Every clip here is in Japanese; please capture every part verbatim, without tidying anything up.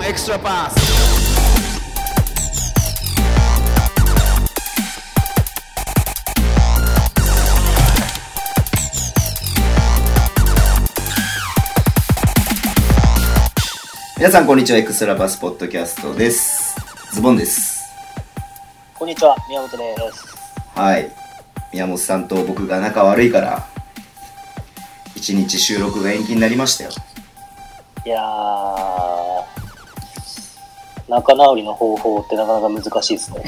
エクストラパス。皆さんこんにちは。エクストラパスポッドキャストです。ズボンです。 こんにちは、宮本です。 はい、宮本さんと僕が仲悪いから一日収録が延期になりましたよ。 いやー、仲直りの方法ってなかなか難しいですね。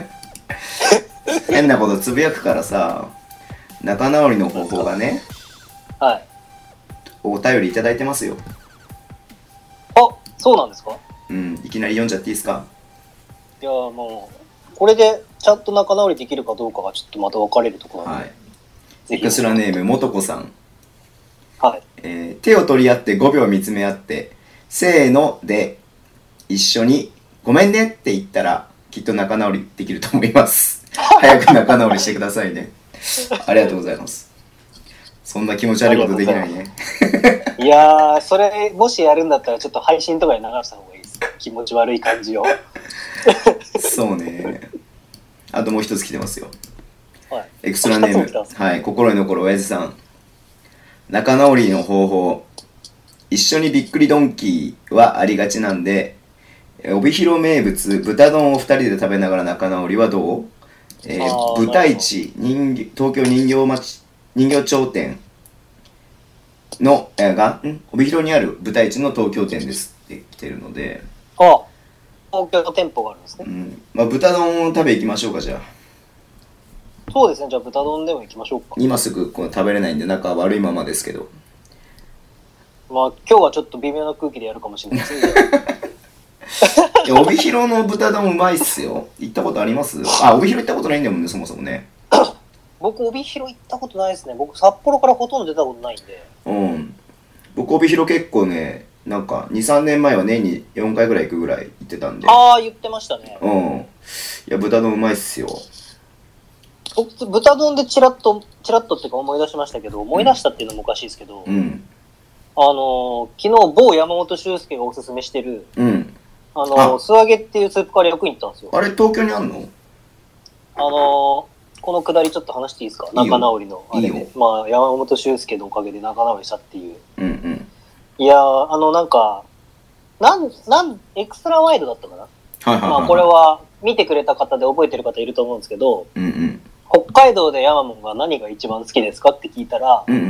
変なことつぶやくからさ、仲直りの方法がね、 はい、 お便りいただいてますよ。 あ、そうなんですか？ うん、いきなり読んじゃっていいですか？ いやー、もうこれでちゃんと仲直りできるかどうかがちょっとまた分かれるところなので、 はい。エクストラネームもとこさん。 はい、 えー、手を取り合ってごびょう見つめ合ってせーので一緒にごめんねって言ったらきっと仲直りできると思います。早く仲直りしてくださいね。ありがとうございます。そんな気持ち悪いことできないね。 いやー、それもしやるんだったらちょっと配信とかで流した方がいいです。気持ち悪い感じを。 そうね。あともう一つ来てますよ。 はい、 エクストラネーム、はい、心に残る親父さん。仲直りの方法。一緒にびっくりドンキーはありがちなんで、帯広名物豚丼を二人で食べながら仲直りはどう？えー、豚市人東京人形町人形町店の、えー、がん帯広にある豚市の東京店ですって来てるので、 あ、東京の店舗があるんですね。 うん、まあ豚丼を食べ行きましょうか。じゃあそうですね、じゃあ豚丼でも行きましょうか。 今すぐこう食べれないんで仲悪いままですけど、 まあ今日はちょっと微妙な空気でやるかもしれないですね。 いや帯広の豚丼うまいっすよ。行ったことあります？あ、帯広行ったことないんだもんね、そもそもね。 僕帯広行ったことないですね。僕札幌からほとんど出たことないんで。 うん。僕帯広結構ね、なんかにさんねんまえは年によんかいぐらい行くぐらい行ってたんで。 ああ、言ってましたね。 うん。いや豚丼うまいっすよ。 僕豚丼でチラッとチラッとっていうか思い出しましたけど、思い出したっていうのもおかしいですけど、 うん。 あのー、昨日某山本修介がおすすめしてる、 うん。 あのー、素揚げっていうスープカレーよく行ったんですよ。 あれ東京にあんの？ あのー、このくだりちょっと話していいですか？ いいよ。 仲直りのあれで、 いいよ。 まあ山本修介のおかげで仲直りしたっていう。 うんうん。 いやー、あのなんかなんなんエクストラワイドだったかな。 はいはいはい、はい。 まあこれは見てくれた方で覚えてる方いると思うんですけど、 うんうん。 北海道でヤマモンが何が一番好きですかって聞いたら、 うんうんうんうん、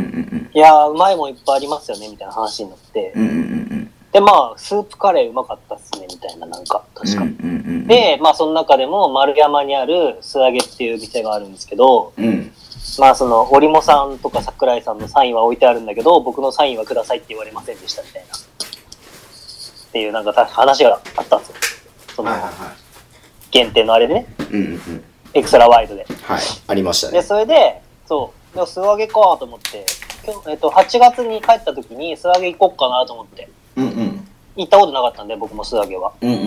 いやーうまいもんいっぱいありますよねみたいな話になって、 うんうんうん、 でまあスープカレーうまかったっすねみたいな、なんか確か、 うんうんうん、 でまあその中でも丸山にある素揚げっていう店があるんですけど、 うん、 まあその織茂さんとか桜井さんのサインは置いてあるんだけど僕のサインはくださいって言われませんでしたみたいなっていうなんか話があったんですよ、その、はいはいはい、限定のあれでね、うんうんうん、エクストラワイドで、 はい、ありましたね。 でそれでそうで素揚げかと思って、今日、えっと、はちがつに帰った時に素揚げ行こっかなと思って、うんうん、行ったことなかったんで僕も素揚げは、うんうんうんうん、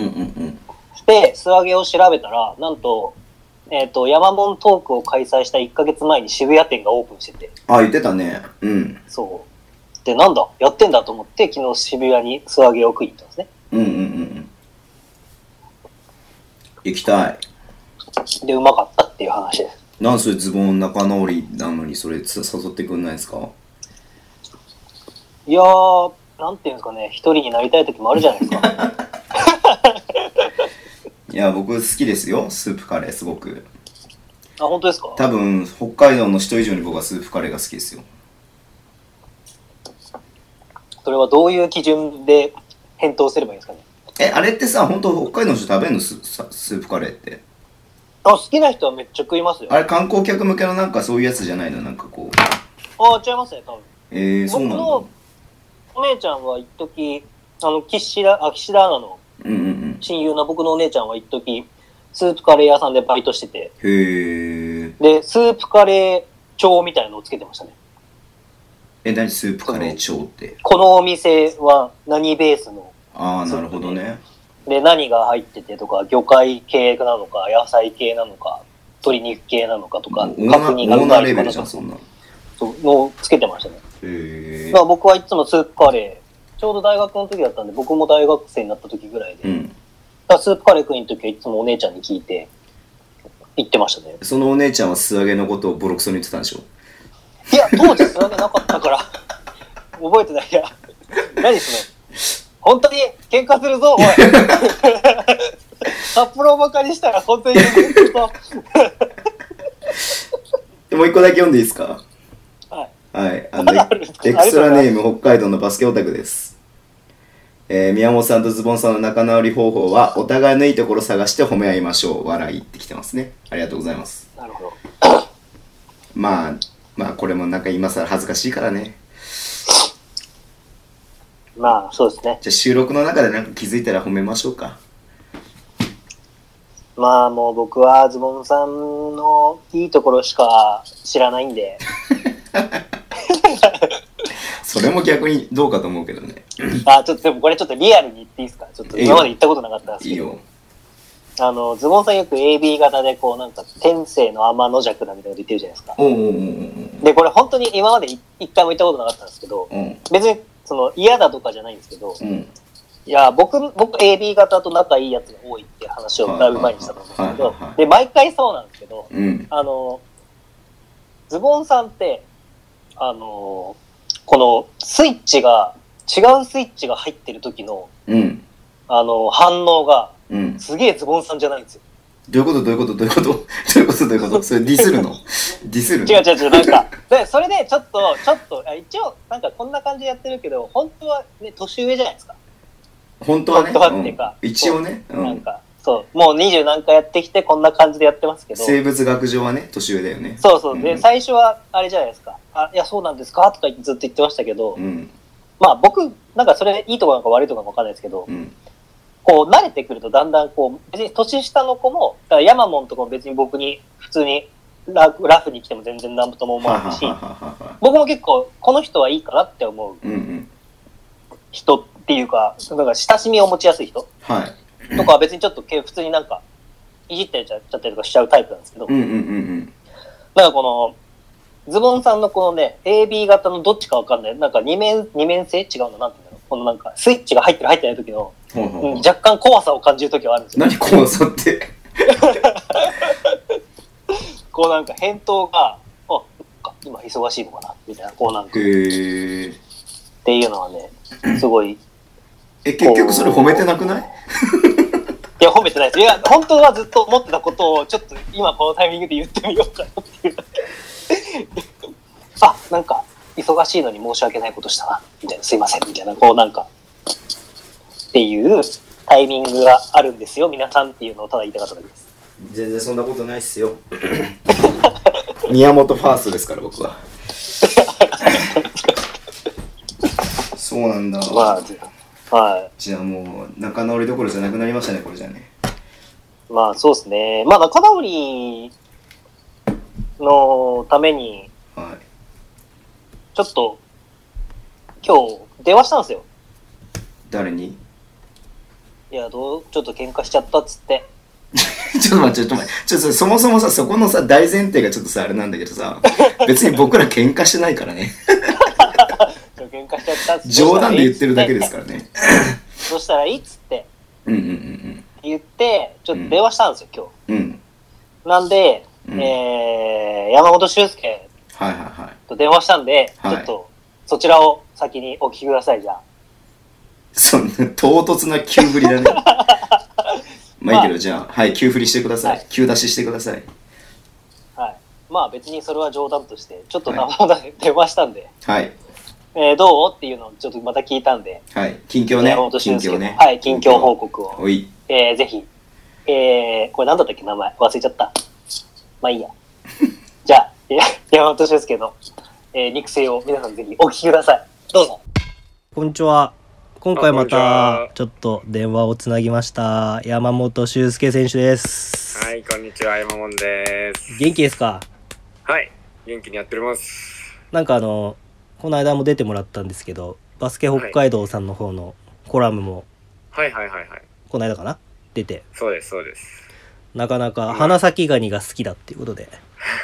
で素揚げを調べたらなんと、えっと、山門トークを開催したいっかげつまえに渋谷店がオープンしてて、 あ、言ってたね。うん。 そうで、なんだやってんだと思って昨日渋谷に素揚げを食いに行ったんですね。うんうんうん。 行きたい。 でうまかったっていう話です。 なんそれズボン仲直りなのにそれ誘ってくんないですか？ いやー、なんていうんですかね、一人になりたい時もあるじゃないですか。 いや僕好きですよ、スープカレーすごく。 あ、本当ですか？ 多分北海道の人以上に僕はスープカレーが好きですよ。 それはどういう基準で返答すればいいんですかね？ え、あれってさ、本当北海道の人食べるの？ ス, スープカレーって。 あ、好きな人はめっちゃ食いますよ。 あれ観光客向けのなんかそういうやつじゃないの？なんかこう。 あ、違いますね、多分。 えー、そうなんだ。僕のお姉ちゃんは一時あの岸田あ岸田アナの親友の僕のお姉ちゃんは一時スープカレー屋さんでバイトしてて、へー。 でスープカレー帳みたいなのをつけてましたね。 え、何スープカレー帳って？ このお店は何ベースの？ ああ、なるほどね。で何が入っててとか、魚介系なのか野菜系なのか鶏肉系なのかとか、 確認がうまいのかとか、そんなのをつけてましたね。 へー。 だから僕はいつもスープカレちょうど大学の時だったんで、僕も大学生になった時ぐらいで、 うん、 だからスープカレー食いの時はいつもお姉ちゃんに聞いて行ってましたね。そのお姉ちゃんは素揚げのことをボロクソに言ってたんでしょ？ いや、当時素揚げなかったから覚えてない。いや、何それ、本当に喧嘩するぞおい札幌ばかりしたら本当に喧嘩するぞもう一個だけ読んでいいですか？ はい。 はい。あの、エクストラネーム、北海道のバスケオタクです。えー、宮本さんとズボンさんの仲直り方法は、お互いのいいところ探して褒め合いましょう。笑いってきてますね。ありがとうございます。 なるほど。 まあ、まあ、これもなんか今更恥ずかしいからね。 まあ、そうですね。 じゃあ収録の中でなんか気づいたら褒めましょうか。 まあもう僕はズボンさんのいいところしか知らないんでそれも逆にどうかと思うけどねあ、ちょっとでもこれちょっとリアルに言っていいですか？ちょっと今まで言ったことなかったんですけど、 いいよ。 あのズボンさんよく エービー 型でこうなんか天性の天の弱だみたいなこと言ってるじゃないですか。 おうおうおうおう。 でこれ本当に今まで一回も言ったことなかったんですけど、 うん、 別にその嫌だとかじゃないんですけど、 うん、 いや僕僕 エービー 型と仲いいやつが多いっていう話をだいぶ前にしたと思うんですけど、で毎回そうなんですけど、 うん、 あのズボンさんってあのこのスイッチが違うスイッチが入ってる時の、 うん、あの反応が、 うん、 すげえズボンさんじゃないんですよ。 どういうことどういうことどういうことどういうことどういうことそれディスるのディスるの？ 違う違う違う、なんかでそれでちょっとちょっと一応なんかこんな感じでやってるけど本当はね年上じゃないですか。 本当はね、 本当はっていうか、 うん、一応ね、 うん、なんかそうもう二十何回やってきてこんな感じでやってますけど、 生物学上はね年上だよね。 そうそう、で、うん、最初はあれじゃないですか、あいやそうなんですかとかずっと言ってましたけど、 うん、 まあ僕なんかそれいいところなのか悪いところなのか分かんないですけど、うん、こう慣れてくるとだんだんこう別に年下の子もだからヤマモンとかも別に僕に普通に ラ, ラフに来ても全然何とも思わないし僕も結構この人はいいかなって思う人っていうか、なんか親しみを持ちやすい人、はい、とかは別にちょっと普通になんかいじってちゃったりとかしちゃうタイプなんですけど、うんうんうんうん、だからこのズボンさんのこのね エービー 型のどっちかわかんないなんか二面二面性違うのなんていうのこのなんかスイッチが入ってる入ってない時の、うん、若干怖さを感じる時はあるんですよ。 何怖さってこうなんか返答があ今忙しいのかなみたいなこうなんかへーっていうのはねすごいえ結局それ褒めてなくない？ いや褒めてないです。いや本当はずっと思ってたことをちょっと今このタイミングで言ってみようかなっていうあなんか忙しいのに申し訳ないことしたなみたいなすいませんみたいなこうなんかっていうタイミングがあるんですよ皆さんっていうのをただ言いたかっただけです。 全然そんなことないっすよ宮本ファーストですから僕はそうなんだ、 まあはい、 じゃあもう仲直りどころじゃなくなりましたねこれじゃね。 まあそうですね。まあ仲直りのために、はい、ちょっと今日電話したんですよ。 誰に？ いやどうちょっと喧嘩しちゃったっつってちょっと待ってちょっと待ってちょっとそもそもさそこのさ大前提がちょっとさあれなんだけどさ別に僕ら喧嘩してないからね喧嘩しちゃったっつって冗談で言ってるだけですからねそしたらいいっつってうんうんうんうん言ってちょっと電話したんですよ、うん、今日、うん、なんで、うんえー、山本修介と電話したんで、はいはいはい、ちょっとそちらを先にお聞きください。じゃあそんな唐突な急振りだねまあいいけど、まあ、じゃあはい急振りしてください、はい、急出ししてください。 はいまあ別にそれは冗談としてちょっと生々で電話したんではいえー、どうっていうのをちょっとまた聞いたんで、 はい、近況ね、 近況ね、はい、近況報告を、おいえー、ぜひ、えー、これ何だったっけ名前忘れちゃった。まあいいや。じゃあ、山本修介の、えー、肉声を皆さんぜひお聞きください。どうぞ。 こんにちは。今回またちょっと電話をつなぎました。山本修介選手です。 はい、こんにちは、山本です。 元気ですか？ はい、元気にやっております。 なんかあのこの間も出てもらったんですけどバスケ北海道さんの方のコラムもはいはいはいはいこの間かな出てそうですそうですなかなか花咲ガニが好きだっていうことで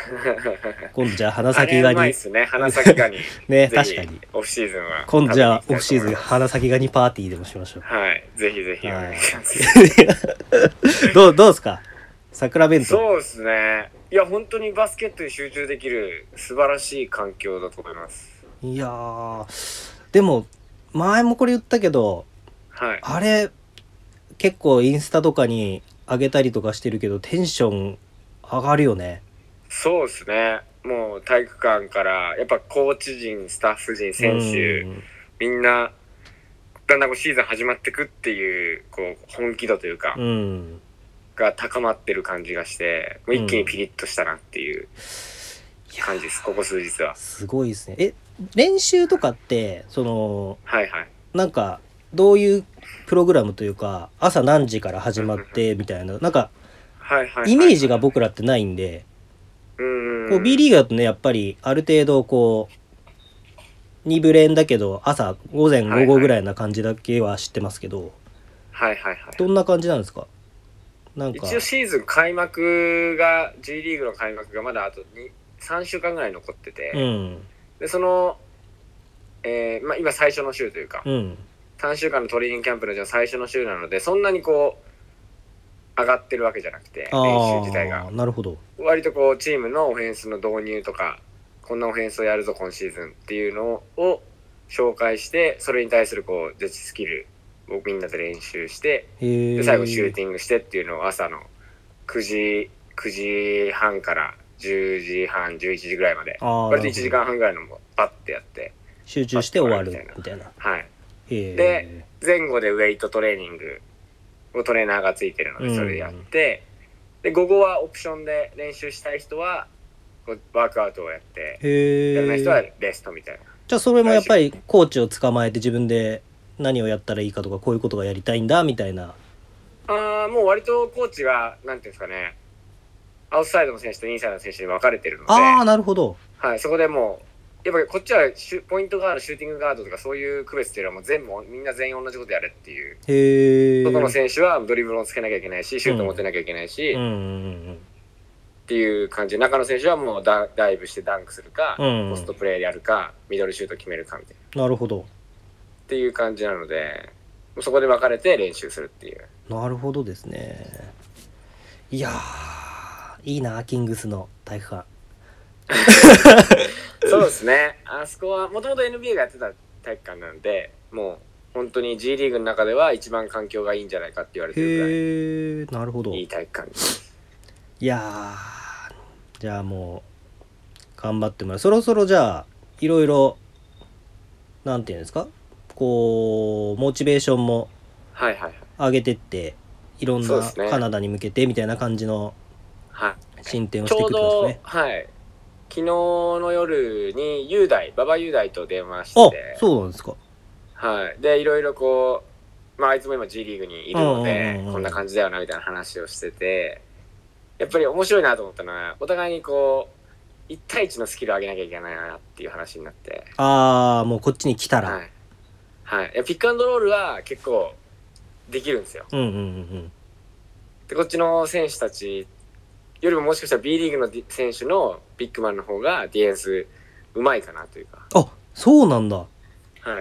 今度じゃあ花咲ガニ。 あれうまいっすね、花咲ガニ。 ね、確かに。 オフシーズンは。 今度じゃあオフシーズン花咲ガニパーティーでもしましょう。 はい、ぜひぜひお願いします。 どう、どうですかサクラベント。 そうですね。いや、本当にバスケットに集中できる素晴らしい環境だと思います。 いやー、でも、前もこれ言ったけど、 はい。 あれ、結構インスタとかに上げたりとかしてるけど、テンション上がるよね。 そうですね。もう体育館からやっぱコーチ陣、スタッフ陣、選手みんなだんだんこうシーズン始まってくっていうこう本気度というか、 うん、 が高まってる感じがして、もう一気にピリッとしたなっていう感じです。うん、ここ数日は。 すごいですね。え、練習とかってそのはいはい。 なんかどういうプログラムというか朝何時から始まってみたいななんかイメージが僕らってないんで。 うんこう B リーグだとねやっぱりある程度こうに部練だけど朝午前午後ぐらいな感じだけは知ってますけど、 はいはいはい、 どんな感じなんですか？なんか一応シーズン開幕が G リーグの開幕がまだあとさんしゅうかんぐらい残ってて、 うん、 でその、えーまあ、今最初の週というか、 うん、 さんしゅうかんのトレーニングキャンプの最初の週なのでそんなにこう上がってるわけじゃなくて、練習自体がなるほど割とこうチームのオフェンスの導入とかこんなオフェンスをやるぞ今シーズンっていうのを紹介してそれに対するこうジェッジスキルをみんなで練習してで最後シューティングしてっていうのを朝のくじはんからじゅうじはんじゅういちじぐらいまで割といちじかんはんぐらいのもバッてやって集中して終わるみたいな。 はい。で前後でウェイトトレーニングトレーナーがついてるのでそれやって、うん、で午後はオプションで練習したい人はワークアウトをやってやらない人はレストみたいな。 じゃあそれもやっぱりコーチを捕まえて自分で何をやったらいいかとかこういうことがやりたいんだみたいな。 ああもう割とコーチがなんていうんですかねアウトサイドの選手とインサイドの選手に分かれてるので、 ああなるほど。 はい、そこでもうやっぱりこっちはシュポイントガードシューティングガードとかそういう区別っていうのはもう全部みんな全員同じことやれっていう。 へー。 外の選手はドリブルをつけなきゃいけないしシュート持ってなきゃいけないし、 うんうんうんうん、 っていう感じで中の選手はもう ダ, ダイブしてダンクするか、 うん、 ポストプレーやるかミドルシュート決めるかみたいな。 なるほど。 っていう感じなのでそこで分かれて練習するっていう。 なるほどですね。いやーいいなキングスの体育館。 そうですね。あそこはもともと エヌビーエー がやってた体育館なんでもう本当に G リーグの中では一番環境がいいんじゃないかって言われてるぐらい。 へー、なるほど。 いい体育館です。 いやーじゃあもう頑張ってもらう。そろそろじゃあいろいろなんていうんですかこうモチベーションも上げてって、はいはいはい、いろんなカナダに向けてみたいな感じの進展をしていくってことですね。 はい。昨日の夜に雄大馬場雄大と電話して。 あ、そうなんですか。 はい。でいろいろこうまああいつも今 G リーグにいるので、うんうん、こんな感じだよなみたいな話をしててやっぱり面白いなと思ったのはお互いにこういち対いちのスキルを上げなきゃいけないなっていう話になって。 ああもうこっちに来たら。 はいはい、いやピックアンドロールは結構できるんですよ、 うんうんうん、 でこっちの選手たちよりももしかしたら B リーグの選手のビッグマンの方がディフェンスうまいかなというか。 あそうなんだ。 はい、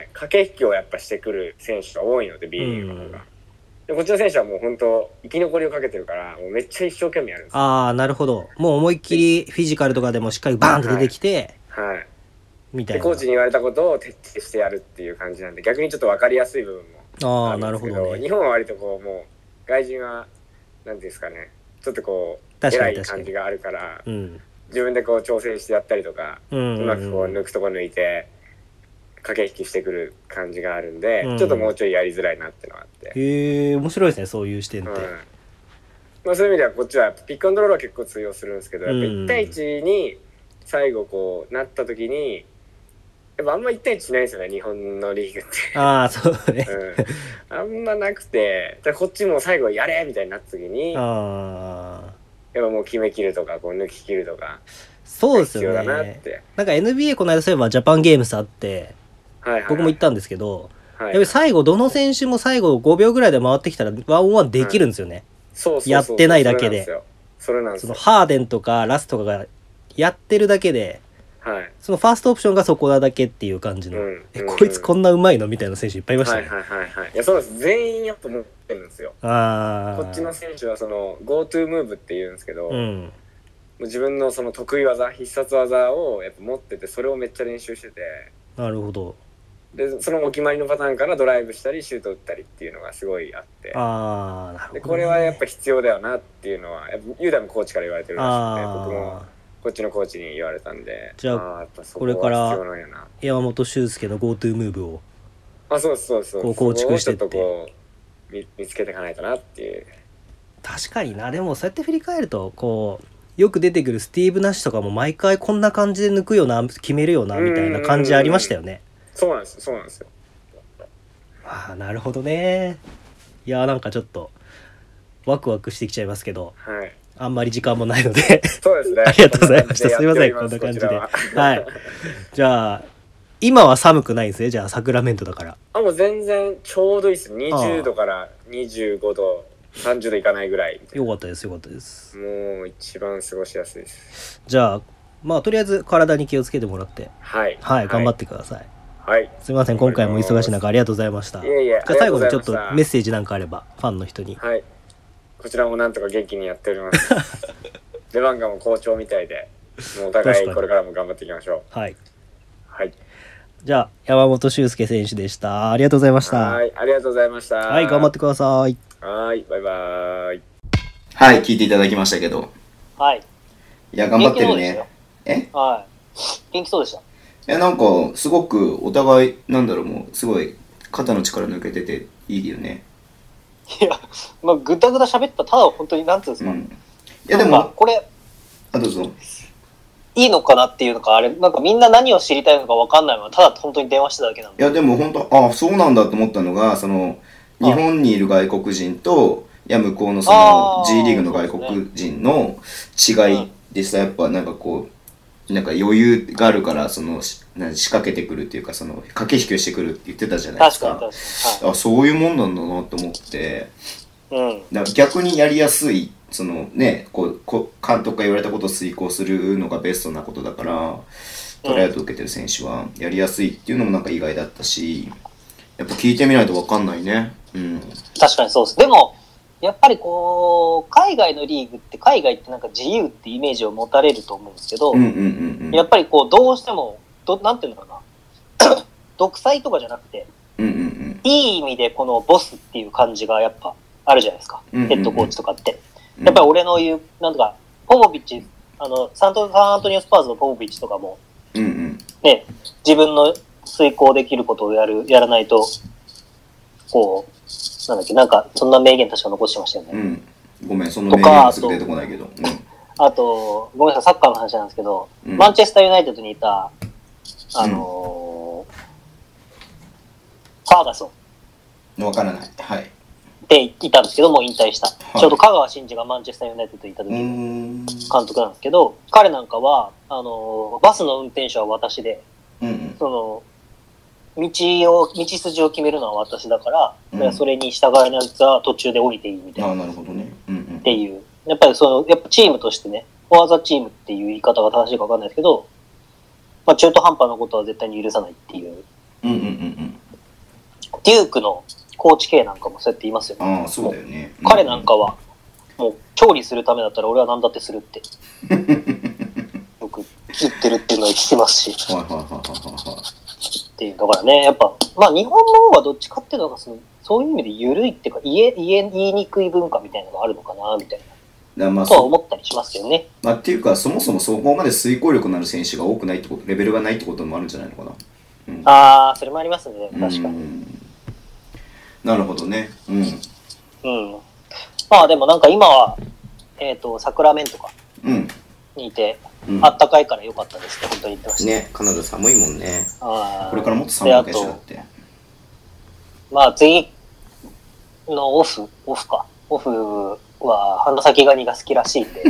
駆け引きをやっぱしてくる選手が多いので B リーグの方が、うん、でこっちの選手はもう本当生き残りをかけてるからもうめっちゃ一生懸命やるんですよ。 ああなるほど。もう思いっきりフィジカルとかでもしっかりバーンと出てきて、 はい、はいみたいな。 でコーチに言われたことを徹底してやるっていう感じなんで逆にちょっと分かりやすい部分もあるんですけど、ああなるほどね。日本は割とこうもう外人はなんていうんですかねちょっとこう偉い感じがあるから、うん、自分でこう調整してやったりとか、うんうんうん、うまくこう抜くとこ抜いて駆け引きしてくる感じがあるんで、うん、ちょっともうちょいやりづらいなってのがあって。 へえ面白いですねそういう視点って、うんまあ、そういう意味ではこっちはピックアンドロールは結構通用するんですけど、やっぱいち対いちに最後こうなった時にやっぱあんまいち対いちしないですよね日本のリーグって。 ああそうね、 うん、あんまなくてこっちも最後やれみたいになった時にあやっぱもう決めきるとかこう抜き切るとかそうですよね。だなって。なんか エヌビーエー この間そういえばジャパンゲームスあって、はいはいはい、僕も行ったんですけど、はいはい、やっぱり最後どの選手も最後ごびょうぐらいで回ってきたらワンオンワンできるんですよね、はい、 そうそうそうやってないだけで。 それなんですよ。 そのハーデンとかラスとかがやってるだけで、 はい、 そのファーストオプションがそこだだけっていう感じの、うん、え、こいつこんなうまいのみたいな選手いっぱいいましたね。 はいはいはいはい。いやそうです。全員やっぱ持ってるんですよ。あこっちの選手はその GoTo ムーブって言うんですけど、うん、もう自分のその得意技、必殺技をやっぱ持ってて、それをめっちゃ練習してて。 なるほど。 でそのお決まりのパターンからドライブしたりシュート打ったりっていうのがすごいあって、 あーなるほどね、 でこれはやっぱ必要だよなっていうのはやっぱ雄大もコーチから言われてるらしくて、僕もこっちのコーチに言われたんで、 じゃあ、あやっぱそこは必要なんやな、山本修介の GoTo ムーブをあそうそうそうこう構築してって、 ちょっとこう 見, 見つけていかないとなっていう。 確かにな。でもそうやって振り返るとこうよく出てくるスティーブ・ナッシュとかも毎回こんな感じで抜くよな決めるよなみたいな感じありましたよね。 そうなんですそうなんですよ。 ああなるほどね。いやなんかちょっとワクワクしてきちゃいますけど、 はい、 あんまり時間もないのでそうですねありがとうございました。すいませんこんな感じでははいじゃあ今は寒くないんですね。じゃあサクラメントだから。 あもう全然ちょうどいいです。にじゅうどからにじゅうごどさんじゅうどいかないぐらい。 よかったですよかったです。 もう一番過ごしやすいです。 じゃあまあとりあえず体に気をつけてもらってはいはい頑張ってください。 はい、 すみません今回も忙しい中ありがとうございました。 いえいえじゃあ最後にちょっとメッセージなんかあればファンの人に。 はいこちらもなんとか元気にやっておりますレバンガも好調みたいで、もうお互いこれからも頑張っていきましょう。 はいはいじゃあ山本修介選手でした。ありがとうございました。 はいありがとうございました。 はい頑張ってください。 はいバイバイ。 はい聞いていただきましたけど、 はいいや頑張ってるね。えはい元気そうでした。 いやなんかすごくお互いなんだろうもうすごい肩の力抜けてていいよね。 いやまあぐだぐだ喋ったただ本当になんていうんですか、うん、いやでもこれあどうぞいいのかなっていうのかあれなんかみんな何を知りたいのか分かんないのはただ本当に電話しただけなんで。 いやでも本当あそうなんだと思ったのがその日本にいる外国人といや向こうのその G リーグの外国人の違いでさ、やっぱなんかこうなんか余裕があるからその仕掛けてくるっていうかその駆け引きをしてくるって言ってたじゃないですか。 確かに確かに、はい、 あそういうもんなんだなと思って、うん、だから逆にやりやすいそのねこうこ監督が言われたことを遂行するのがベストなことだからトライアウト受けてる選手はやりやすいっていうのもなんか意外だったし、やっぱ聞いてみないと分かんないね。うん、 確かにそうです。でもやっぱりこう海外のリーグって海外ってなんか自由ってイメージを持たれると思うんですけど、うんうんうんうん、やっぱりこうどうしてもどなんていうのかな独裁とかじゃなくて、うんうんうん、いい意味でこのボスっていう感じがやっぱあるじゃないですか、うんうんうん、ヘッドコーチとかって、うん、やっぱり俺の言うなんとかポポビッチあのサントサンアントニオスパーズのポポビッチとかも、うんうん、ね自分の遂行できることをやるやらないとこうなんだっけなんかそんな名言確か残してましたよね。 うん、ごめんその名言がすぐ出てこないけど。うん、 あとごめんなさいサッカーの話なんですけど、うん、マンチェスターユナイテッドにいたあのーうん、ファーガソンわからないはいでいたんですけどもう引退した、はい、ちょうど香川真司がマンチェスターユナイテッドにいた時の監督なんですけど、彼なんかはあのー、バスの運転手は私で、うんうん、その道を道筋を決めるのは私だから、うん、それに従えないやつは途中で降りていいみたいな。 あなるほどね。うんうん、 っていうやっぱりそのやっぱチームとしてねフォアザチームっていう言い方が正しいか分かんないですけど、まあ、中途半端なことは絶対に許さないっていう。うんうんうんうん。デュークのコーチ系なんかもそうやって言いますよね。 ああそうだよね。 うん、彼なんかはもう調理するためだったら俺は何だってするってよく言ってるっていうのは聞きますし。はいはいはいはいはい。っていうだからねやっぱまあ日本の方がどっちかっていうのがそのそういう意味で緩いっていうか言え言え言いにくい文化みたいなのがあるのかなみたいな、まあ、とは思ったりしますけどね。 まあっていうかそもそもそこまで遂行力のある選手が多くないってことレベルがないってこともあるんじゃないのかな。うん、ああそれもありますね確かに。 なるほどね。うん。 うん。まあでもなんか今はえっ、ー、とサクラメントか。うん。にいて、うん、あったかいから良かったですって本当に言ってましたね。カナダ寒いもんね。あこれからもっと寒いわけでしょだって。 まあ次のオフオフかオフは花咲ガニが好きらしいんで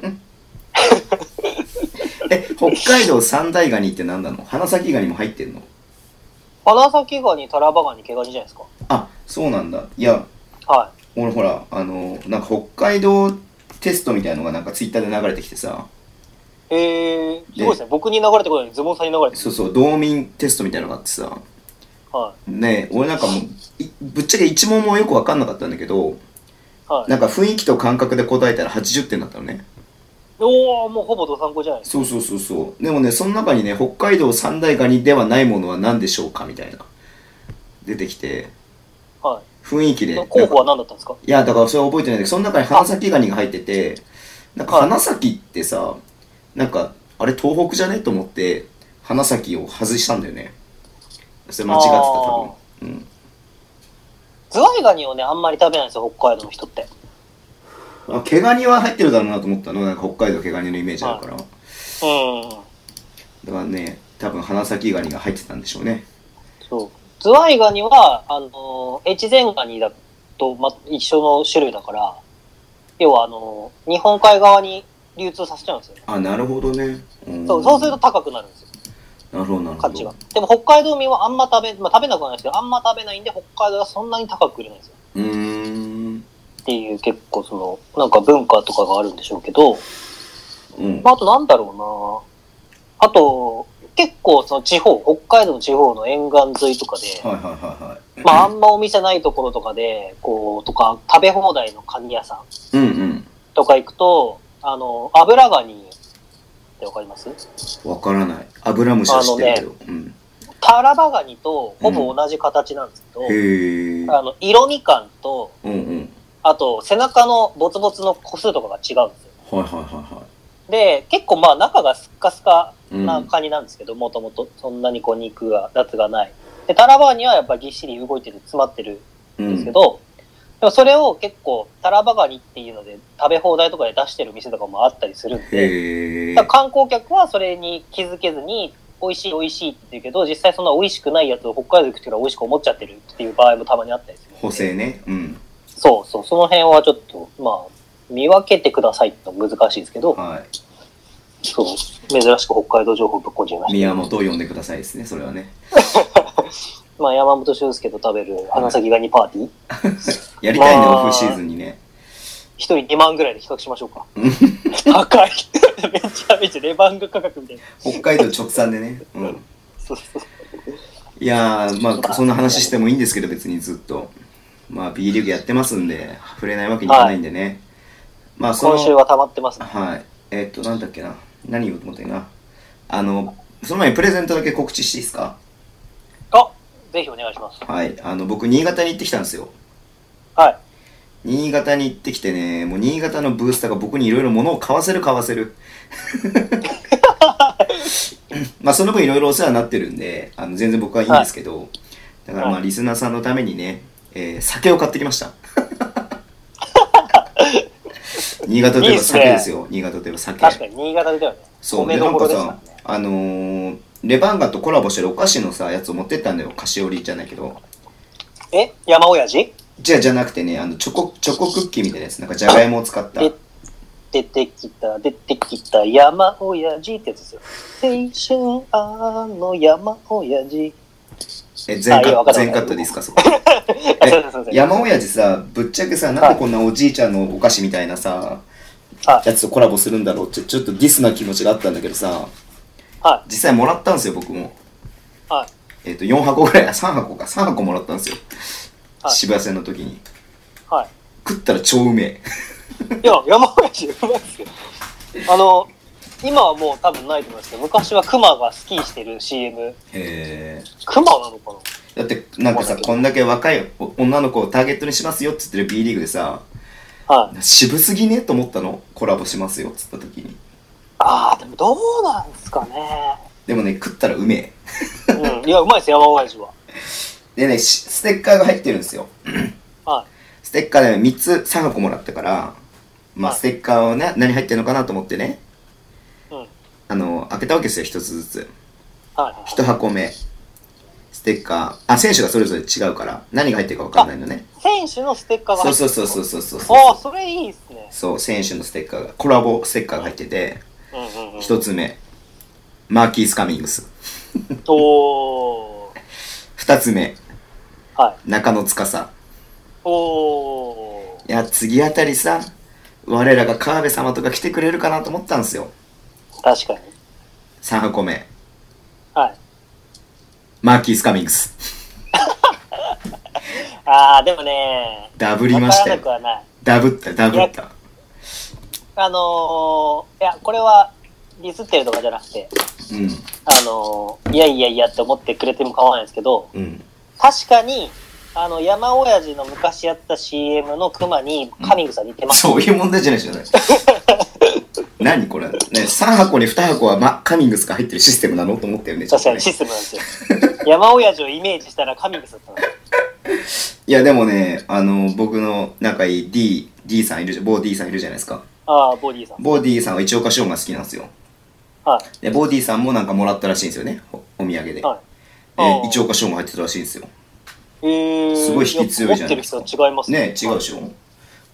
え北海道三大ガニって何なの？花咲ガニも入ってんの？ 花咲ガニ、タラバガニ、毛ガニじゃないですか。 あそうなんだ。いや、 はい、 俺ほらあのなんか北海道テストみたいなのがなんかツイッターで流れてきてさ、 へえ、すごいですね。僕に流れてこないのにズボンさんに流れてそうそう、道民テストみたいなのがあってさ。はい。ね俺なんかもう、ぶっちゃけ一問もよく分かんなかったんだけど、はい、なんか雰囲気と感覚で答えたらはちじゅってんだったのね。 おお、もうほぼどさんこじゃないですか。そうそうそうそう。でもね、その中にね、北海道三大ガニではないものは何でしょうかみたいな。出てきて、はい。雰囲気で。 候補は何だったんですか？ いや、だからそれは覚えてないんだけど、その中に花咲ガニが入ってて、なんか花咲ってさ、はい、なんか、あれ東北じゃねと思って、花咲を外したんだよね。それ間違ってた、多分。うん。 ズワイガニをね、あんまり食べないんですよ、北海道の人って。 あ、毛ガニは入ってるだろうなと思ったの。なんか北海道毛ガニのイメージあるから。はい、うん。だからね、多分花咲ガニが入ってたんでしょうね。 そう。ズワイガニは、あの、越前ガニだと、ま、一緒の種類だから、要はあの、日本海側に流通させちゃうんですよね。 あ、なるほどね。 そう、そうすると高くなるんですよ。 なるほど、なるほど。 価値が。でも北海道民はあんま食べ、まあ食べなくはないですけど、あんま食べないんで、北海道はそんなに高く売れないんですよ。うーん。っていう結構その、なんか文化とかがあるんでしょうけど、うん。まあ、あとなんだろうなあと、結構その地方、北海道の地方の沿岸沿いとかで、はいはいはいはい。まああんまお店ないところとかで、こう、とか、食べ放題のカニ屋さん。うんうん。とか行くと、あの、油ガニってわかります？ わからない。油虫は知ってるけど。 あのね、うん、タラバガニとほぼ同じ形なんですけど、うん、へあの色味感と、うんうん、あと背中のボツボツの個数とかが違うんですよ。はいはいはいはい。で、結構まあ中がスッカスカなカニなんですけど、もともとそんなにこう肉が、脱がない。で、タラバガニはやっぱぎっしり動いてる、詰まってるんですけど、うん、でもそれを結構タラバガニっていうので食べ放題とかで出してる店とかもあったりするんで、だから観光客はそれに気づけずに美味しい美味しいって言うけど、実際そんな美味しくないやつを北海道行くときは美味しく思っちゃってるっていう場合もたまにあったりする。 補正ね。うん。 そうそう、その辺はちょっとまあ見分けてくださいって難しいですけど、はい。そう、珍しく北海道情報ぶっこんじゃいました。 宮本を呼んでくださいですね、それはね。 まあ山本俊介と食べる花咲ガニパーティーやりたいね、オフシーズンにね。 一人にまんぐらいで比較しましょうか。高い。めちゃめちゃレバンガ価格みたいな。 北海道直産でね。うん。そうそう。いやー、まあそんな話してもいいんですけど、別にずっと。まあ B リーグやってますんで、触れないわけにいかないんでね。はい、まあその今週は溜まってますね。 はい。えー、っと、なんだっけな。何言おうと思ったよな。あの、その前にプレゼントだけ告知していいですか？ あ、ぜひお願いします。 はい。あの、僕、新潟に行ってきたんですよ。 はい。 新潟に行ってきてね、もう新潟のブースターが僕にいろいろ物を買わせる買わせる。まあその分いろいろお世話になってるんで、あの全然僕はいいんですけど、はい、だからまあリスナーさんのためにね、えー、酒を買ってきました。新潟といえば酒ですよ。いいすね、新潟といえば酒。 確かに新潟ではね。 そう、でなんかさ、あのー、レバンガとコラボしてるお菓子のさ、やつを持ってったんだよ。菓子折りじゃないけど。 え山親父じゃじゃなくてね、あのチョコチョコクッキーみたいなやつ、なんかじゃがいもを使った。で出てきた出てきた山親父ってやつですよ。青春あの山親父。 え全カット全カットでいいですかそこ。え山親父さ、ぶっちゃけさ、なんでこんなおじいちゃんのお菓子みたいなさ、はい、やつとコラボするんだろうってちょっとディスな気持ちがあったんだけどさ、はい、実際もらったんですよ僕も。はい。えっとよんはこぐらい、さんはこかさんはこもらったんですよ。はい、渋谷線の時に、はい、食ったら超うめえ。 いや山親父うまいっすよ。あの今はもう多分ないと思いますけど、昔はクマがスキーしてる シーエム。へえ。クマなのかな。 だってなんかさ、こんだけ若い女の子をターゲットにしますよっつってる B リーグでさ、はい、渋すぎねと思ったの。コラボしますよっつった時に。 ああ、でもどうなんですかね。 でもね、食ったらうめえ。 うん、いやうまいです山親父は。 でね、ステッカーが入ってるんですよ。はい。ステッカーでみっつさんはこもらったから、まあ、はい、ステッカーをね、何入ってるのかなと思ってね、うん、あの開けたわけですよ、一つずつ。はい。一箱目ステッカー、あ、選手がそれぞれ違うから何が入ってるか分かんないのね。 選手のステッカーが入ってる。 そうそうそうそうそう。 ああ、それいいっすね。 そう、選手のステッカーがコラボステッカーが入ってて、一、うんうん、つ目マーキース・カミングス。おお。二つ目、はい、中野司。おお。いや次あたりさ、我らが川辺様とか来てくれるかなと思ったんですよ。 確かに。 さん箱目。 はい。 マーキース・カミングス。 あー、でもね、 ダブりましたよ。 わからなくはない。 ダブった、ダブった。 あのー、いや、これはディスってるとかじゃなくて、 うん、 あのー、いやいやいやって思ってくれても構わないんですけど、 うん、 確かに、あの、山親父の昔やった シーエム のクマにカミングスは似てます、 うん、そういう問題じゃないじゃない何これ、ね、さん箱にに箱は、ま、カミングスが入ってるシステムなのと思ったよね。 確かにシステムなんですよ。山親父をイメージしたらカミングスだったの。 いやでもね、あの僕の仲いい D, D さんいるじゃん、ボー D さんいるじゃないですか。 ああ、ボーディーさん。 ボー D さんは一岡翔が好きなんですよ。 はい。 でボー D さんもなんかもらったらしいんですよね、 お, お土産で。はい。で一岡翔が入ってたらしいんですよ。 へえー。 すごい引き強いじゃないですか。 持ってる人は違いますね。ね、違うでしょ。はい、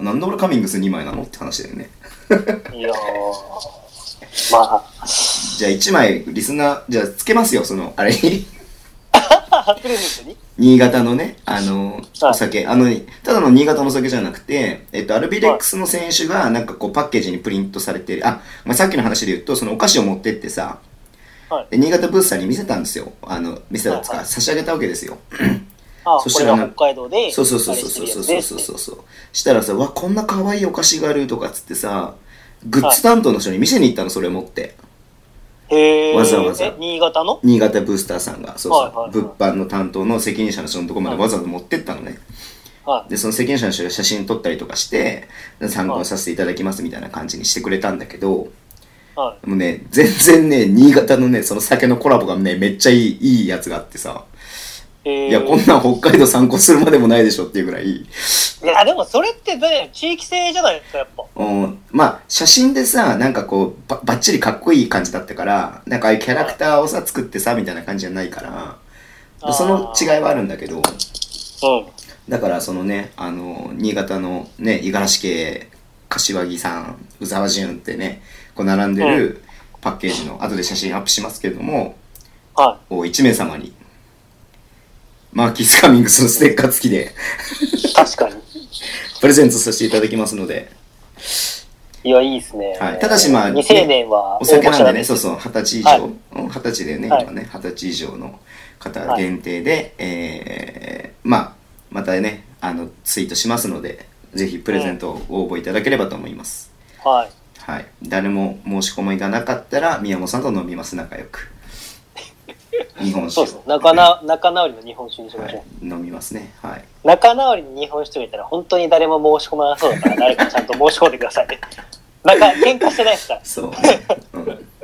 なんで俺カミングスにまいなのって話だよね。 いやー、まあ。 じゃあいちまいリスナー、じゃあつけますよ、その、あれに。 プレゼントに新潟のね、あの、お酒、はい、あの、ただの新潟のお酒じゃなくて、えっと、アルビレックスの選手が、なんかこう、パッケージにプリントされてる、あ、まあ、さっきの話で言うと、そのお菓子を持ってってさ、はい、で新潟ブースターに見せたんですよ。あの、見せたんですか、はいはい、差し上げたわけですよ。 あ、そしたら北海道で、 そうそうそうそうそうそうそうそう。したらさ、わ、こんな可愛いお菓子があるとかっつってさ、グッズ担当の人に見せに行ったの、それ持って。 へー、 わざわざ新潟の新潟ブースターさんがそうそう、はいはいはい、物販の担当の責任者の人のところまでわざわざ持ってったのね、はい、でその責任者の人が写真撮ったりとかして参考にさせていただきますみたいな感じにしてくれたんだけど、はい、もうね全然ね新潟のねその酒のコラボがねめっちゃいいいいやつがあってさ、いやこんなん北海道参考するまでもないでしょっていうぐらい。 いやでもそれってね地域性じゃないですかやっぱ。 うん、まあ写真でさなんかこう ば, ばっちりかっこいい感じだったからなんかああいうキャラクターをさ作ってさみたいな感じじゃないからその違いはあるんだけど、うん、だからそのねあの新潟のね五十嵐家柏木さん宇沢潤ってねこう並んでるパッケージの後で写真アップしますけれども、はい、をいちめい様にマーキース・カミングスのステッカー付きで確かにプレゼントさせていただきますので。 いやいいですね、 はい、ただしまあ未成年はお酒なんでねそうそう二十歳以上、はい、二十歳だよね、はい、今ね二十歳以上の方限定で、はい、えー、まあまたねあのツイートしますのでぜひプレゼントを応募いただければと思います、 うん、はい、 はい、誰も申し込みがなかったら宮本さんと飲みます仲良く日本酒そうですね仲な仲直りの日本酒にしましょう、はい、 飲みますね、はい、 仲直りの日本酒とか言ったら本当に誰も申し込まなそうだから誰かちゃんと申し込んでくださいねなんか喧嘩してないですからそう、うん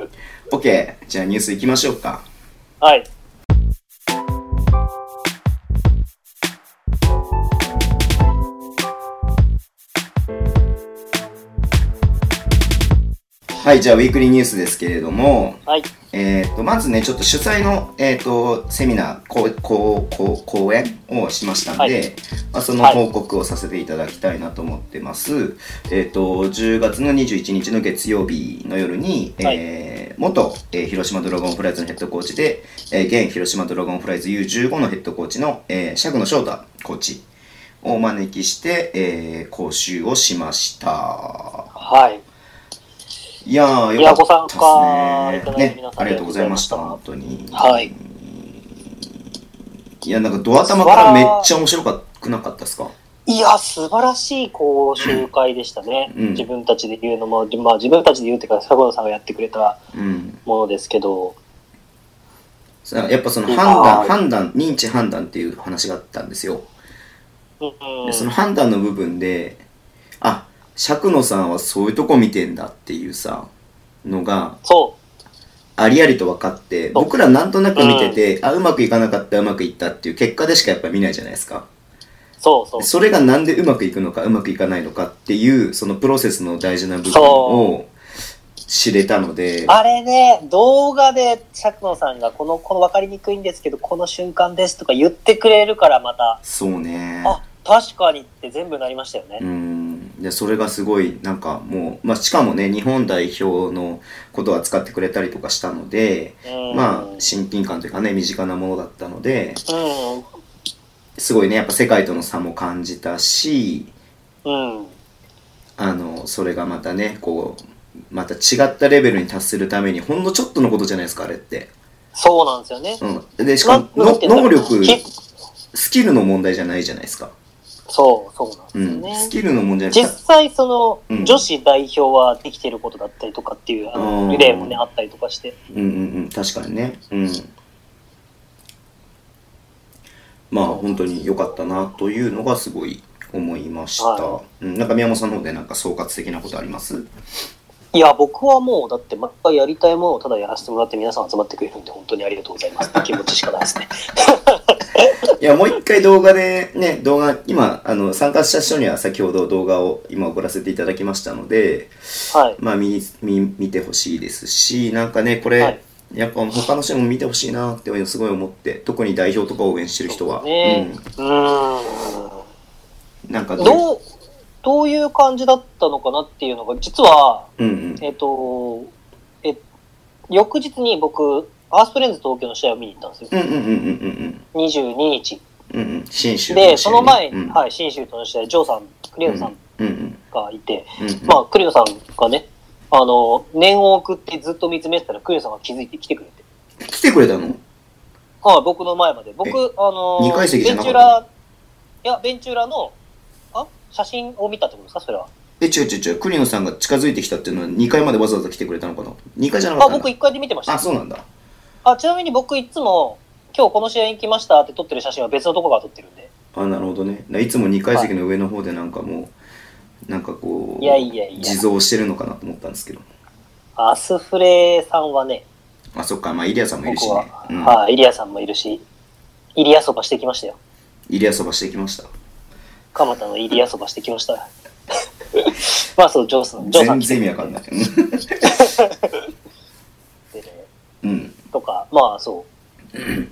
、OK じゃあニュースいきましょうか。 はいはい、じゃあウィークリーニュースですけれども、 はい、 えー、とまずねちょっと主催の、えー、とセミナー講講講講演をしましたんで、はい、まあ、その報告をさせていただきたいなと思ってます、はい、えー、とじゅうがつのにじゅういちにちの月曜日の夜に、はい、えー、元、えー、広島ドラゴンフライズのヘッドコーチで、えー、現広島ドラゴンフライズ ユーじゅうご のヘッドコーチの、えー、釈野翔太コーチをお招きして、えー、講習をしました。 はい、 いやー、よかったですね。ね、ありがとうございました、本当に。 はい。 いや、なんかドア頭からめっちゃ面白くなかったですか？ いや、素晴らしい講習会でしたね。うん、自分たちで言うのも、まあ自分たちで言うっていうか、坂野さんがやってくれたものですけど。 うん、やっぱその判断、判断、認知判断っていう話があったんですよ。 うん、 でその判断の部分で、あ、釈野さんはそういうとこ見てんだっていうさのがありありと分かって僕らなんとなく見てて、うん、あうまくいかなかったうまくいったっていう結果でしかやっぱ見ないじゃないですか。 そうそうそれがなんでうまくいくのかうまくいかないのかっていうそのプロセスの大事な部分を知れたので、 あれね動画で釈野さんがこのこの分かりにくいんですけどこの瞬間ですとか言ってくれるからまたそうねあ確かにって全部なりましたよね。 うんでそれがすごいなんかもう、まあ、しかもね日本代表のことを扱ってくれたりとかしたので、まあ親近感というかね身近なものだったので、 うん、 すごいねやっぱ世界との差も感じたし、 うん、 あのそれがまたねこうまた違ったレベルに達するためにほんのちょっとのことじゃないですか、あれって。 そうなんですよね。 うん、でしかもの能力スキルの問題じゃないじゃないですか。 そうそうなんですよね、 うん、スキルの問題実際その、うん、女子代表はできてることだったりとかっていうあの例もねあったりとかして、 うんうんうん確かにね、うん、まあ本当に良かったなというのがすごい思いました、はい、うん、なんか宮本さんの方でなんか総括的なことあります？ いや僕はもうだって毎回やりたいものをただやらせてもらって皆さん集まってくれるんで本当にありがとうございますって気持ちしかないですねいやもう一回動画でね動画今あの参加した人には先ほど動画を今送らせていただきましたので、はい、まあ見見見てほしいですしなんかねこれ、はい、やっぱ他の人も見てほしいなってすごい思って特に代表とか応援してる人は、ね、うん、うーんなんかどうどういう感じだったのかなっていうのが実は、うんうん、えっ、ー、とえ翌日に僕アースフレンズ東京の試合を見に行ったんですよ、うんうんうんうん、にじゅうににち、うんうん、新州でその前に、うん、はい、新州との試合ジョーさん栗野さんがいて、うんうんうん、まあ栗野さんがねあの念を送ってずっと見つめてたら栗野さんが気づいて来てくれて来てくれたの？ はい、僕の前まで僕あのにかい席じゃなかった？ ベンチュラいやベンチュラのあ写真を見たってことですかそれは？ え、違う違う違う、栗野さんが近づいてきたっていうのはにかいまでわざわざ来てくれたのかな？にかいじゃなかったの？ あ、僕いっかいで見てました。 あ、そうなんだ。 あ、ちなみに僕いつも今日この試合に来ましたって撮ってる写真は別のとこが撮ってるんで。 あ、なるほどね。いつもにかい席の上の方でなんかもう、はい、なんかこう、 いやいやいや地蔵してるのかなと思ったんですけど。 アスフレさんはね、 あ、そっか、まあイリアさんもいるしね。 はい、うん、イリアさんもいるし、イリアそばしてきましたよ。 イリアそばしてきました。 蒲田のイリアそばしてきました。まあそう、ジョーさん、ジョーさん。 全然意味わかんない。 でね、うん、とか、まあそう。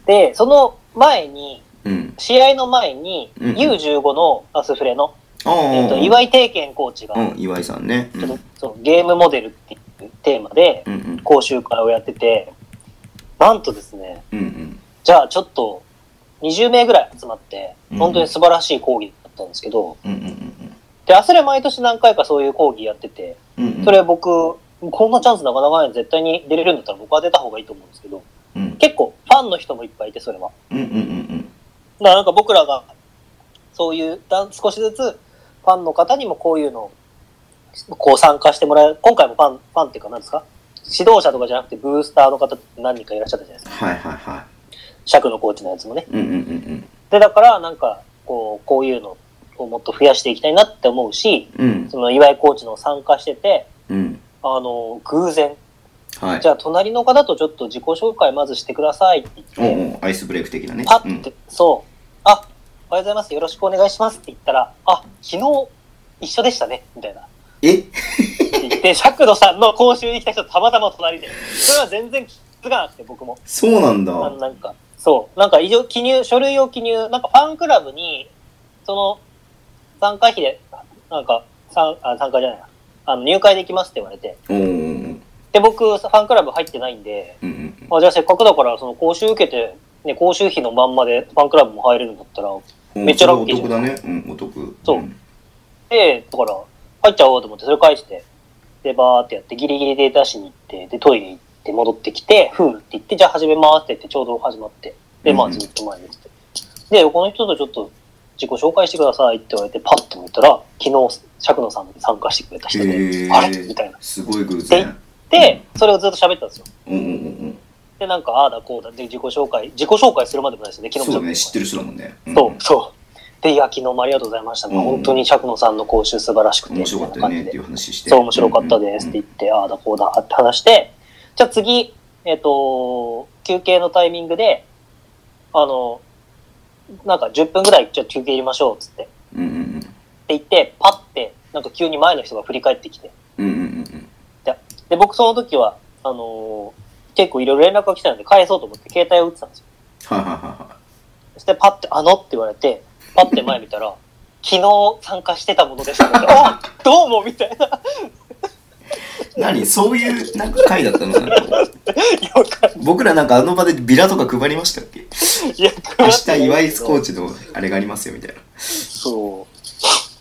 で、その前に、うん、試合の前に、うん、ユーじゅうご のアスフレの、えー、と岩井定健コーチが、 うん、岩井さんね、うん、 ちょっとそうゲームモデルっていうテーマで講習会をやってて、なんとですね、うんうん、じゃあちょっとにじゅうめいぐらい集まって、本当に素晴らしい講義だったんですけど、うんうんうん、で、アスレ毎年何回かそういう講義やってて、うんうん、それ僕、こんなチャンスなかなかないの絶対に出れるんだったら僕は出た方がいいと思うんですけど、うん、結構ファンの人もいっぱいいて、それは。うんうんうんうん、だからなんか僕らがそういう少しずつファンの方にもこういうのをこう参加してもらう。今回もファン、ファンっていうか何ですか、指導者とかじゃなくてブースターの方って何人かいらっしゃったじゃないですか。 はいはいはい。 尺のコーチのやつもね。 うんうんうんうん。 で、だからなんかこう、こういうのをもっと増やしていきたいなって思うし、うん、その岩井コーチの参加してて、うん、あの、偶然、はい、じゃあ隣の方とちょっと自己紹介まずしてくださいって言って、 おうおうアイスブレイク的なね。 パッて、うん、そう、あ、おはようございます、よろしくお願いしますって言ったら、あ、昨日一緒でしたね、みたいな。 えって言って、釈野さんの講習に来た人とたまたま隣で、それは全然気づかなくて、僕も。 そうなんだ。 ななんか、そう、なんか、記入、書類を記入、なんかファンクラブに、その、参加費で、なんか、参あ参加じゃないな、あの入会できますって言われて、で、僕、ファンクラブ入ってないんで、うんうんうん、あじゃあせっかくだから、その講習受けて、ね、講習費のまんまでファンクラブも入れるんだったら、めっちゃラッキーじゃん。 お得だね。うん、お得。 そう。うん、で、だから、入っちゃおうと思って、それ返して、で、バーってやって、ギリギリデータしに行って、で、トイレ行って戻ってきて、ふーって言って、じゃあ始めますって言って、ちょうど始まって、で、まあずっと前に言って。で、横の人とちょっと自己紹介してくださいって言われて、パッと見たら、昨日、釈野さんに参加してくれた人で、あれみたいな。 すごい偶然。 で、それをずっと喋ったんですよ。うんうんうん。で、なんか、ああだこうだで、自己紹介、自己紹介するまでもないですよね、 昨日も。そうね、知ってる人だもんね。 うん、そう、そう。で、いや、昨日もありがとうございました。うん、本当に釈野さんの講習素晴らしくて。 面白かったよねっていう話して。 そう、面白かったですって言って、うんうん、ああだこうだって話して、じゃあ次、えっと、休憩のタイミングで、あの、なんかじゅっぷんぐらい、じゃあ休憩入れましょうっつって。うんうんうん。って言って、パッて、なんか急に前の人が振り返ってきて。うんうんうん。で、で僕その時は、あのー、結構いろいろ連絡が来たので返そうと思って携帯を打ってたんですよ。はいはいはいはい。そしてパッて、あのって言われて、パッて前見たら、昨日参加してたものですって。あ、どうもみたいな。 何そういうなんか会だったのかな。僕らなんかあの場でビラとか配りましたっけ？いや、明日岩井コーチのあれがありますよみたいな。 そう。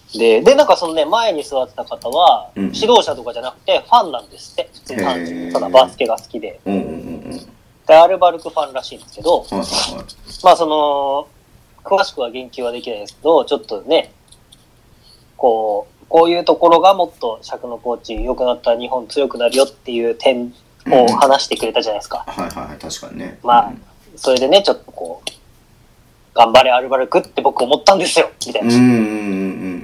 で、で、なんかそのね、前に座ってた方は、うん、指導者とかじゃなくて、ファンなんですって。普通に単純に、ただバスケが好きで。うんうんうん、で、アルバルクファンらしいんですけど、はいはい、まあその、詳しくは言及はできないですけど、ちょっとね、こう、こういうところがもっと尺のコーチ良くなったら日本強くなるよっていう点を話してくれたじゃないですか。 うん、はいはいはい、確かにね。 まあ、うん、それでね、ちょっとこう、頑張れアルバルクって僕思ったんですよ、みたいな。うんうんうんうん。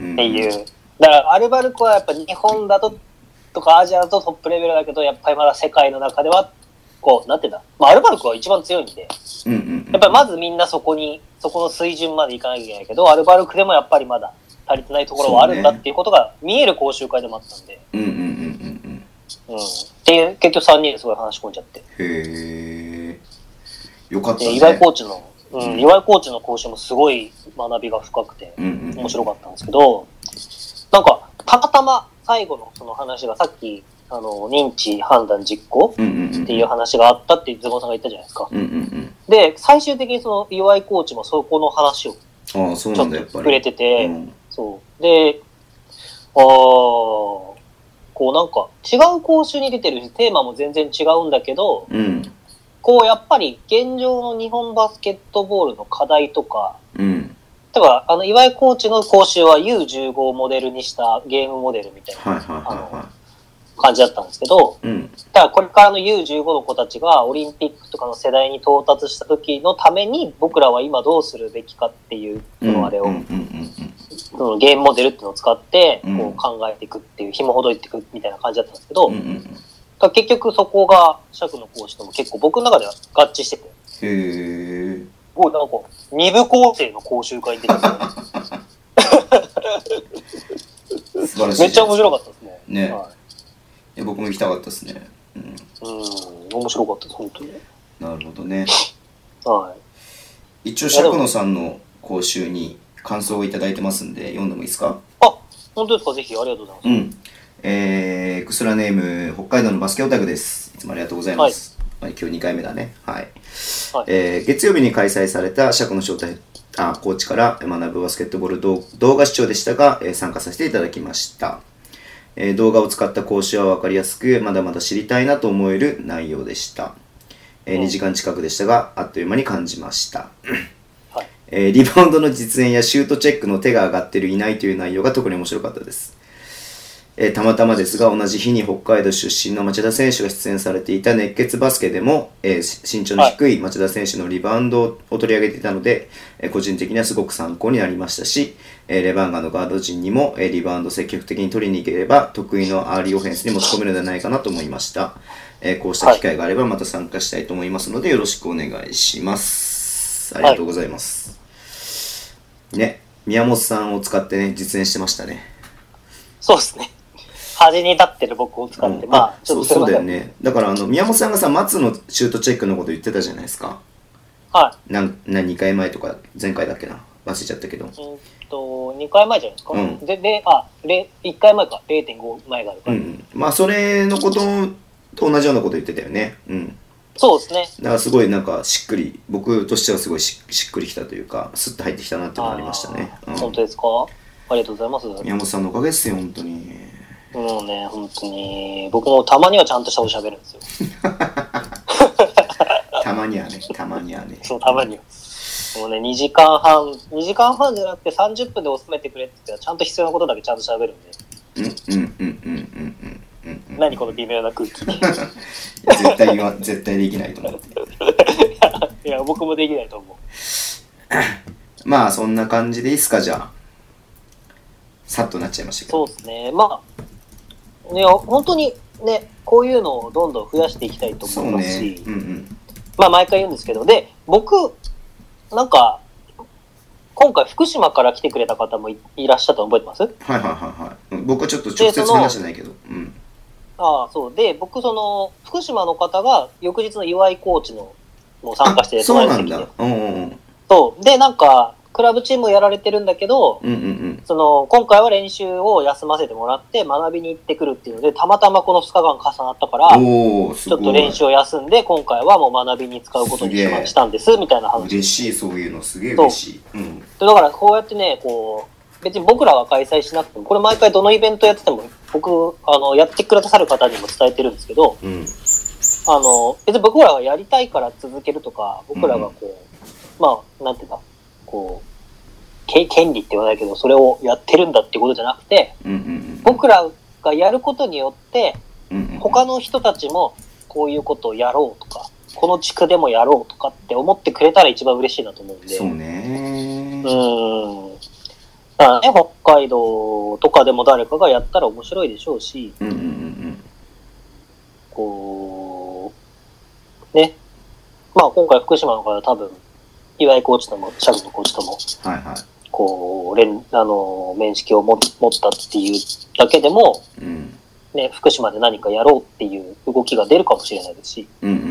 っていう。だからアルバルクはやっぱ日本だと、とかアジアだとトップレベルだけど、やっぱりまだ世界の中では、こう、なんていうんだ。まあアルバルクは一番強いんで、うんうんうん、やっぱりまずみんなそこに、そこの水準までいかなきゃいけないけど、アルバルクでもやっぱりまだ足りてないところはあるんだっていうことが見える講習会でもあったんで。うんうんうんうんうん。うん。っていう、結局さんにんですごい話し込んじゃって。へー。よかったね。 岩井コーチの、うん、岩井コーチの講習もすごい学びが深くて、面白かったんですけど、なんか、たまたま最後のその話がさっき、あの、認知、判断、実行っていう話があったってズボンさんが言ったじゃないですか。うんうんうん、で、最終的にその岩井コーチもそこの話をちょっと触れてて、うん、そう。で、あー、こうなんか違う講習に出てるし、テーマも全然違うんだけど、うん、こうやっぱり現状の日本バスケットボールの課題とか、うん、例えばあの岩井コーチの講習は ユーじゅうご をモデルにしたゲームモデルみたいな、はいはいはいはい、あの感じだったんですけど、うん、だからこれからの ユーじゅうご の子たちがオリンピックとかの世代に到達した時のために僕らは今どうするべきかっていうそのあれを、そのゲームモデルっていうのを使ってこう考えていくっていう、紐ほどいていくみたいな感じだったんですけど、うんうんうん、結局そこが釈の講師とも結構僕の中では合致してて、へー、おなんか二部構成の講習会に出て素晴らしい。 めっちゃ面白かったですね。 ね、はい、いや僕も行きたかったですね。うん、うん面白かったです本当に。 なるほどね。 はい。 一応釈野さんの講習に感想をいただいてますんで読んでもいいですか？ あ、本当ですか？ぜひありがとうございます。うん。 えー、エクストラネーム北海道のバスケオタクです。いつもありがとうございます。はい、今日にかいめだね。はい。はい、えー、月曜日に開催された釈野招待あコーチから学ぶバスケットボール動画視聴でしたが、えー、参加させていただきました。えー、動画を使った講習は分かりやすく、まだまだ知りたいなと思える内容でした。えー、にじかん近くでしたが、あっという間に感じました。はい、えー、リバウンドの実演やシュートチェックの手が上がっているいないという内容が特に面白かったです。えー、たまたまですが、同じ日に北海道出身の町田選手が出演されていた熱血バスケでも、えー、身長の低い町田選手のリバウンドを取り上げていたので、えー、個人的にはすごく参考になりましたし、えー、レバンガのガード陣にも、えー、リバウンドを積極的に取りに行ければ得意のアーリーオフェンスに持ち込めるのではないかなと思いました。えー、こうした機会があればまた参加したいと思いますのでよろしくお願いします。ありがとうございます。はい、ね、宮本さんを使ってね実演してましたね。 そうですね。端に立ってる僕を使って、うん、まあちょっとそうだよね。だからあの宮本さんがさ松のシュートチェックのこと言ってたじゃないですか。 はい。 なんなにかいまえとか前回だっけな忘れちゃったけど。 うんとにかいまえじゃないですか。うん、でであいっかいまえか れいてんご 前があるから。うん、 まあそれのことと同じようなこと言ってたよね。うん。 そうですね。 だからすごいなんかしっくり僕としてはすごい し, しっくりきたというかスッと入ってきたなっていうのがありましたね。うん、 本当ですか？ありがとうございます。 宮本さんのおかげですよ本当に。 もうね、本当に、僕もたまにはちゃんとしたおしゃべるんですよ。 たまにはね、たまにはね。 そう、たまには。もうね、にじかんはん、にじかんはんじゃなくてさんじゅっぷんで収めてくれって言ったら、ちゃんと必要なことだけちゃんとしゃべるんで。うんうんうんうんうんうん。何この微妙な空気。 絶対は、絶対できないと思って。 いや、僕もできないと思う。 まあ、そんな感じでいいっすか、じゃあ。さっとなっちゃいましたけど。 そうですね。まあ、いや、本当にね、こういうのをどんどん増やしていきたいと思いますし、そうね。うんうん、まあ、毎回言うんですけど、で、僕、なんか、今回福島から来てくれた方も い, いらっしゃったの覚えてます？はいはいはいはい。僕はちょっと直接話してないけど。うん、 ああ、そう。で、僕、その、福島の方が翌日の岩井コーチのも参加して、 そうなんだ。うんうんうん。 そう。で、なんか、クラブチームをやられてるんだけど、うんうんうん、その今回は練習を休ませてもらって学びに行ってくるっていうのでたまたまこのふつかかん重なったからちょっと練習を休んで今回はもう学びに使うことにしたんですみたいな話。 嬉しい、そういうのすげえ嬉しい。 うん、だからこうやってねこう別に僕らが開催しなくても、これ毎回どのイベントやってても、僕、あの、やってくださる方にも伝えてるんですけど、うん、あの、別に僕らがやりたいから続けるとか、僕らがこう、うん、まあ、なんていうんだ、こう、け権利って言わないけど、それをやってるんだってことじゃなくて、うんうんうん、僕らがやることによって、うんうんうん、他の人たちもこういうことをやろうとか、この地区でもやろうとかって思ってくれたら一番嬉しいなと思うんで。 そうね。 うん。だからね、北海道とかでも誰かがやったら面白いでしょうし、うんうんうん、こう、ね。まあ今回福島の方は多分、岩井コーチとも、シャグのコーチとも、はいはい、こう、連、あの、面識を持ったっていうだけでも、うん、ね、福島で何かやろうっていう動きが出るかもしれないですし、うんうんうんうん、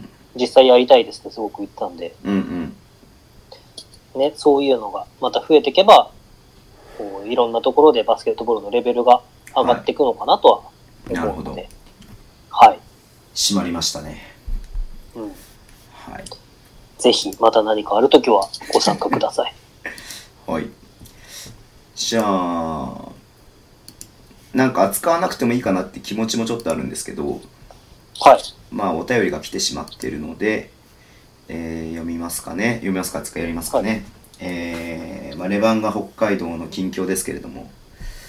実際やりたいですってすごく言ってたんで、うんうん、ね、そういうのがまた増えていけば、こういろんなところでバスケットボールのレベルが上がっていくのかなとは思うので、はい、なるほど。はい。 締まりましたね。 うん。はい。ぜひまた何かあるときはご参加ください。 はい。じゃあ、なんか扱わなくてもいいかなって気持ちもちょっとあるんですけど、 はい。 まあお便りが来てしまってるので、えー、読みますかね。読みますかつかやりますかね。はい、えー、まあレバンガ北海道の近況ですけれども、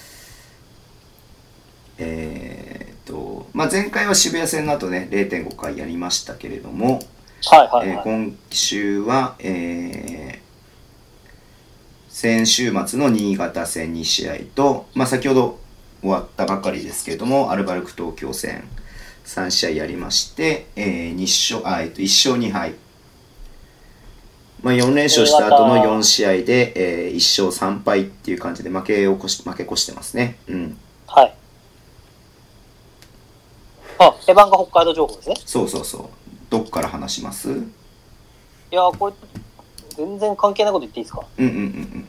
えーと、まあ前回は渋谷戦の後ね、れいてんごかいやりましたけれども、 はいはいはい、 えー、今週は、えー、先週末の新潟戦に試合と、まあ先ほど終わったばかりですけれども、アルバルク東京戦さん試合やりまして、えー、に勝あ、えっと、いっ勝に敗、まあ、よん連勝した後のよん試合で、えー、いっ勝さん敗っていう感じで負けをこし負け越してますね。うん。 はい。あ、レバンガ北海道情報ですね。 そうそうそう。どっから話します？ いやー、これ全然関係ないこと言っていいですか？ うんうんうんうん。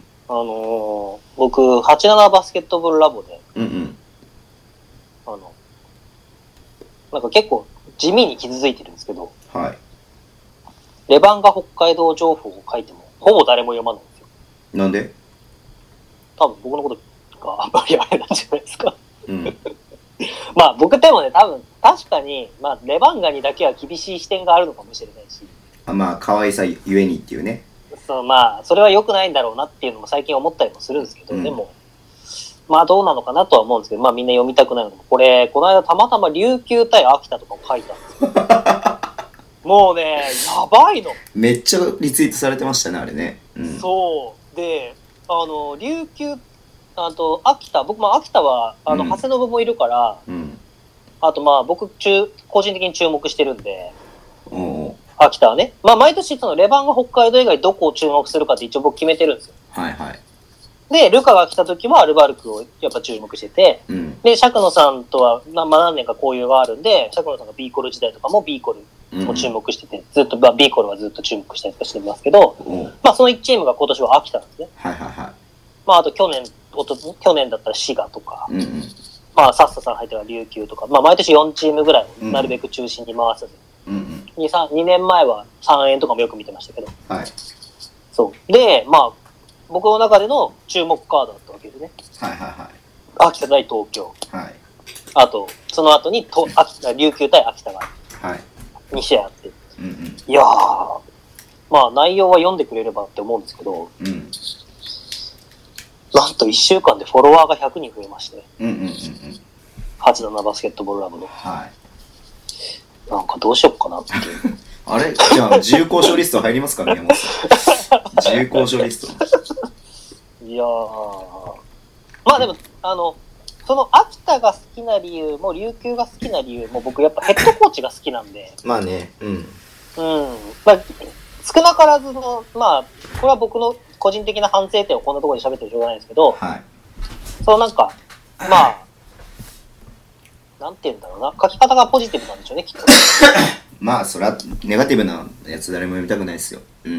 あのー、僕はちじゅうななバスケットボールラボで、うんうん、あのなんか結構地味に傷ついてるんですけど、はい、レバンガ北海道情報を書いてもほぼ誰も読まないんですよ。 なんで？ 多分僕のことがあんまりあれなんじゃないですか。うん、まあ僕でもね、多分確かに、まあ、レバンガにだけは厳しい視点があるのかもしれないし、 あ、まあ可愛さゆえにっていうね。 そう、まあそれは良くないんだろうなっていうのも最近思ったりもするんですけど、うん、でもまあどうなのかなとは思うんですけど、まあみんな読みたくなるのも、これこの間たまたま琉球対秋田とかも書いたんですよ。もうね、やばいの。 めっちゃリツイートされてましたね、あれね。 うん、そうで、あの琉球、あと秋田、僕も秋田はあの、うん、長谷信もいるから、うん、あとまあ僕中個人的に注目してるんで、お秋田はね、まあ毎年そのレバンガ北海道以外どこを注目するかって一応僕決めてるんですよ。 はいはい。 で、ルカが来た時はアルバルクをやっぱ注目してて、うん、で、シャクノさんとは、まあ、何年か交友があるんで、シャクノさんが B コル時代とかも B コルも注目してて、うん、ずっと、まあ、B コルはずっと注目したりとかしてますけど、うん、まあそのいちチームが今年は秋田なんですね。はいはいはい。まああと去年、おと去年だったら滋賀とか、うんうん、まあサッサさん入ってる琉球とか、まあ毎年よんチームぐらいをなるべく中心に回す。うんうん、に, にねんまえはさんえんとかもよく見てましたけど、はい、そうで、まあ僕の中での注目カードだったわけですね。はいはいはい。秋田対東京。はい。あとその後にと秋田琉球対秋田がに試合あって、うんうん、いやー、まあ内容は読んでくれればって思うんですけど、うん、なんといっしゅうかんでフォロワーがひゃくにん増えまして、うんうんうんうん、はちじゅうななバスケットボールラブの。はい。なんかどうしよっかなっていう。 あれじゃあ自由交渉リスト入りますか宮本さん。自由交渉リスト。 いやー、まあでもあのその秋田が好きな理由も琉球が好きな理由も僕やっぱヘッドコーチが好きなんで。 まあね、うん。うん。 まあ少なからずのまあこれは僕の個人的な反省点をこんなところで喋ってるしょうがないんですけど、はい。そのなんかまあ。なんて言うんだろうな、書き方がポジティブなんでしょうね、きっと。 まあ、そりゃ、ネガティブなやつ誰も読みたくないですよ。うん。うん。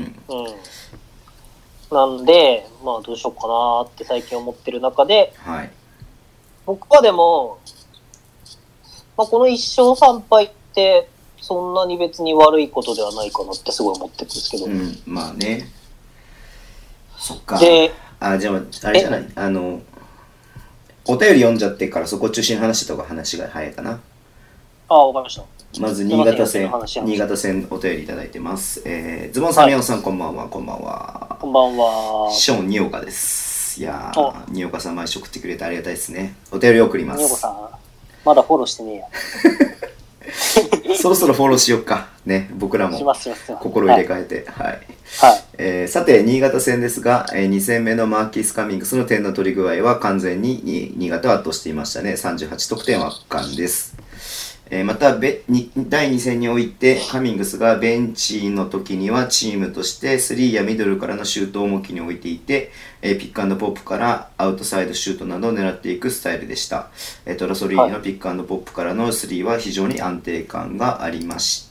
なんで、まあ、どうしようかなって最近思ってる中で、はい。僕はでも、まあ、このいっ勝さん敗って、そんなに別に悪いことではないかなってすごい思ってるんですけど。 うん、まあね。そっか。 で、 あ、じゃあ、あれじゃない、あの、お便り読んじゃってからそこ中心に話した方が話が早いかな。 ああ、わかりました。 まず、新潟戦、新潟戦お便りいただいてます。えー、ズボンさん、宮本さん、こんばんは、こんばんは。 こんばんは。 ショーン・ニオカです。いやー、ニオカさん、毎週送ってくれてありがたいですね。お便り送ります。 ニオカさん、まだフォローしてねえや。 そろそろフォローしよっか。ね、僕らも心入れ替えて。はい。はい、えー、さて、新潟戦ですが、えー、に戦目のマーキース・カミングスの点の取り具合は完全に新潟を圧倒していましたね。さんじゅうはち得点は圧巻です。えー、またべにだいに戦においてカミングスがベンチの時にはチームとしてスリーやミドルからのシュートを重きに置いていて、えー、ピックアンドポップからアウトサイドシュートなどを狙っていくスタイルでした。えー、トラソリーのピックアンドポップからのスリーは非常に安定感がありました。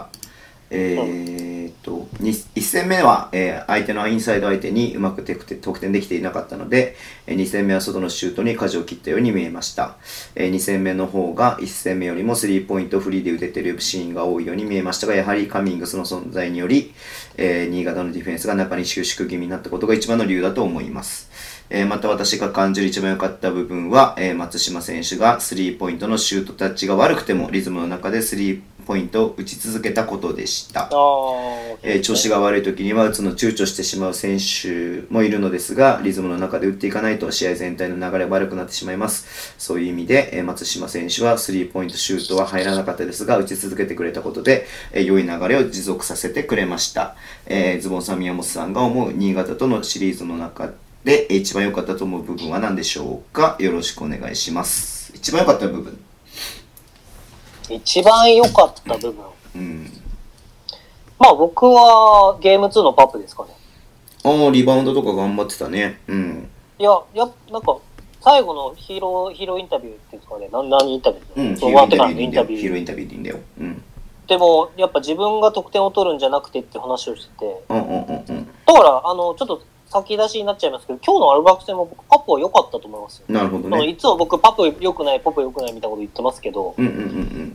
えー、っといち戦目は、えー、相手のインサイド相手にうまく得点できていなかったので、に戦目は外のシュートに舵を切ったように見えました。えー、に戦目の方がいち戦目よりもスリーポイントフリーで打てているシーンが多いように見えましたが、やはりカミングスの存在により、えー、新潟のディフェンスが中に収縮気味になったことが一番の理由だと思います。えー、また私が感じる一番良かった部分は、えー、松島選手がスリーポイントのシュートタッチが悪くてもリズムの中でスリーポイントを打ち続けたことでした。えー、調子が悪い時には打つの躊躇してしまう選手もいるのですが、リズムの中で打っていかないと試合全体の流れが悪くなってしまいます。そういう意味で、えー、松島選手はスリーポイントシュートは入らなかったですが、打ち続けてくれたことで、えー、良い流れを持続させてくれました。えー、ズボンさん、宮本さんが思う新潟とのシリーズの中で一番良かったと思う部分は何でしょうか。よろしくお願いします。一番良かった部分。 一番良かった部分。 うん。 まあ僕はゲームツーのパップですかね。 ああ、リバウンドとか頑張ってたね。うん。 いや、やなんか最後のヒーローヒーローインタビューっていうんですかね。何何インタビュー？ うん。ヒーローインタビューでいいんだよ。ヒーローインタビューでいいんだよ。うん。 でもやっぱ自分が得点を取るんじゃなくてって話をしてて。 うんうんうんうん。 だからあのちょっと先出しになっちゃいますけど、今日のアルバルク戦も僕パップは良かったと思いますよ。 なるほどね。 いつも僕パップ良くないパップ良くないみたいなこと言ってますけど、 うんうんうんうん。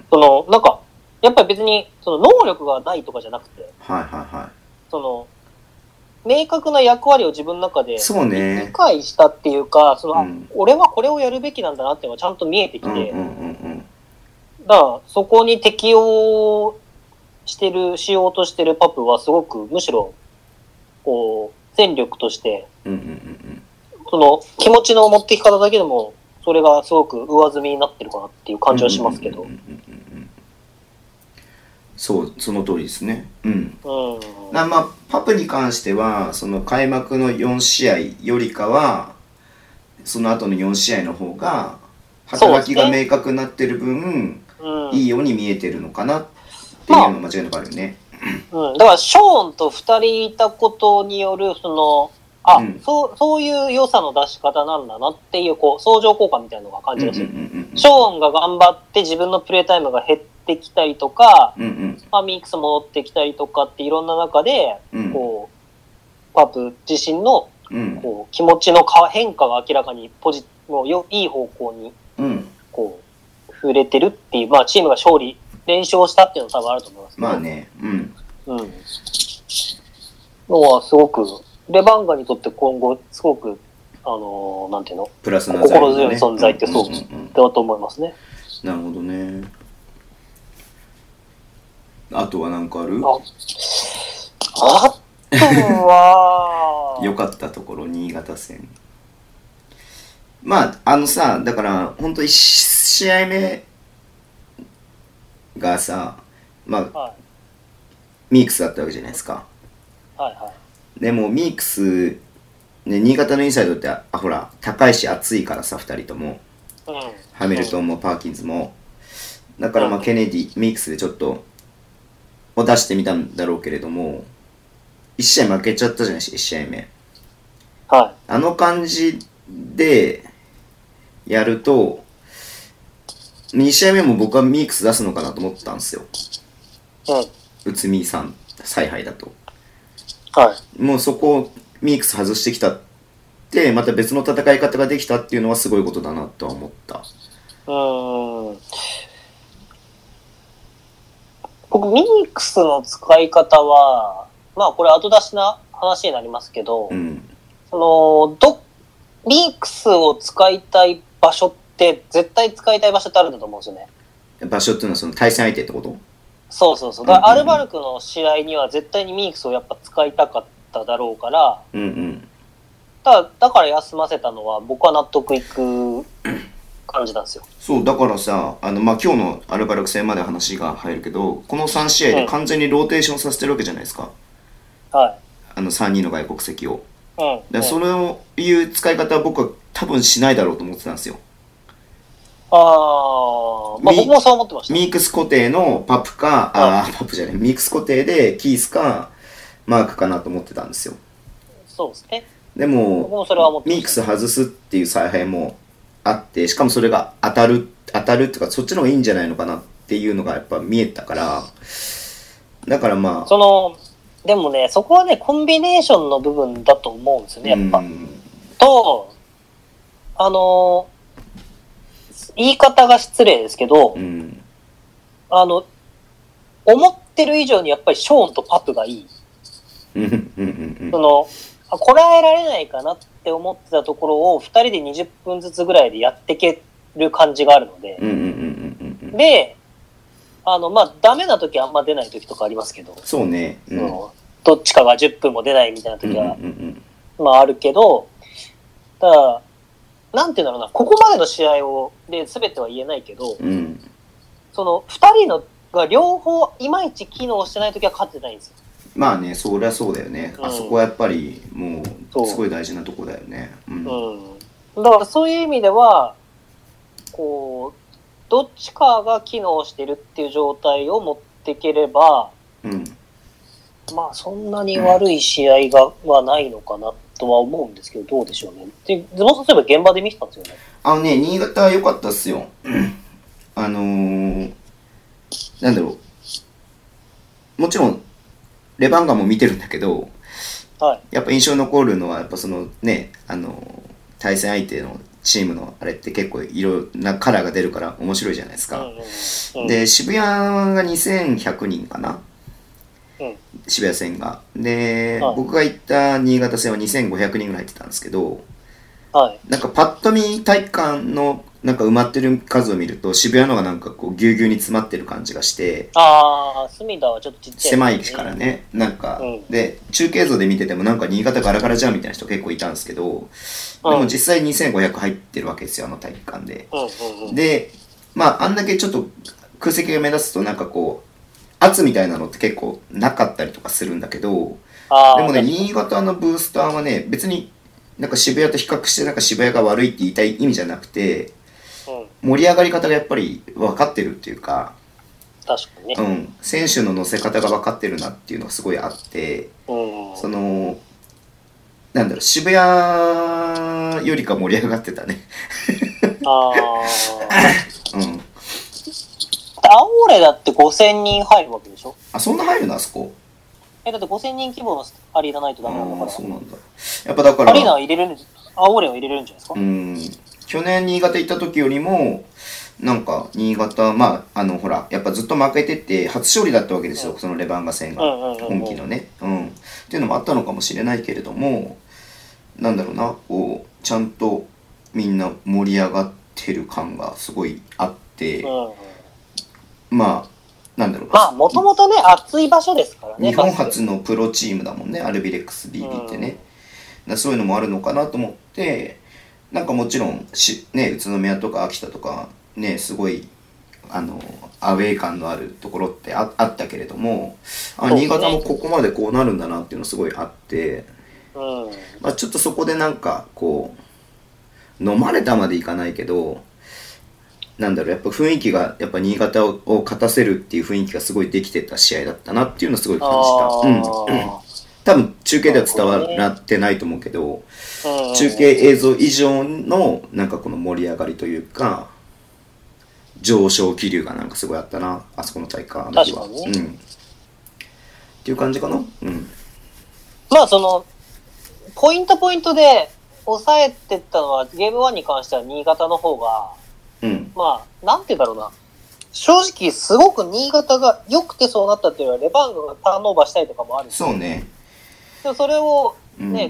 そのなんかやっぱり別にその能力がないとかじゃなくて、 はいはいはい。 その明確な役割を自分の中でそうね理解したっていうか、その、 うん、 俺はこれをやるべきなんだなっていうのがちゃんと見えてきて、 うんうんうんうん、 だからそこに適応してるしようとしてるパプはすごくむしろこう戦力として、 うんうんうんうん、 その気持ちの持ってき方だけでもそれがすごく上積みになってるかなっていう感じはしますけど。 そう、その通りですね。うん。 うん、 まあ、パプに関しては、その開幕のよん試合よりかは、その後のよん試合の方が、働きが明確になってる分、うん、いいように見えてるのかなっていうのは間違いなくあるよね。 まあ、うん、だから、ショーンとふたりいたことによる、その、あ、うん、そう、そういう良さの出し方なんだなっていう、こう、相乗効果みたいなのが感じますよ。ショーンが頑張って自分のプレータイムが減ってきたりとか、 うんうん、 まあ、ミックス戻ってきたりとかっていろんな中で、うん、こう、パプ自身の、うん、こう気持ちの変化が明らかにポジもうよいい方向に、 うん、 こう、触れてるっていう、まあ、チームが勝利、連勝したっていうのは多分あると思います、 ね。まあね、うん。 うん。のはすごく、レバンガにとって今後、すごく、あのー、なんていうのプラスな、 ね、心強い存在ってそう、うんうんうん、だと思いますね。 なるほどね。あとは何かある？ あ、あとは良かったところ、新潟戦。まあ、あのさ、だから、ほんといち試合目がさ、まあ、はい、ミークスだったわけじゃないですか。 はいはい。 でもミークス、ね、新潟のインサイドってあほら高いし熱いからさふたりとも、 うん、 ハミルトンもパーキンズもだからまあ、うん、ケネディミークスでちょっとを出してみたんだろうけれどもいち試合負けちゃったじゃないしいち試合目、 はい、 あの感じでやるとに試合目も僕はミークス出すのかなと思ったんですよ、 うん、 内海さん采配だと。 はい、 もうそこをミークス外してきたってまた別の戦い方ができたっていうのはすごいことだなとは思った。 うーん僕ミークスの使い方はまあこれ後出しな話になりますけど、 うん、 その、ど、ミークスを使いたい場所って、絶対使いたい場所ってあるんだと思うんですよね。 場所っていうのはその対戦相手ってこと？ そうそうそう。だからアルバルクの試合には絶対にミークスをやっぱ使いたかっただろうから、 うんうん。 だだから休ませたのは僕は納得いく感じなんですよ。 そう、だからさ、あの、まあ、今日のアルバルク戦まで話が入るけど、このさん試合で完全にローテーションさせてるわけじゃないですか。 うん、はい。 あのさんにんの外国籍を。 うん。 だそれをいう使い方は僕は多分しないだろうと思ってたんですよ。 ああ、まあ僕もそう思ってました。 ミークス固定のパプか、ああ、パプじゃない、ミークス固定でキースかマークかなと思ってたんですよ。 そうですね。 でも、 僕もそれは思ってました。 ミークス外すっていう采配もあって、しかもそれが当たる、当たるっていうか、そっちの方がいいんじゃないのかなっていうのがやっぱ見えたから、だからまあ。 その、でもね、そこはね、コンビネーションの部分だと思うんですよね、やっぱ。と、あの、言い方が失礼ですけど、 うん、あの、思ってる以上にやっぱりショーンとパプがいい。その、こらえられないかなって思ってたところをふたりでにじゅっぷんずつぐらいでやっていける感じがあるので、で、あの、まあ、ダメな時はあんま出ない時とかありますけど、 そうね。 うん、どっちかがじゅっぷんも出ないみたいな時は、うんうんうんうん、まああるけど、ただ、なんていうんだろうな、ここまでの試合を、で、全ては言えないけど、 うん、 その、二人のが両方いまいち機能してない時は勝ってないんですよ。 まあね、そりゃそうだよね。うん、あそこはやっぱり、もう、すごい大事なとこだよね。 うん。うん、だからそういう意味では、こう、どっちかが機能してるっていう状態を持っていければ、 うん、 まあそんなに悪い試合が、はないのかなとは思うんですけど、どうでしょうね。で、ズボンさん、そういえば現場で見てたんですよね。 あのね、新潟は良かったっすよ。あのー、なんだろう。もちろん、レバンガも見てるんだけど、 はい、 やっぱ印象に残るのは、やっぱそのね、あのー、対戦相手のチームのあれって結構いろんなカラーが出るから面白いじゃないですか。うんうんうん、で、渋谷がにせんひゃくにんかな、うん、渋谷戦が。で、はい、僕が行った新潟戦はにせんごひゃくにんぐらい入ってたんですけど、 はい、 なんかパッと見体育館のなんか埋まってる数を見ると渋谷のがなんかこうぎゅうぎゅうに詰まってる感じがして、 ああ、隅田はちょっとちっちゃい、 ね、狭いからね、なんか、うん、で中継像で見ててもなんか新潟ガラガラじゃんみたいな人結構いたんですけど、でも実際にせんごひゃく入ってるわけですよ、あの体育館で、うんうんうん、でまああんだけちょっと空席が目立つとなんかこう圧みたいなのって結構なかったりとかするんだけど、でもね新潟のブースターはね別になんか渋谷と比較してなんか渋谷が悪いって言いたい意味じゃなくて、うん、盛り上がり方がやっぱり分かってるっていうか、 確かにね、 うん、選手の乗せ方が分かってるなっていうのがすごいあって、うん、そのなんだろう渋谷よりか盛り上がってたねああうん青俺だってごせんにん入るわけでしょ。 あ、そんな入るのあそこ。 え、だってごせんにん規模のアリーナないとダメなんだから。 そうなんだ。やっぱだから。 アリーナは入れれるんです。青俺は入れれるんじゃないですか。 うん。去年新潟行った時よりも、なんか新潟、まあ、あの、ほら、やっぱずっと負けてて、初勝利だったわけですよ、うん、そのレバンガ戦が。本気のね。うん。っていうのもあったのかもしれないけれども、なんだろうな、こう、ちゃんとみんな盛り上がってる感がすごいあって、うんうん、まあ、なんだろう。 まあ、もともとね、暑い場所ですからね。 日本初のプロチームだもんね、アルビレックス ビービー ってね。うん、そういうのもあるのかなと思って、なんかもちろんし、ね、宇都宮とか秋田とか、ね、すごい、あの、アウェー感のあるところって あ, あったけれども、あ、新潟もここまでこうなるんだなっていうのすごいあって、うんまあ、ちょっとそこでなんか、こう、飲まれたまでいかないけど、なんだろうやっぱ雰囲気がやっぱ新潟を勝たせるっていう雰囲気がすごいできてた試合だったなっていうのをすごい感じた。うん、多分中継では伝わってないと思うけど、中継映像以上のなんかこの盛り上がりというか上昇気流がなんかすごいあったな、あそこの大会の時は。うん。っていう感じかな。うん。 まあそのポイントポイントで抑えてったのはゲームワンに関しては新潟の方が。うん、まあ、なんて言うんだろうな。正直、すごく新潟が良くてそうなったっていうのは、レバンガがターンオーバーしたりとかもある。 そうね。 でもそれをね、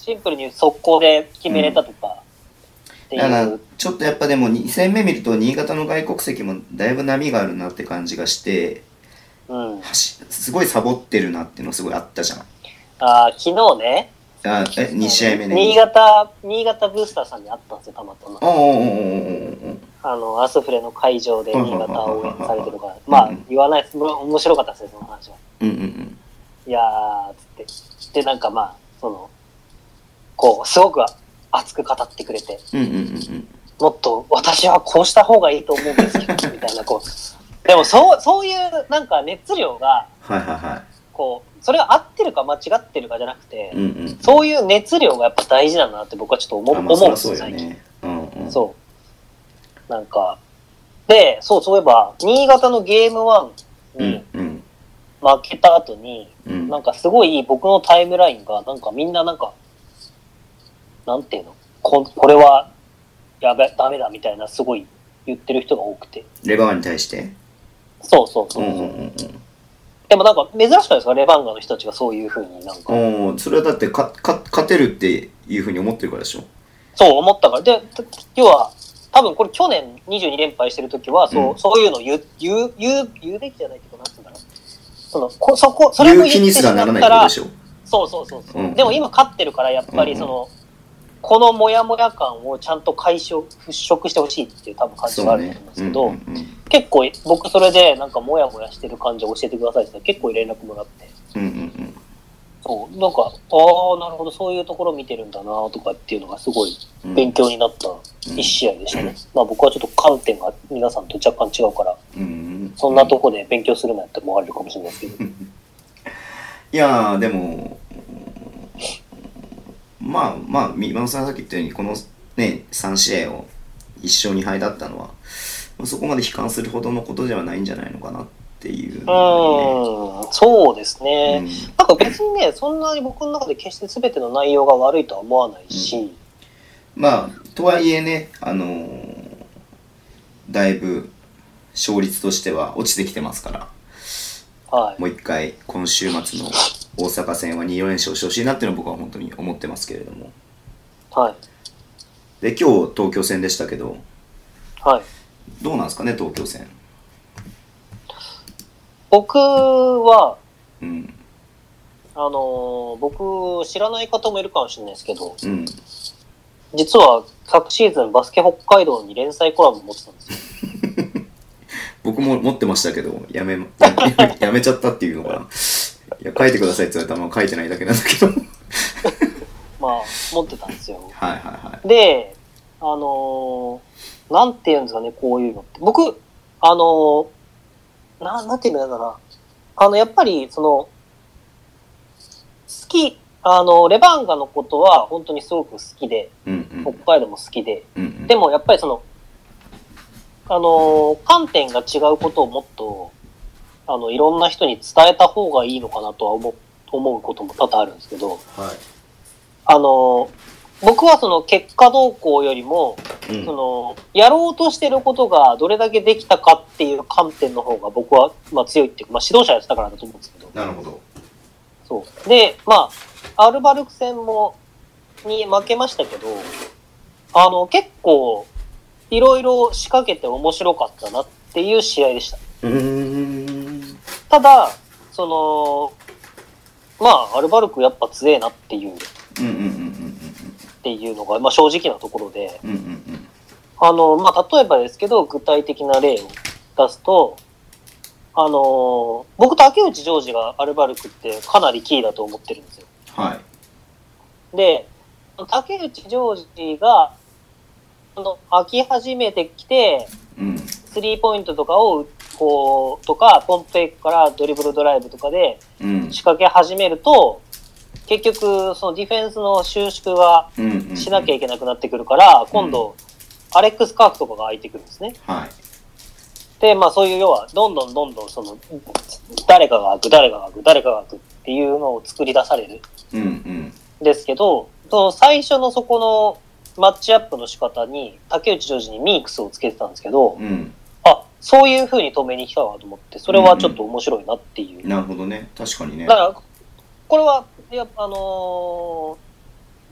シンプルに速攻で決めれたとか、うん、っていう。 だからちょっとやっぱでもに戦目見ると新潟の外国籍もだいぶ波があるなって感じがして、うん、すごいサボってるなっていうのすごいあったじゃん。 あ、昨日ね。 あえに試合目ね。 新潟新潟ブースターさんに会ったんですよ、たまたま。 おおおおあのアスフレの会場で新潟を応援されてるから、まあ言わないです。面白かったですね、その話は。 うんうんうん。 いやーつってでなんかまあそのこうすごく熱く語ってくれて、 うんうんうんうん、 もっと私はこうした方がいいと思うんですけどみたいなこうでもそうそういうなんか熱量が、 はいはいはい、 こうそれが合ってるか間違ってるかじゃなくて、 うんうん、 そういう熱量がやっぱ大事なんだなって僕はちょっと思, 思うんですよ、最近。 うんうん、 そうなんかでそうそういえば新潟のゲームワンに負けた後に、うんうん、なんかすごい僕のタイムラインがなんかみんななんかなんていうの こ, これはやべダメだみたいなすごい言ってる人が多くて、 レバーに対してそうそうそうそう、うんうんうん、でもなんか珍しくないですか、レバンガの人たちがそういう風になんか。 おそれはだってかか勝てるっていう風に思ってるからでしょ。 そう思ったからで、要は多分これ去年にじゅうに連敗してる時はそう、うん、そういうのを言う言う言う言うべきじゃないけど、なんつうんだろう、そのこそこそれも言ってしまったら、そうそうそうそう、うん、でも今勝ってるからやっぱりその、うんうん、このモヤモヤ感をちゃんと解消払拭してほしいっていう多分感じがあると思うんですけど、ね、うんうんうん、結構僕それでなんかモヤモヤしてる感じを教えてくださいって結構連絡もらって、 うんうんうん、 そうなんかああなるほどそういうところ見てるんだなとかっていうのがすごい勉強になった一試合でしたね、うんうん、まあ僕はちょっと観点が皆さんと若干違うから、うんうん、そんなとこで勉強するなって思われるかもしれないですけどいやーでもまあまあ今野さんがさっき言ったようにこのねさん試合をいっ勝に敗だったのはそこまで悲観するほどのことではないんじゃないのかなっていう、ね、 うんそうですね、うん、なんか別にねそんなに僕の中で決して全ての内容が悪いとは思わないし、うん、 まあとはいえねあのー、だいぶ勝率としては落ちてきてますから、はい、もう一回今週末の大阪戦はに連勝してほしいなっていうのは僕は本当に思ってますけれども、 はい、 で今日東京戦でしたけど、 はい、 どうなんですかね東京戦。 僕は、 うん、 あのー、僕知らない方もいるかもしれないですけど、 うん、 実は昨シーズンバスケ北海道に連載コラム持ってたんですよ僕も持ってましたけどやめやめちゃったっていうのかな。いや書いてくださいって言われたら書いてないだけなんだけどまあ持ってたんですよ。 はいはいはい。 であのー、なんていうんですかねこういうのって僕あのー、ななんていうんだろうなあのやっぱりその好きあのレバンガのことは本当にすごく好きで、 うんうん、 北海道も好きで、 うんうん、 でもやっぱりそのあのー、観点が違うことをもっとあのいろんな人に伝えた方がいいのかなとは思う、思うことも多々あるんですけど、 はい、 あの僕はその結果動向よりも、うん、そのやろうとしてることがどれだけできたかっていう観点の方が僕は、まあ、強いっていうか、まあ、指導者やってたからだと思うんですけど。 なるほど。 そうでまあアルバルク戦もに負けましたけどあの結構いろいろ仕掛けて面白かったなっていう試合でした。 うーんただそのまあアルバルクやっぱ強えなっていうっていうのが、まあ、正直なところで、 うんうんうん、 あのまあ例えばですけど具体的な例を出すとあの僕竹内ジョージがアルバルクってかなりキーだと思ってるんですよ。 はい。 で竹内ジョージがあの飽き始めてきて、 うん、 スリーポイントとかをこうとかポンプフェイクからドリブルドライブとかで仕掛け始めると、うん、結局そのディフェンスの収縮がしなきゃいけなくなってくるから、うん、今度アレックス・カークとかが空いてくるんですね。 はい。 でまあそういう要はどんどんどんどんその誰かが空く誰かが空く誰かが空くっていうのを作り出されるんですけど、 うんうん、 その最初のそこのマッチアップの仕方に竹内ジョージにミークスをつけてたんですけど、 うん、 あそういう風に止めに来たなと思ってそれはちょっと面白いなっていう、 うんうん、なるほどね確かにね。 だからこれはいやあのー、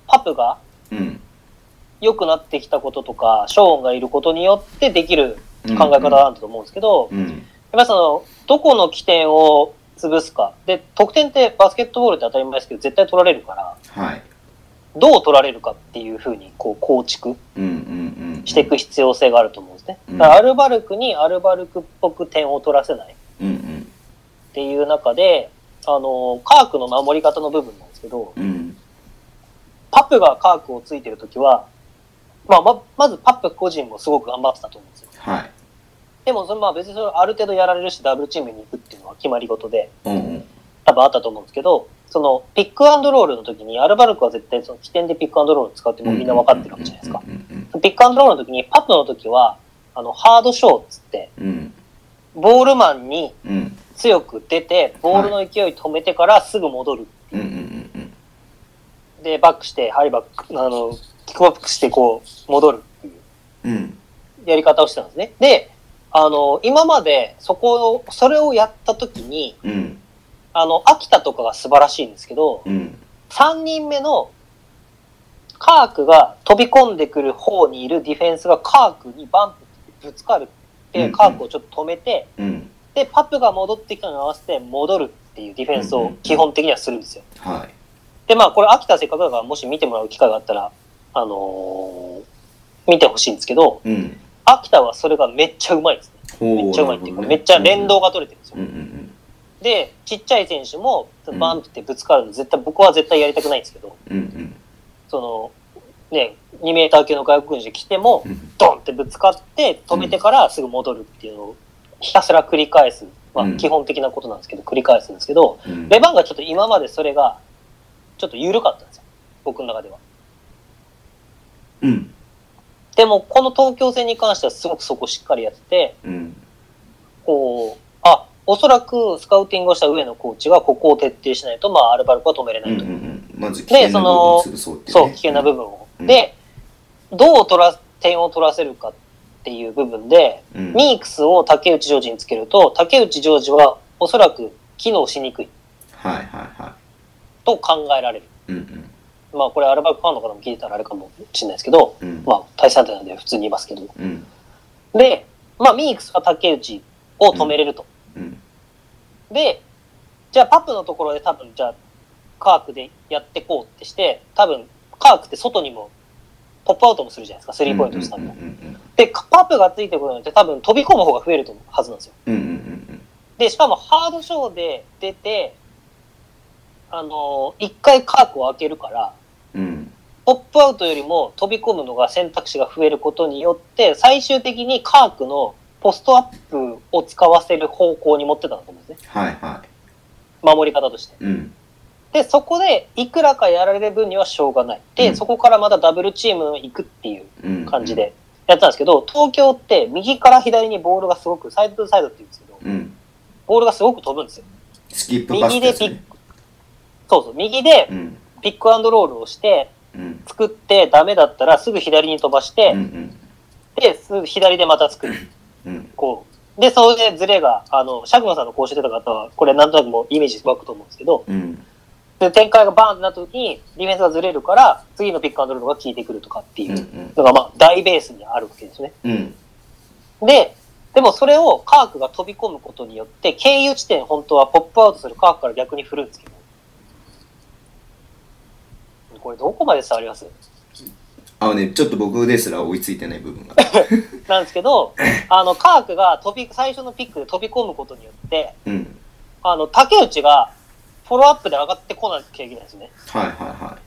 パプが良くなってきたこととか、ショーンがいることによってできる考え方なんだと思うんですけど、うんうん、やっぱりその、どこの起点を潰すか。で、得点ってバスケットボールって当たり前ですけど、絶対取られるから、はい、どう取られるかっていうふうにこう構築していく必要性があると思うんですね。だからアルバルクにアルバルクっぽく点を取らせないっていう中で、あの、カークの守り方の部分なんですけど、うん、パプがカークをついてるときは、まあ、ま、まずパップ個人もすごく頑張ってたと思うんですよ。はい。でも、そのまあ別にそれある程度やられるし、ダブルチームに行くっていうのは決まり事で、うんうん、多分あったと思うんですけど、そのピックアンドロールの時にアルバルクは絶対その起点でピックアンドロールを使ってもみんな分かってるわけじゃないですか。ピックアンドロールの時にパップの時は、あの、ハードショーっつって、うん、ボールマンに強く出て、ボールの勢い止めてからすぐ戻るっていう。で、バックして、ハイバック、あの、キックバックしてこう、戻るっていうやり方をしてたんですね。で、あの、今までそこを、それをやった時に、うん、あの、秋田とかが素晴らしいんですけど、うん、さんにんめのカークが飛び込んでくる方にいるディフェンスがカークにバンプぶつかるって、カークをちょっと止めて、うん、で、パプが戻ってきたのに合わせて戻るっていうディフェンスを基本的にはするんですよ。うんうんうん、はい。で、まあ、これ秋田せっかくだからもし見てもらう機会があったら、あのー、見てほしいんですけど、うん、秋田はそれがめっちゃうまいですね。めっちゃうまいっていうか、ね、めっちゃ連動が取れてるんですよ。うんうんうん、で、ちっちゃい選手もバンってぶつかるの絶対、僕は絶対やりたくないんですけど、うんうん、その、ね、にメーター級の外国人来ても、ドンってぶつかって止めてからすぐ戻るっていうのをひたすら繰り返す。まあ、基本的なことなんですけど、繰り返すんですけど、うん、レバンがちょっと今までそれがちょっと緩かったんですよ。僕の中では。うん。でも、この東京戦に関してはすごくそこしっかりやってて、うん、こう、あ、おそらくスカウティングをした上野コーチがここを徹底しないと、まあ、アルバルクは止めれないと。うんうんうん、まず危険な部分を潰そうっていう、ね。そう、危険な部分を。うん、で、どう取ら、点を取らせるかっていう部分で、うん、ミークスを竹内ジョージにつけると、竹内ジョージはおそらく機能しにくい。はいはいはい。と考えられる。うんうん、まあこれアルバルクファンの方も聞いたらあれかもしれないですけど、うん、まあ対戦相手なんで普通に言いますけど。うん、で、まあミークスは竹内を止めれると。うんうん、で、じゃあパップのところで多分じゃあカークでやってこうってして、多分カークって外にもポップアウトもするじゃないですか、スリーポイントのスタミナ。で、パップがついてくるのって多分飛び込む方が増えるはずなんですよ。うんうんうんうん、で、しかもハードショーで出て、あのー、一回カークを開けるから、うん、ポップアウトよりも飛び込むのが選択肢が増えることによって、最終的にカークのポストアップを使わせる方向に持ってたんだと思うんですね。はいはい。守り方として。うん、で、そこでいくらかやられる分にはしょうがない。で、うん、そこからまたダブルチーム行くっていう感じでやってたんですけど、東京って右から左にボールがすごく、サイドトゥサイドって言うんですけど、うん、ボールがすごく飛ぶんですよ。 スキップパスですね。右でピック、 そうそう、右でピックアンドロールをして、うん、作ってダメだったらすぐ左に飛ばして、うんうん、で、すぐ左でまた作る。うん、こう。で、それでズレが、あの、シャグマさんの講習してた方は、これなんとなくもうイメージ湧くと思うんですけど、うん、で展開がバーンってなった時に、ディフェンスがずれるから、次のピックアンドロールが効いてくるとかっていうのが、まあ、大ベースにあるわけですね。うん、で、でもそれをカークが飛び込むことによって、経由地点本当はポップアウトするカークから逆に振るんですけど、これどこまで伝わります？ あのね、ちょっと僕ですら追いついてない部分が。 なんですけど、あの、カークが飛び、最初のピックで飛び込むことによって、うん、あの、竹内がフォローアップで上がってこなきゃいけないですね。はいはいはい。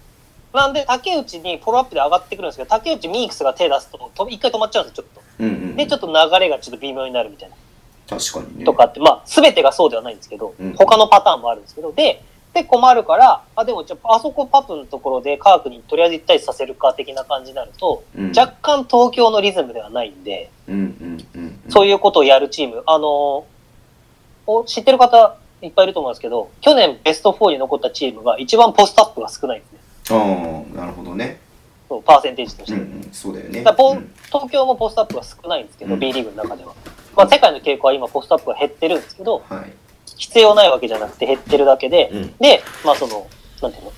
なんで、竹内にフォローアップで上がってくるんですけど、竹内ミークスが手出すと、一回止まっちゃうんですよ、ちょっと。うんうんうん、で、ちょっと流れがちょっと微妙になるみたいな。 確かにね。 とかって、まあ、すべてがそうではないんですけど、うん、他のパターンもあるんですけど、で、で困るから、あ、でもじゃあ、あそこパプのところでカークにとりあえずいち対いちさせるか的な感じになると、うん、若干東京のリズムではないんで、うんうんうんうん、そういうことをやるチーム、あのー、知ってる方いっぱいいると思うんですけど、去年ベストフォーに残ったチームが一番ポストアップが少ないんですね。 ああ、なるほどね。 そう、パーセンテージとして。 うんうん、そうだよね。 だから、うん、東京もポストアップが少ないんですけど、うん、B リーグの中では。まあ、世界の傾向は今ポストアップが減ってるんですけど、はい、必要ないわけじゃなくて減ってるだけで、うん、で、まあその、なんていうの、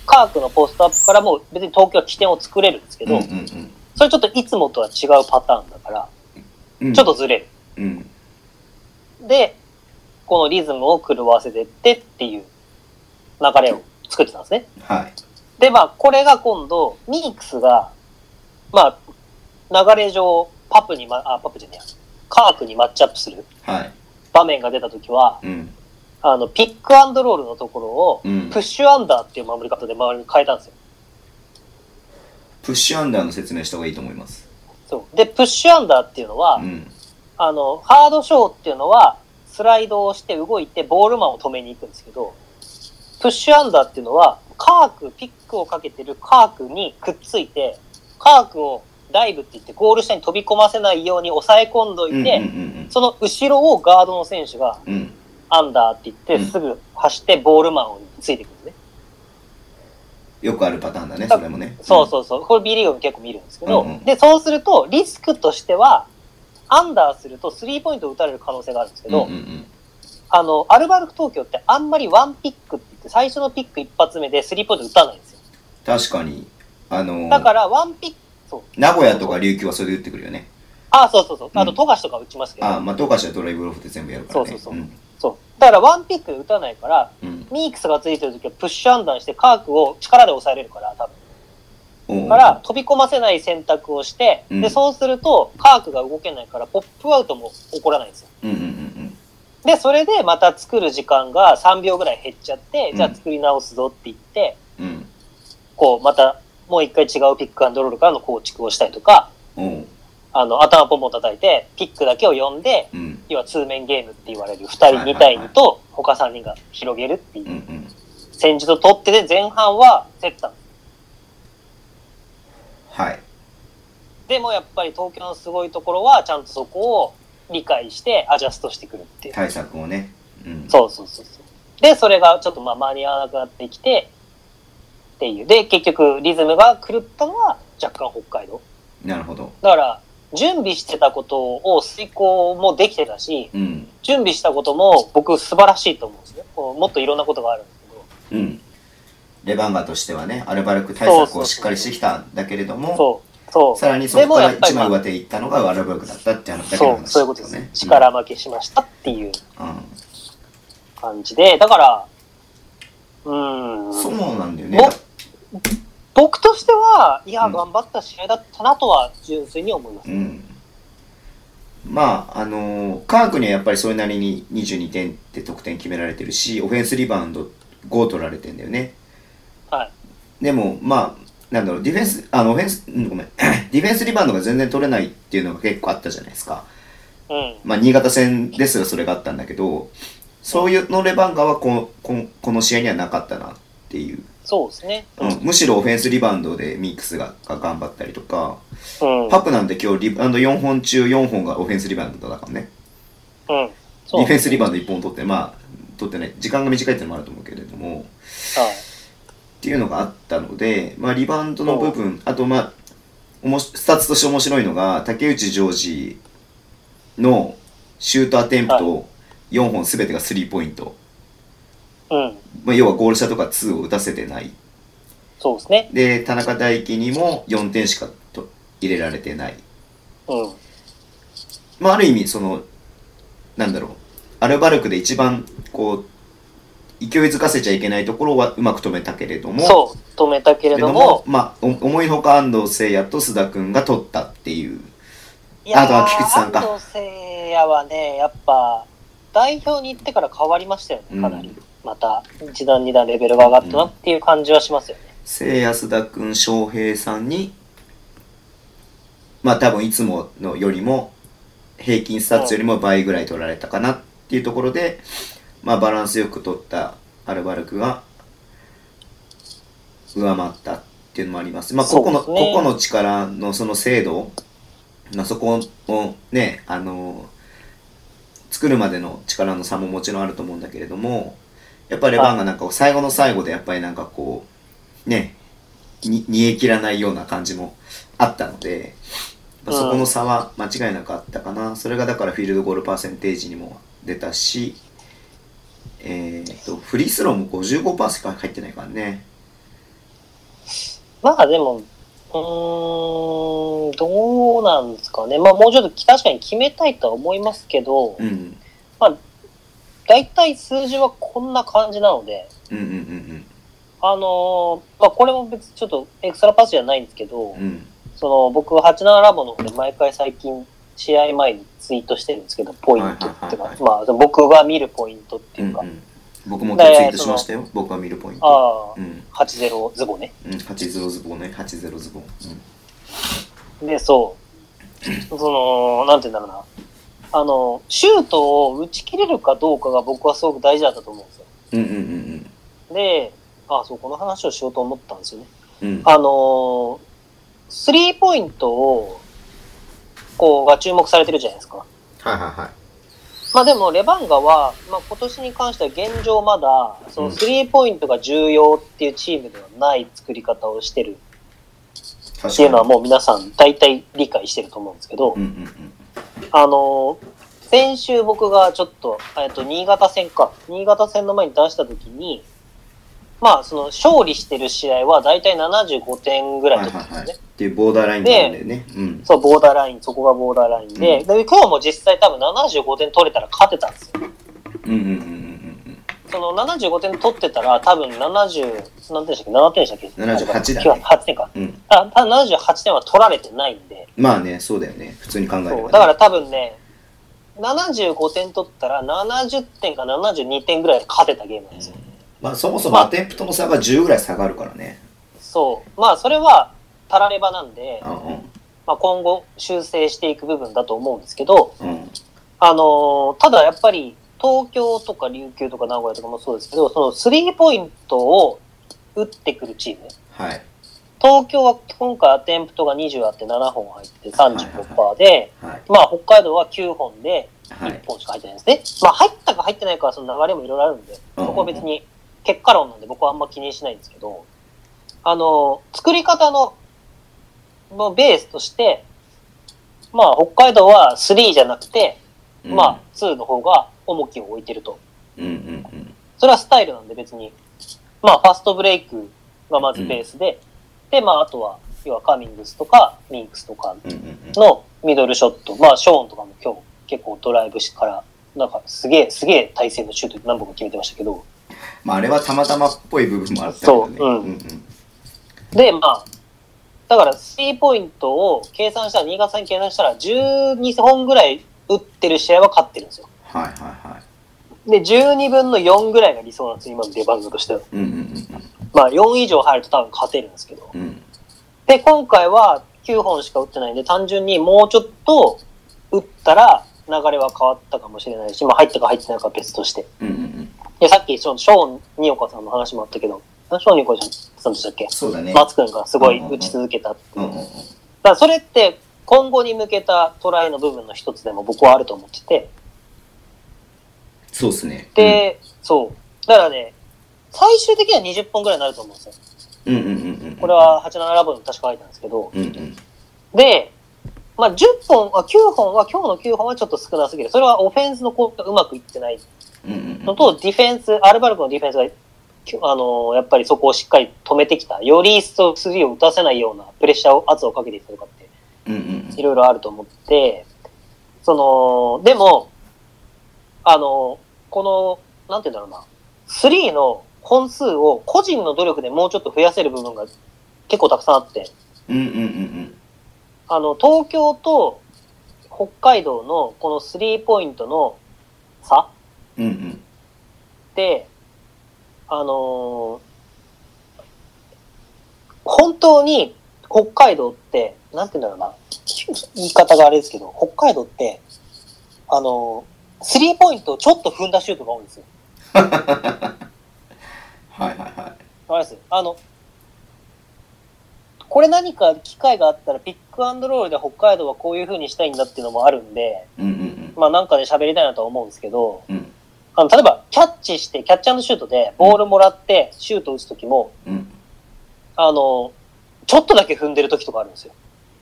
カークのポストアップからも別に東京は起点を作れるんですけど、 うんうんうん、 それちょっといつもとは違うパターンだから、うん、ちょっとずれる、うん、でこのリズムを狂わせてってっていう流れを作ってたんですね。 はい。 でまあこれが今度ミークスがまあ流れ上パプに、ま、あパプじゃねえやカークにマッチアップする場面が出たときは、はい、うん、あのピックアンドロールのところをプッシュアンダーっていう守り方で周りに変えたんですよ。 プッシュアンダーの説明した方がいいと思います。 そうでプッシュアンダーっていうのは、うん、あのハードショーっていうのはスライドをして動いてボールマンを止めに行くんですけど、プッシュアンダーっていうのはカークピックをかけてるカークにくっついてカークをダイブって言ってゴール下に飛び込ませないように抑え込んどいて、うんうんうんうん、その後ろをガードの選手が、うん、アンダーって言ってすぐ走ってボールマンについてくるんですね。 よくあるパターンだね、それもね。 そうそうそう。これ B リーグも結構見るんですけど、うんうん、で、そうするとリスクとしては、アンダーするとスリーポイントを打たれる可能性があるんですけど、うんうんうん、あの、アルバルク東京ってあんまりワンピックって言って最初のピック一発目でスリーポイント打たないんですよ。 確かに。あのー、 だからワンピック、 名古屋とか琉球はそれで打ってくるよね。 ああ、そうそうそう。あと、富樫とか打ちますけど。 ああ、まあ、富樫はドライブロフで全部やるからね。 そうそうそう。うん、そうだから、ワンピックで打たないから、うん、ミークスがついてるときはプッシュアンダーにしてカークを力で抑えれるから、多分。だから、飛び込ませない選択をして、うん、で、そうすると、カークが動けないから、ポップアウトも起こらないんですよ。うんうんうんうん、で、それでまた作る時間がさんびょうぐらい減っちゃって、うん、じゃあ作り直すぞって言って、うん、こう、また、もう一回違うピックアンドロールからの構築をしたりとか、うん、あの頭ポンポン叩いてピックだけを呼んで、うん、要は通面ゲームって言われるふたりに対にと他さんにんが広げるっていう、うんうん、戦術を取ってで前半は競ったんです。 はい。 でもやっぱり東京のすごいところはちゃんとそこを理解してアジャストしてくるっていう対策をね、 うん、そうそうそうそうでそれがちょっとまあ間に合わなくなってきてっていうで結局リズムが狂ったのは若干北海道。 なるほど。 だから準備してたことを遂行もできてたし、うん、準備したことも僕素晴らしいと思うんですね。もっといろんなことがあるんですけど、うん、レバンガとしてはねアルバルク対策をしっかりしてきたんだけれども、そうそうさらにそこから一枚上手いったのがアルバルクだったっていう話だけの話ですよね。そう、そういうことですね。力負けしましたっていう感じで、だからうーんそうなんだよね。 僕としては、いや、うん、頑張った試合だったなとは純粋に思います。うん、 まあ、あのー、カークにはやっぱりそれなりににじゅうにてんって得点決められてるし、オフェンスリバウンドご取られてんだよね。 はい。 でも、まあ、なんだろう、ディフェンス、あの、オフェンス、うん、ごめん、ディフェンスリバウンドが全然取れないっていうのが結構あったじゃないですか。うん。まあ、新潟戦ですらそれがあったんだけど、そういうのレバンガはこここの試合にはなかったなっていう。 そうですね、 うん、むしろオフェンスリバウンドでミックスが頑張ったりとか、うん、パプなんて今日リバウンドよんほん中よんほんがオフェンスリバウンドだからね、うん、そうディフェンスリバウンドいっぽん取ってまあ取ってない時間が短いっていうのもあると思うけれども、はい、っていうのがあったので、まあ、リバウンドの部分あとまあおもスタッツとして面白いのが竹内ジョージのシュートアテンプトよんほん全てがスリーポイント、うんまあ、要はゴール下とかにを打たせてない。 そうですね。 で、田中大輝にもよんてんしかと入れられてない。うん。まあ、ある意味、その、なんだろう、アルバルクで一番、こう、勢いづかせちゃいけないところはうまく止めたけれども、 そう、止めたけれども、 まあ、思いのほか安藤誠也と須田君が取ったっていう。あとは菊池さんか。 安藤誠也はね、やっぱ、代表に行ってから変わりましたよね、かなり。うんまた一段二段レベルが上がったなっていう感じはしますよね。 せいや須田君翔平さんにまあ多分いつものよりも平均スタッツよりも倍ぐらい取られたかなっていうところで、まあバランスよく取ったアルバルクが上回ったっていうのもあります。まあここの、ね、ここの力のその精度、まあ、そこをねあの作るまでの力の差ももちろんあると思うんだけれども。やっぱりレバンがなんか最後の最後でやっぱりなんかこうねに煮え切らないような感じもあったので、まあ、そこの差は間違いなくあったかな。それがだからフィールドゴールパーセンテージにも出たし、えー、とフリースローも ごじゅうごパーセント しか入ってないからね。 まあでも、うーん、どうなんですかね。まあもうちょっと確かに決めたいとは思いますけど、うん、まあ、大体数字はこんな感じなので、うんうんうんうん、あのー、まあこれも別にちょっとエクストラパスじゃないんですけど、うん、その僕はちじゅうななラボの方で毎回最近試合前にツイートしてるんですけど、ポイントっていうか、まあ僕が見るポイントっていうか、うんうん、 僕もツイートしましたよ。僕が見るポイント。 ああ、うん、はちじゅうズボね。 うん、はちじゅうズボね、はちじゅうズボ。 うん、で、そう。その、なんて言うんだろうな。あの、シュートを打ち切れるかどうかが僕はすごく大事だったと思うんですよ。うんうんうんうん。で、あ、そう、この話をしようと思ったんですよね。うん、あの、スリーポイントを、こう、が注目されてるじゃないですか。 はいはいはい。 まあでも、レバンガは、まあ今年に関しては現状まだ、そのスリーポイントが重要っていうチームではない作り方をしてるっていうのはもう皆さん大体理解してると思うんですけど、うんうんうん、あの、先週僕がちょっと、えっと、新潟戦か、新潟戦の前に出したときに、まあその勝利してる試合は大体ななじゅうごてんぐらい取ってるんですね。はいはいはい、 っていうボーダーラインなんだよね。 うん、そう、ボーダーライン、そこがボーダーラインで、うん、で今日も実際多分ななじゅうごてん取れたら勝てたんですよ。うんうんうんうん。そのななじゅうごてん取ってたら多分ななじゅう、何点でしたっけ ?なな 点でしたっけ ?ななじゅうはち だ、ね。はちてんか。うん。あ、ななじゅうはちてんは取られてないんで。 まあね、そうだよね。普通に考えれば、ね。 だから多分ね、ななじゅうごてん取ったらななじゅってんかななじゅうにてんぐらいで勝てたゲームなんですよ。うんまあそもそもアテンプトの差がじゅうぐらい下がるからね。 そう。まあそれはたらればなんで、うんうん、まあ今後修正していく部分だと思うんですけど、うん、あのー、ただやっぱり東京とか琉球とか名古屋とかもそうですけど、そのスリーポイントを打ってくるチーム。はい。東京は今回アテンプトがにじゅうあってななほん入って さんじゅうごパーセント で、はいはいはい、まあ北海道はきゅうほんでいっぽんしか入ってないですね。はい、まあ入ったか入ってないかはその流れもいろいろあるんで、そこは別に結果論なんで僕はあんま気にしないんですけど、あの、作り方のベースとして、まあ北海道はスリーじゃなくて、うん、まあツーの方が重きを置いてると。うんうんうん、それはスタイルなんで別に、まあファストブレイクがまずベースで、うん、で、まああとは、要はカミングスとかミンクスとかのミドルショット、まあショーンとかも今日結構ドライブから、なんかすげえ、すげえ体勢のシュート何本か決めてましたけど、 まああれはたまたまっぽい部分もあったけどね。そう、うん。うんうん、 で、まあ、だからスリーポイントを計算したら、新潟さんに計算したらじゅうにほんぐらい打ってる試合は勝ってるんですよ。 はいはいはい。 で、じゅうにぶんのよんぐらいが理想なんですよ、今の出番としては。うんうんうん。まあよん以上入ると多分勝てるんですけど。うん、で、今回はきゅうほんしか打ってないんで、単純にもうちょっと打ったら流れは変わったかもしれないし、まあ入ったか入ってないかは別として。うんうんうんでさっき、ショーン・ニオカさんの話もあったけど、ショーン・ニオカさんでしたっけそうだね。 松くんがすごい打ち続けたって。うんうんうん、だからそれって今後に向けたトライの部分の一つでも僕はあると思ってて。 そうですね。 で、うん、そう。だからね、最終的にはにじゅっぽんぐらいになると思うんですよ。うんうんうんうん、これははちじゅうななラボにも確か書いたんですけど。うんうん、で、まあじゅっぽん、あ、きゅうほんは、今日のきゅうほんはちょっと少なすぎる。それはオフェンスの効果がうまくいってない。のと、ディフェンス、アルバルクのディフェンスが、あの、やっぱりそこをしっかり止めてきた。より一層スリーを打たせないようなプレッシャーを、圧をかけていくとかって、いろいろあると思って、その、でも、あの、この、なんて言うんだろうな、スリーの本数を個人の努力でもうちょっと増やせる部分が結構たくさんあって、うんうんうんうん、あの、東京と北海道のこのスリーポイントの差うんうん、で、あのー、本当に北海道って、なんて言うんだろうな、言い方があれですけど、北海道って、あのー、スリーポイントをちょっと踏んだシュートが多いんですよ。 はいはいはい。わかります？あの、これ何か機会があったらピックアンドロールで北海道はこういう風にしたいんだっていうのもあるんで、うんうんうん、まあなんかで喋りたいなとは思うんですけど、うんあの例えば、キャッチして、キャッチ&シュートで、ボールもらって、シュート打つときも、うん、あの、ちょっとだけ踏んでるときとかあるんですよ。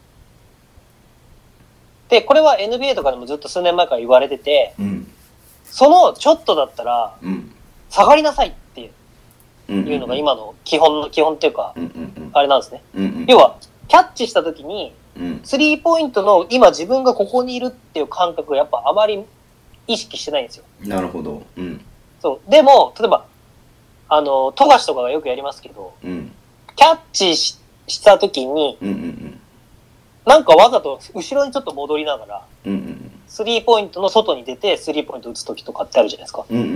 で、これは エヌビーエー とかでもずっと数年前から言われてて、うん、そのちょっとだったら、うん、下がりなさいっていう。 いうのが今の基本の基本っていうか、 うんうんうん、 あれなんですね、 うんうん、 要はキャッチした時に、 うん、 スリーポイントの今自分がここにいるっていう感覚がやっぱあまり意識してないんですよ。 なるほど、うん、 そうでも例えばあの富樫とかがよくやりますけど、 うん、 キャッチ し, した時に、 うんうんうん、 なんかわざと後ろにちょっと戻りながら、 うんうん、 スリーポイントの外に出てスリーポイント打つ時とかってあるじゃないですか、 うんうんうんうん、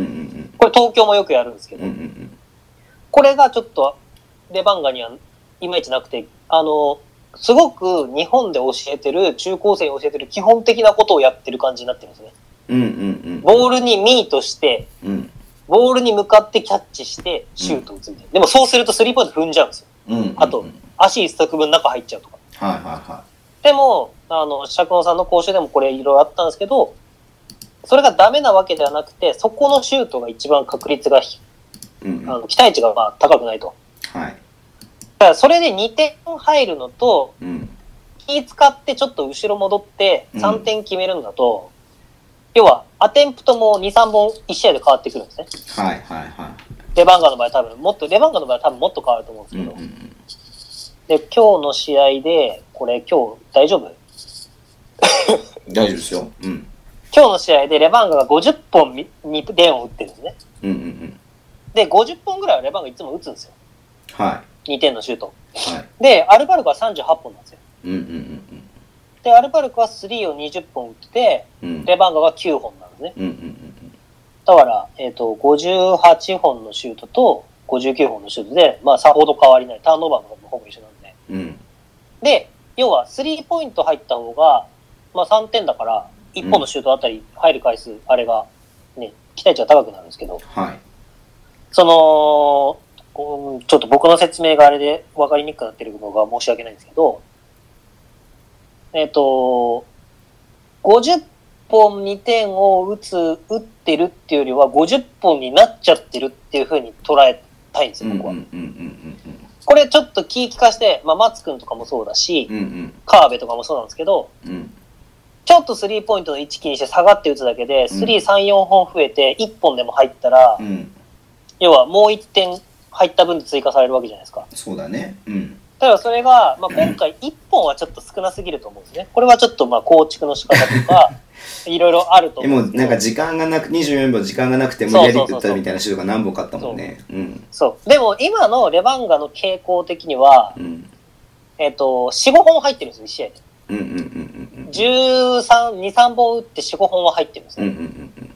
これ東京もよくやるんですけど、 うんうんうん、 これがちょっとレバンガにはいまいちなくて、あのすごく日本で教えてる中高生に教えてる基本的なことをやってる感じになってるんですね、 うんうんうん、 ボールにミートして、うん、ボールに向かってキャッチしてシュート打つみたいな、うん、でもそうするとスリーポイント踏んじゃうんですよ、うんうんうん、あと足一足分中入っちゃうとか、 はいはいはい、 でもあの釈野さんの講習でもこれいろいろあったんですけど、それがダメなわけではなくて、そこのシュートが一番確率が、うんうん、あの期待値がまあ高くないと、 はい、 だからそれでにてん入るのと、うん、気使ってちょっと後ろ戻ってさんてん決めるんだと、うん、要はアテンプトもにさんぼんいち試合で変わってくるんですね。 はいはいはい。 レバンガの場合多分もっとレバンガの場合は多分もっと変わると思うんですけど、うんうんうん、で今日の試合でこれ今日大丈夫？ 大丈夫ですよ。うん。 今日の試合でレバンガがごじゅっぽんに点を打ってるんですね。 うんうんうん。 でごじゅっぽんぐらいはレバンガいつも打つんですよ。 はい。 にてんのシュート。 はい。 でアルバルクはさんじゅうはっぽんなんですよ。 うんうんうんうん。 でアルバルクはスリーをにじゅっぽん打ってて、うん、レバンガがきゅうほんなんですね。うんうんうんうん。だから、えっと、ごじゅうはちほんのシュートとごじゅうきゅうほんのシュートで、まあ、さほど変わりない。ターンオーバーの方もほぼ一緒なんで。 うん、 で、要は、スリーポイント入った方が、まあ、さんてんだから、いっぽんのシュートあたり入る回数、あれが、ね、期待値が高くなるんですけど、 はい。 その、ちょっと僕の説明があれで分かりにくくなってるのが申し訳ないんですけど、えっと、ごじゅっぽんにてんを打つ、打ってるっていうよりはごじゅっぽんになっちゃってるっていう風に捉えたいんですよ、僕は。これちょっと気利かして、まあ、松くんとかもそうだし、うんうん、川辺とかもそうなんですけど、うん、ちょっとスリーポイントの位置気にして下がって打つだけで、スリーさん、よんほん増えていっぽんでも入ったら、うん、要はもういってん入った分で追加されるわけじゃないですか。 そうだね。うん。 ただそれが、まあ、今回いっぽんはちょっと少なすぎると思うんですね。これはちょっとまあ構築の仕方とか、いろいろあると思うんですけど。 でもなんか時間がなく、にじゅうよんびょう時間がなくて無理やり打ったみたいなシュートが何本かあったもんね。 そう。うん、そう。でも今のレバンガの傾向的には、うん、えっと、よん、ごほん入ってるんですよ、いち試合で。 うんうんうんうん。 じゅうさん、に、さんぼん打ってよん、ごほんは入ってるんですね。うんうんうん。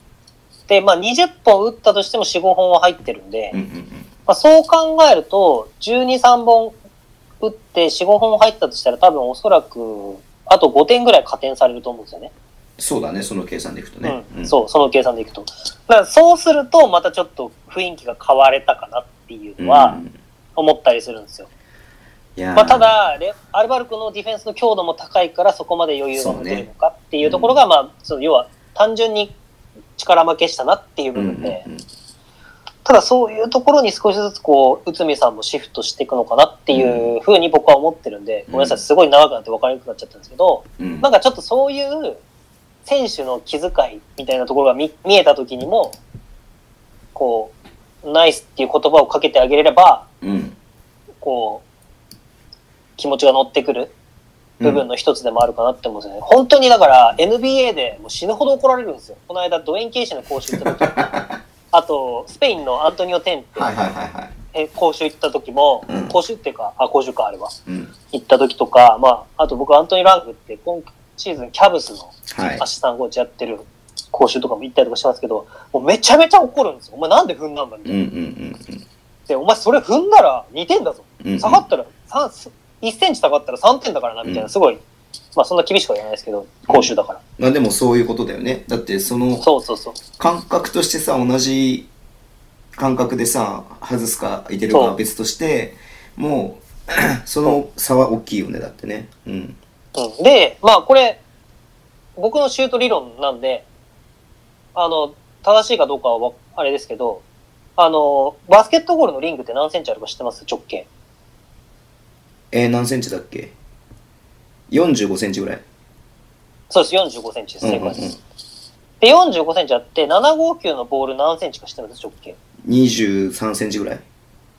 で、まあにじゅっぽん打ったとしてもよん、ごほんは入ってるんで、うんうんうん、まあ、そう考えると、じゅうに、さんぼん打ってよん、ごほん入ったとしたら多分おそらく、あとごてんぐらい加点されると思うんですよね。 そうだね、その計算でいくとね。 うんうん、そう、その計算でいくと。だからそうすると、またちょっと雰囲気が変われたかなっていうのは、思ったりするんですよ。うん、まあ、ただ、アルバルクのディフェンスの強度も高いから、そこまで余裕が持てるのかっていうところが、ね、まあ、その要は単純に力負けしたなっていう部分で、うんうんうん、ただそういうところに少しずつこう、内海さんもシフトしていくのかなっていうふうに僕は思ってるんで、うん、ごめんなさい、すごい長くなって分かりにくくなっちゃったんですけど、うん、なんかちょっとそういう選手の気遣いみたいなところが 見, 見えた時にも、こう、ナイスっていう言葉をかけてあげれれば、うん、こう、気持ちが乗ってくる部分の一つでもあるかなって思うんですよね。うん、本当にだから エヌビーエー でもう死ぬほど怒られるんですよ。この間ドウェイン・ケイシーの講習行った時あと、スペインのアントニオ・テンって、はいはいはいはい、え講習行った時も、うん、講習っていうか、あ、講習か、あれは、うん。行った時とか、まあ、あと僕、アントニー・ラングって、今シーズン、キャブスのアシスタントコーチやってる講習とかも行ったりとかしてますけど、もうめちゃめちゃ怒るんですよ。お前なんで踏んだんだみたいな。うんうんうんうん、で、お前それ踏んだらにてんだぞ。うんうん、下がったらいっセンチ下がったらさんてんだからな、みたいな、すごい、うん、まあそんな厳しくは言わないですけど、講習だから。 うん、まあでもそういうことだよね。だってその、 そうそうそう。 感覚としてさ、同じ感覚でさ、外すか入れるかは別として、もう、その差は大きいよね、だってね。うん。 うん、で、まあこれ、僕のシュート理論なんで、あの、正しいかどうかはあれですけど、あの、バスケットボールのリングって何センチあるか知ってます？直径。 えー、何センチだっけ？ よんじゅうご センチぐらい。 そうです、よんじゅうごセンチです。正解です。うんうんうん、で、よんじゅうごセンチあって、ななごうきゅうのボール何センチか知ってます？直径。 にじゅうさんセンチぐらい。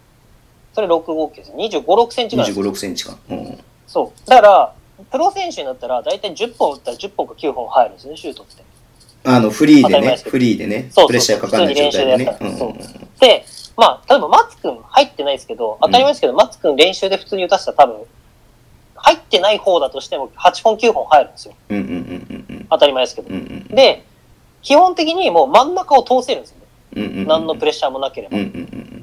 それろく合計です。にじゅうご、ろくセンチぐらい。 にじゅうご、ろくセンチか。うん。 そう。だから、プロ選手になったら、だいたいじゅっぽん打ったらじゅっぽんかきゅうほん入るんですね、シュートって。 あの、フリーでね、フリーでね、 そうそうそう、 プレッシャーかかんない状態でね。 うんうんうん、で、まあ、例えば松くん入ってないですけど、当たり前ですけど、うん、松くん練習で普通に打たせたら多分、入ってない方だとしてもはっぽんきゅうほん入るんですよ。 うんうんうんうん、 当たり前ですけど、 うんうん。 で、基本的にもう真ん中を通せるんですよね。 うんうんうん、 何のプレッシャーもなければ。 うんうんうん、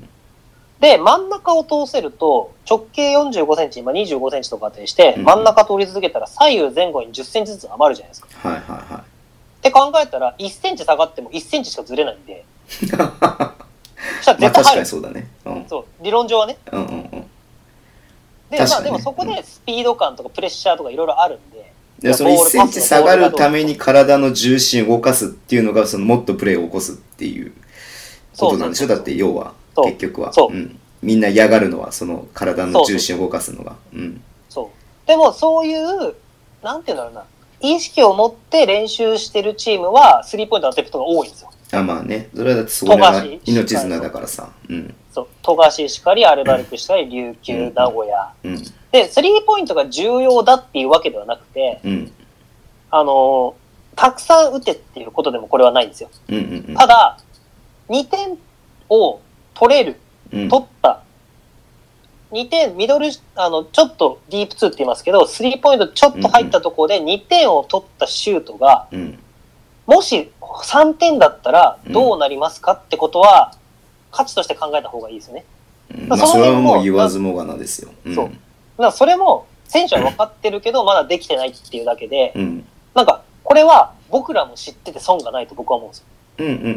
で、真ん中を通せると、直径よんじゅうごセンチ、今にじゅうごセンチとかってして、 うんうん、 真ん中通り続けたら左右前後にじゅっセンチずつ余るじゃないですか。 はいはいはい。 って考えたら、いっセンチ下がってもいっセンチしかずれないんで。 そしたら絶対入る。まあ確かにそうだね。うん、 そう、理論上はね。 うんうんうん。 で、ね、まあでもそこでスピード感とかプレッシャーとかいろいろあるんで。 でそのいっセンチ下がるために体の重心を動かすっていうのが、そのもっとプレーを起こすっていうことなんでしょ。だって要は、結局は。そう、うん。みんな嫌がるのは、その体の重心を動かすのが。うん。 そう。でもそういう、なんていうんだろうな、意識を持って練習してるチームは、スリーポイント当てることが多いんですよ。 あ、まあね。それはだってそれが命綱だからさ。うん。 そう。富樫しかり、アルバルクしかり、琉球、うん、名古屋。うん。で、スリーポイントが重要だっていうわけではなくて、うん、あの、たくさん打てっていうことでもこれはないんですよ。 うんうんうん、 ただ、にてんを取れる、うん、取った、にてん、ミドル、あの、ちょっとディープツーって言いますけど、スリーポイントちょっと入ったところでにてんを取ったシュートが、うん、もしさんてんだったらどうなりますかってことは、価値として考えた方がいいですよね。 うん、まあ、それはもう言わずもがなですよ。 うん、そう。だからそれも、選手は分かってるけど、まだできてないっていうだけで、うん、なんか、これは僕らも知ってて損がないと僕は思うんですよ。 うんうんうんうん。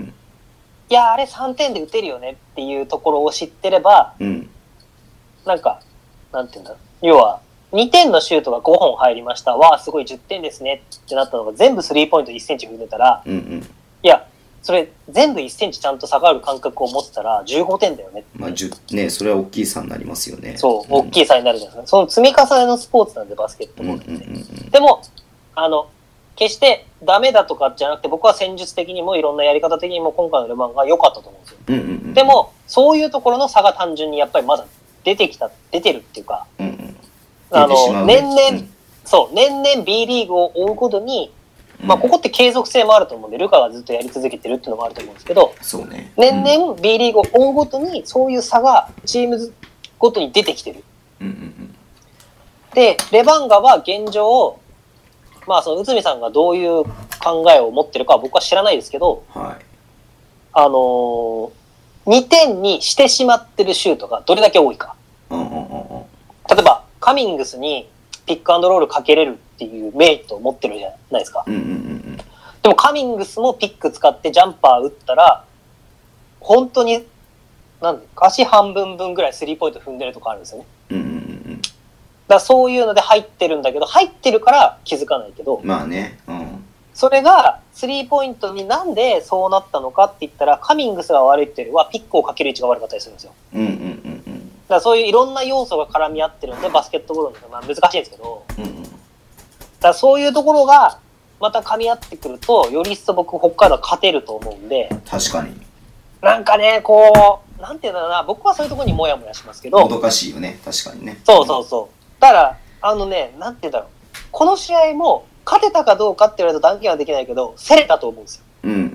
いや、あれさんてんで打てるよねっていうところを知ってれば、うん、なんか、なんていうんだ、要は、にてんのシュートがごほん入りました。わあ、すごいじゅってんですねってなったのが全部スリーポイントいっセンチ踏んでたら、うんうん、いや、それ全部いっセンチちゃんと下がる感覚を持ってたらじゅうごてんだよね。 まあじゅうね、それは大きい差になりますよね。 そう、大きい差になるじゃないですか。その積み重ねのスポーツなんでバスケットボールって。うんうんうんうん、でもあの決してダメだとかじゃなくて、僕は戦術的にもいろんなやり方的にも今回のレバンが良かったと思うんですよ。うんうんうん、でもそういうところの差が単純にやっぱりまだ出てきた出てるっていうか、うんうん、あの年々、うん、そう年々 B リーグを追うことに。まあここって継続性もあると思うんで、ルカがずっとやり続けてるっていうのもあると思うんですけど、 そうね、 年々 B リーグを追うごとにそういう差がチームごとに出てきてる。うんうんうん、で、レバンガは現状、まあその内海さんがどういう考えを持ってるかは僕は知らないですけど、はい、あのー、にてんにしてしまってるシュートがどれだけ多いか。うんうんうんうん、例えばカミングスにピックアンドロールかけれるっていうメリットを持ってるじゃないですか。うんうんうんうん、でもカミングスもピック使ってジャンパー打ったら、本当に、なんで、足半分分ぐらいスリーポイント踏んでるとかあるんですよね。うんうんうん、だからそういうので入ってるんだけど、入ってるから気づかないけど、 まあね、うん、 それがスリーポイントになんでそうなったのかって言ったら、カミングスが悪いっていうよりはピックをかける位置が悪かったりするんですよ。うんうんうんうん、だからそういういろんな要素が絡み合ってるんで、バスケットボールの、まあ、難しいんですけど、うんうん、だからそういうところがまた噛み合ってくると、より一層僕北海道は勝てると思うんで。 確かに。 なんかね、こうなんていうんだろうな、僕はそういうところにモヤモヤしますけど。 もどかしいよね、確かにね。 そうそうそう。だからあのね、なんていうんだろう、この試合も勝てたかどうかって言われると断言はできないけど、競れたと思うんですよ。うんうんうんうん。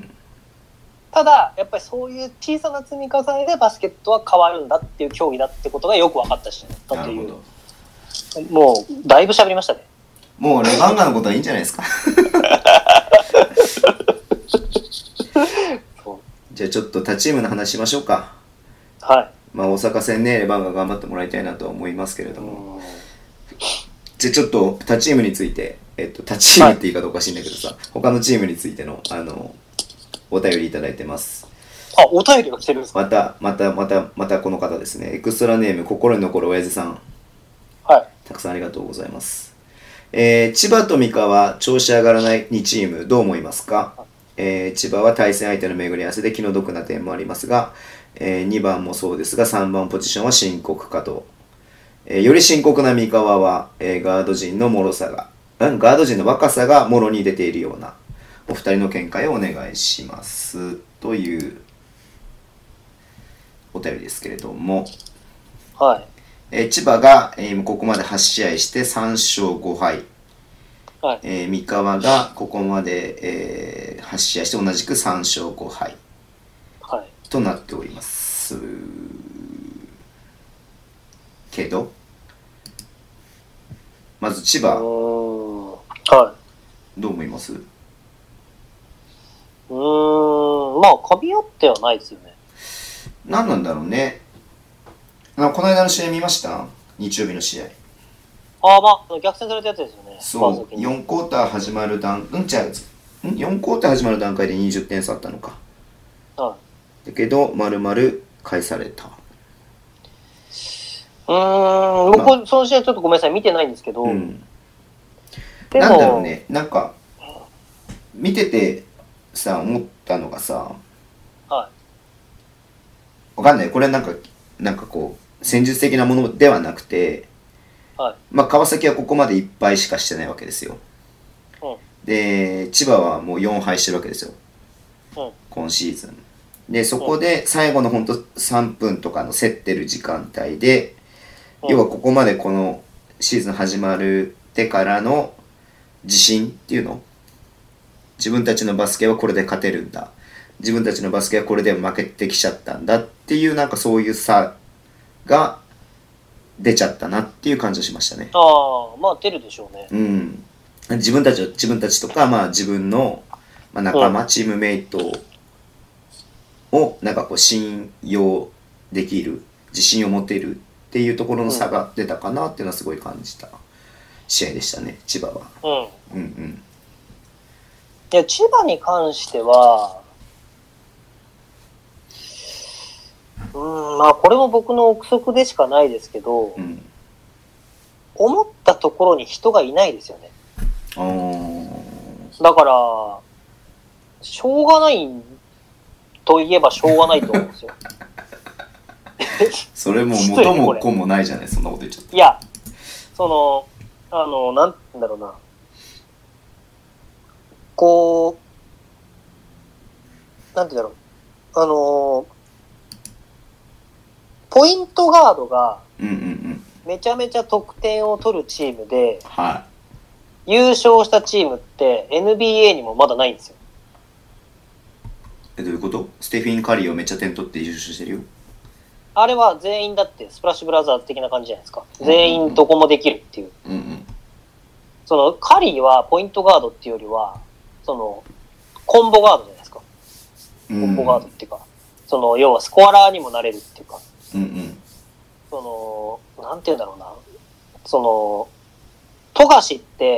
ただやっぱりそういう小さな積み重ねでバスケットは変わるんだっていう競技だってことがよく分かったしだったという。もうだいぶ喋りましたね。 もうレバンガのことはいいんじゃないですか。じゃあちょっと他チームの話しましょうか。はい。まあ大阪戦ね、レバンガ頑張ってもらいたいなとは思いますけれども。じゃあちょっと他チームについて、えっと他チームって言い方おかしいんだけどさ、はい、他のチームについてのあのお便りいただいてます。 あ、お便りが来てるんですか。 またまたまたまたこの方ですね。エクストラネーム心に残る親父さん。 はい。 たくさんありがとうございます。えー、千葉と三河調子上がらないにチームどう思いますか。えー、千葉は対戦相手の巡り合わせで気の毒な点もありますが、えー、にばんもそうですがさんばんポジションは深刻かと、えー、より深刻な三河は、えー、ガード陣の脆さが、うん、ガード陣の若さがもろに出ているような。お二人の見解をお願いしますというお便りですけれども、 はい。 えー、千葉が、えー、ここまではち試合してさんしょうごはい。 はい。 えー、三河がここまで、えー、はち試合して同じくさんしょうごはい。 はい。 となっております。けど、まず千葉。 はい。 どう思います？ うーん、まあ、かみ合ってはないですよね。 何なんだろうね。あこの間の試合見ました？日曜日の試合。 ああ、まあ、逆転されたやつですよね。 そう、よんクォーター始まる段、うんちゃう、ん ?よん クォーター始まる段階でにじゅってん差あったのか。 はい。 だけど、丸々返された。 うーん、僕、まあ、その試合ちょっとごめんなさい、見てないんですけど。うん、 でもなんだろうね、なんか、見ててさ、思ったのがさ、 はい。 わかんない。これなんか、なんかこう、戦術的なものではなくて、 はい。 まあ、川崎はここまでいっぱいしかしてないわけですよ。 うん、 で、千葉はもうよんはいしてるわけですよ。 うん、 今シーズン。で、そこで最後のほんとさんぷんとかの競ってる時間帯で、うん、要はここまでこのシーズン始まるってからの自信っていうの、自分たちのバスケはこれで勝てるんだ。自分たちのバスケはこれで負けてきちゃったんだっていう、なんかそういう差が出ちゃったなっていう感じがしましたね。 ああ、まあ出るでしょうね。 うん。自分たち自分たちとか、まあ自分の仲間、うん、チームメイトをなんかこう信用できる、自信を持てるっていうところの差が出たかなっていうのはすごい感じた試合でしたね、千葉は。うん。うんうん。 いや、千葉に関しては、うん、まあこれも僕の憶測でしかないですけど、うん、思ったところに人がいないですよね。だから、しょうがないといえばしょうがないと思うんですよ。 それも元も子もないじゃない、そんなこと言っちゃった。 いや、その、あの、なんて言うんだろうな。こう、なんて言うんだろう。あの、ポイントガードがめちゃめちゃ得点を取るチームで、 はい、 優勝したチームって エヌビーエー にもまだないんですよ。 え、どういうこと？ステフィン・カリーをめっちゃ点取って優勝してるよ。 あれは全員だってスプラッシュブラザーズ的な感じじゃないですか。全員どこもできるっていう。 うんうん、 そのカリーはポイントガードっていうよりは、そのコンボガードじゃないですか。コンボガードっていうか、その要はスコアラーにもなれるっていうか。 うんうん、 そのなんていうんだろうな、その富樫って、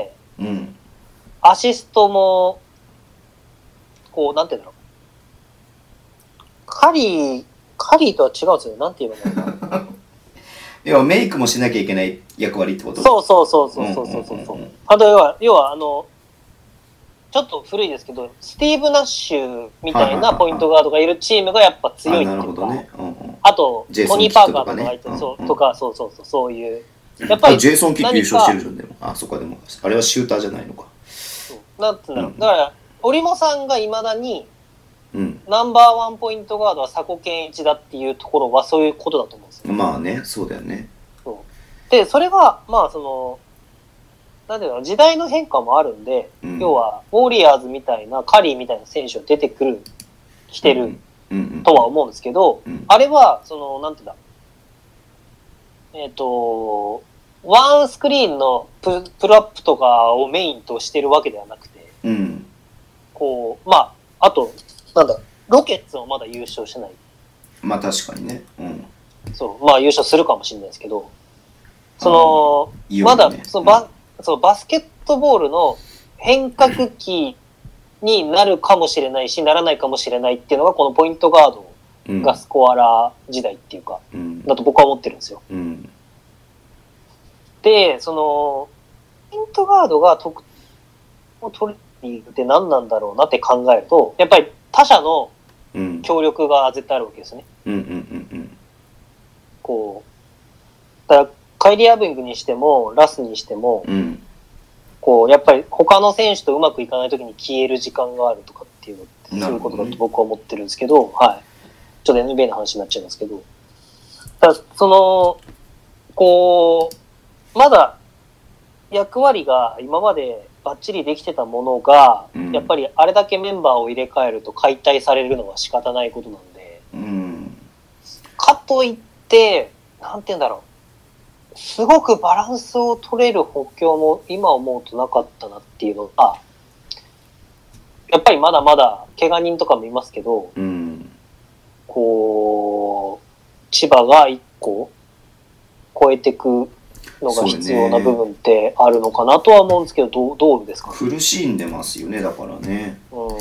うん、 アシストもこうなんていうんだろう、カリーカリーとは違うんですよ。なんて言えばいいのかな。 要はメイクもしなきゃいけない役割ってこと？ そうそうそうそうそうそうそう。あと要は要はあのちょっと古いですけど、スティーブ・ナッシュみたいなポイントガードがいるチームがやっぱ強いっていうか、 ね、うんうん、 あとトニー・パーカーとかがいて、そうとか、そうそうそうそういう。やっぱりジェイソン・キッド優勝してるじゃん。でもあそこでもあれはシューターじゃないのか。 そうなんつうんだろう、うん、だから折茂さんがいまだに、うん、ナンバーワンポイントガードは佐古健一だっていうところはそういうことだと思うんですよ。 まあね、そうだよね。 そうでそれがまあそのなんていうの、時代の変化もあるんで、うん、要はウォリアーズみたいなカリーみたいな選手が出てくる来てるとは思うんですけど、うんうん、あれはそのなんていうんだ、えっ、ー、とワンスクリーンの プ, プルアップとかをメインとしてるわけではなくて、 うん、 こうまああとなんだロケッツもまだ優勝してない。 まあ確かにね。うん、 そうまあ優勝するかもしれないですけど、その、ね、まだそのバ、うんそうバスケットボールの変革期になるかもしれないしならないかもしれないっていうのがこのポイントガードがスコアラー時代っていうか、うん、だと僕は思ってるんですよ。 うん、 でそのポイントガードが得点を取りに行くって何なんだろうなって考えるとやっぱり他者の協力が絶対あるわけですね。 うんうんうんうん、 こうだからカイリー・アービングにしてもラスにしても、 うん、 こうやっぱり他の選手とうまくいかないときに消える時間があるとかっていうのってそういうことだと僕は思ってるんですけど、はい。 ちょっと エヌビーエー の話になっちゃいますけど、だその、こう、まだ役割が今までバッチリできてたものが、うん、やっぱりあれだけメンバーを入れ替えると解体されるのは仕方ないことなんで、 うん、 かといって、なんて言うんだろう、すごくバランスを取れる補強も今思うとなかったなっていうのが、やっぱりまだまだ怪我人とかもいますけど、 うん、 こう、千葉が一個超えていくのが必要な部分ってあるのかなとは思うんですけど、どう、どうですかね。 苦しんでますよね、だからね。 うん、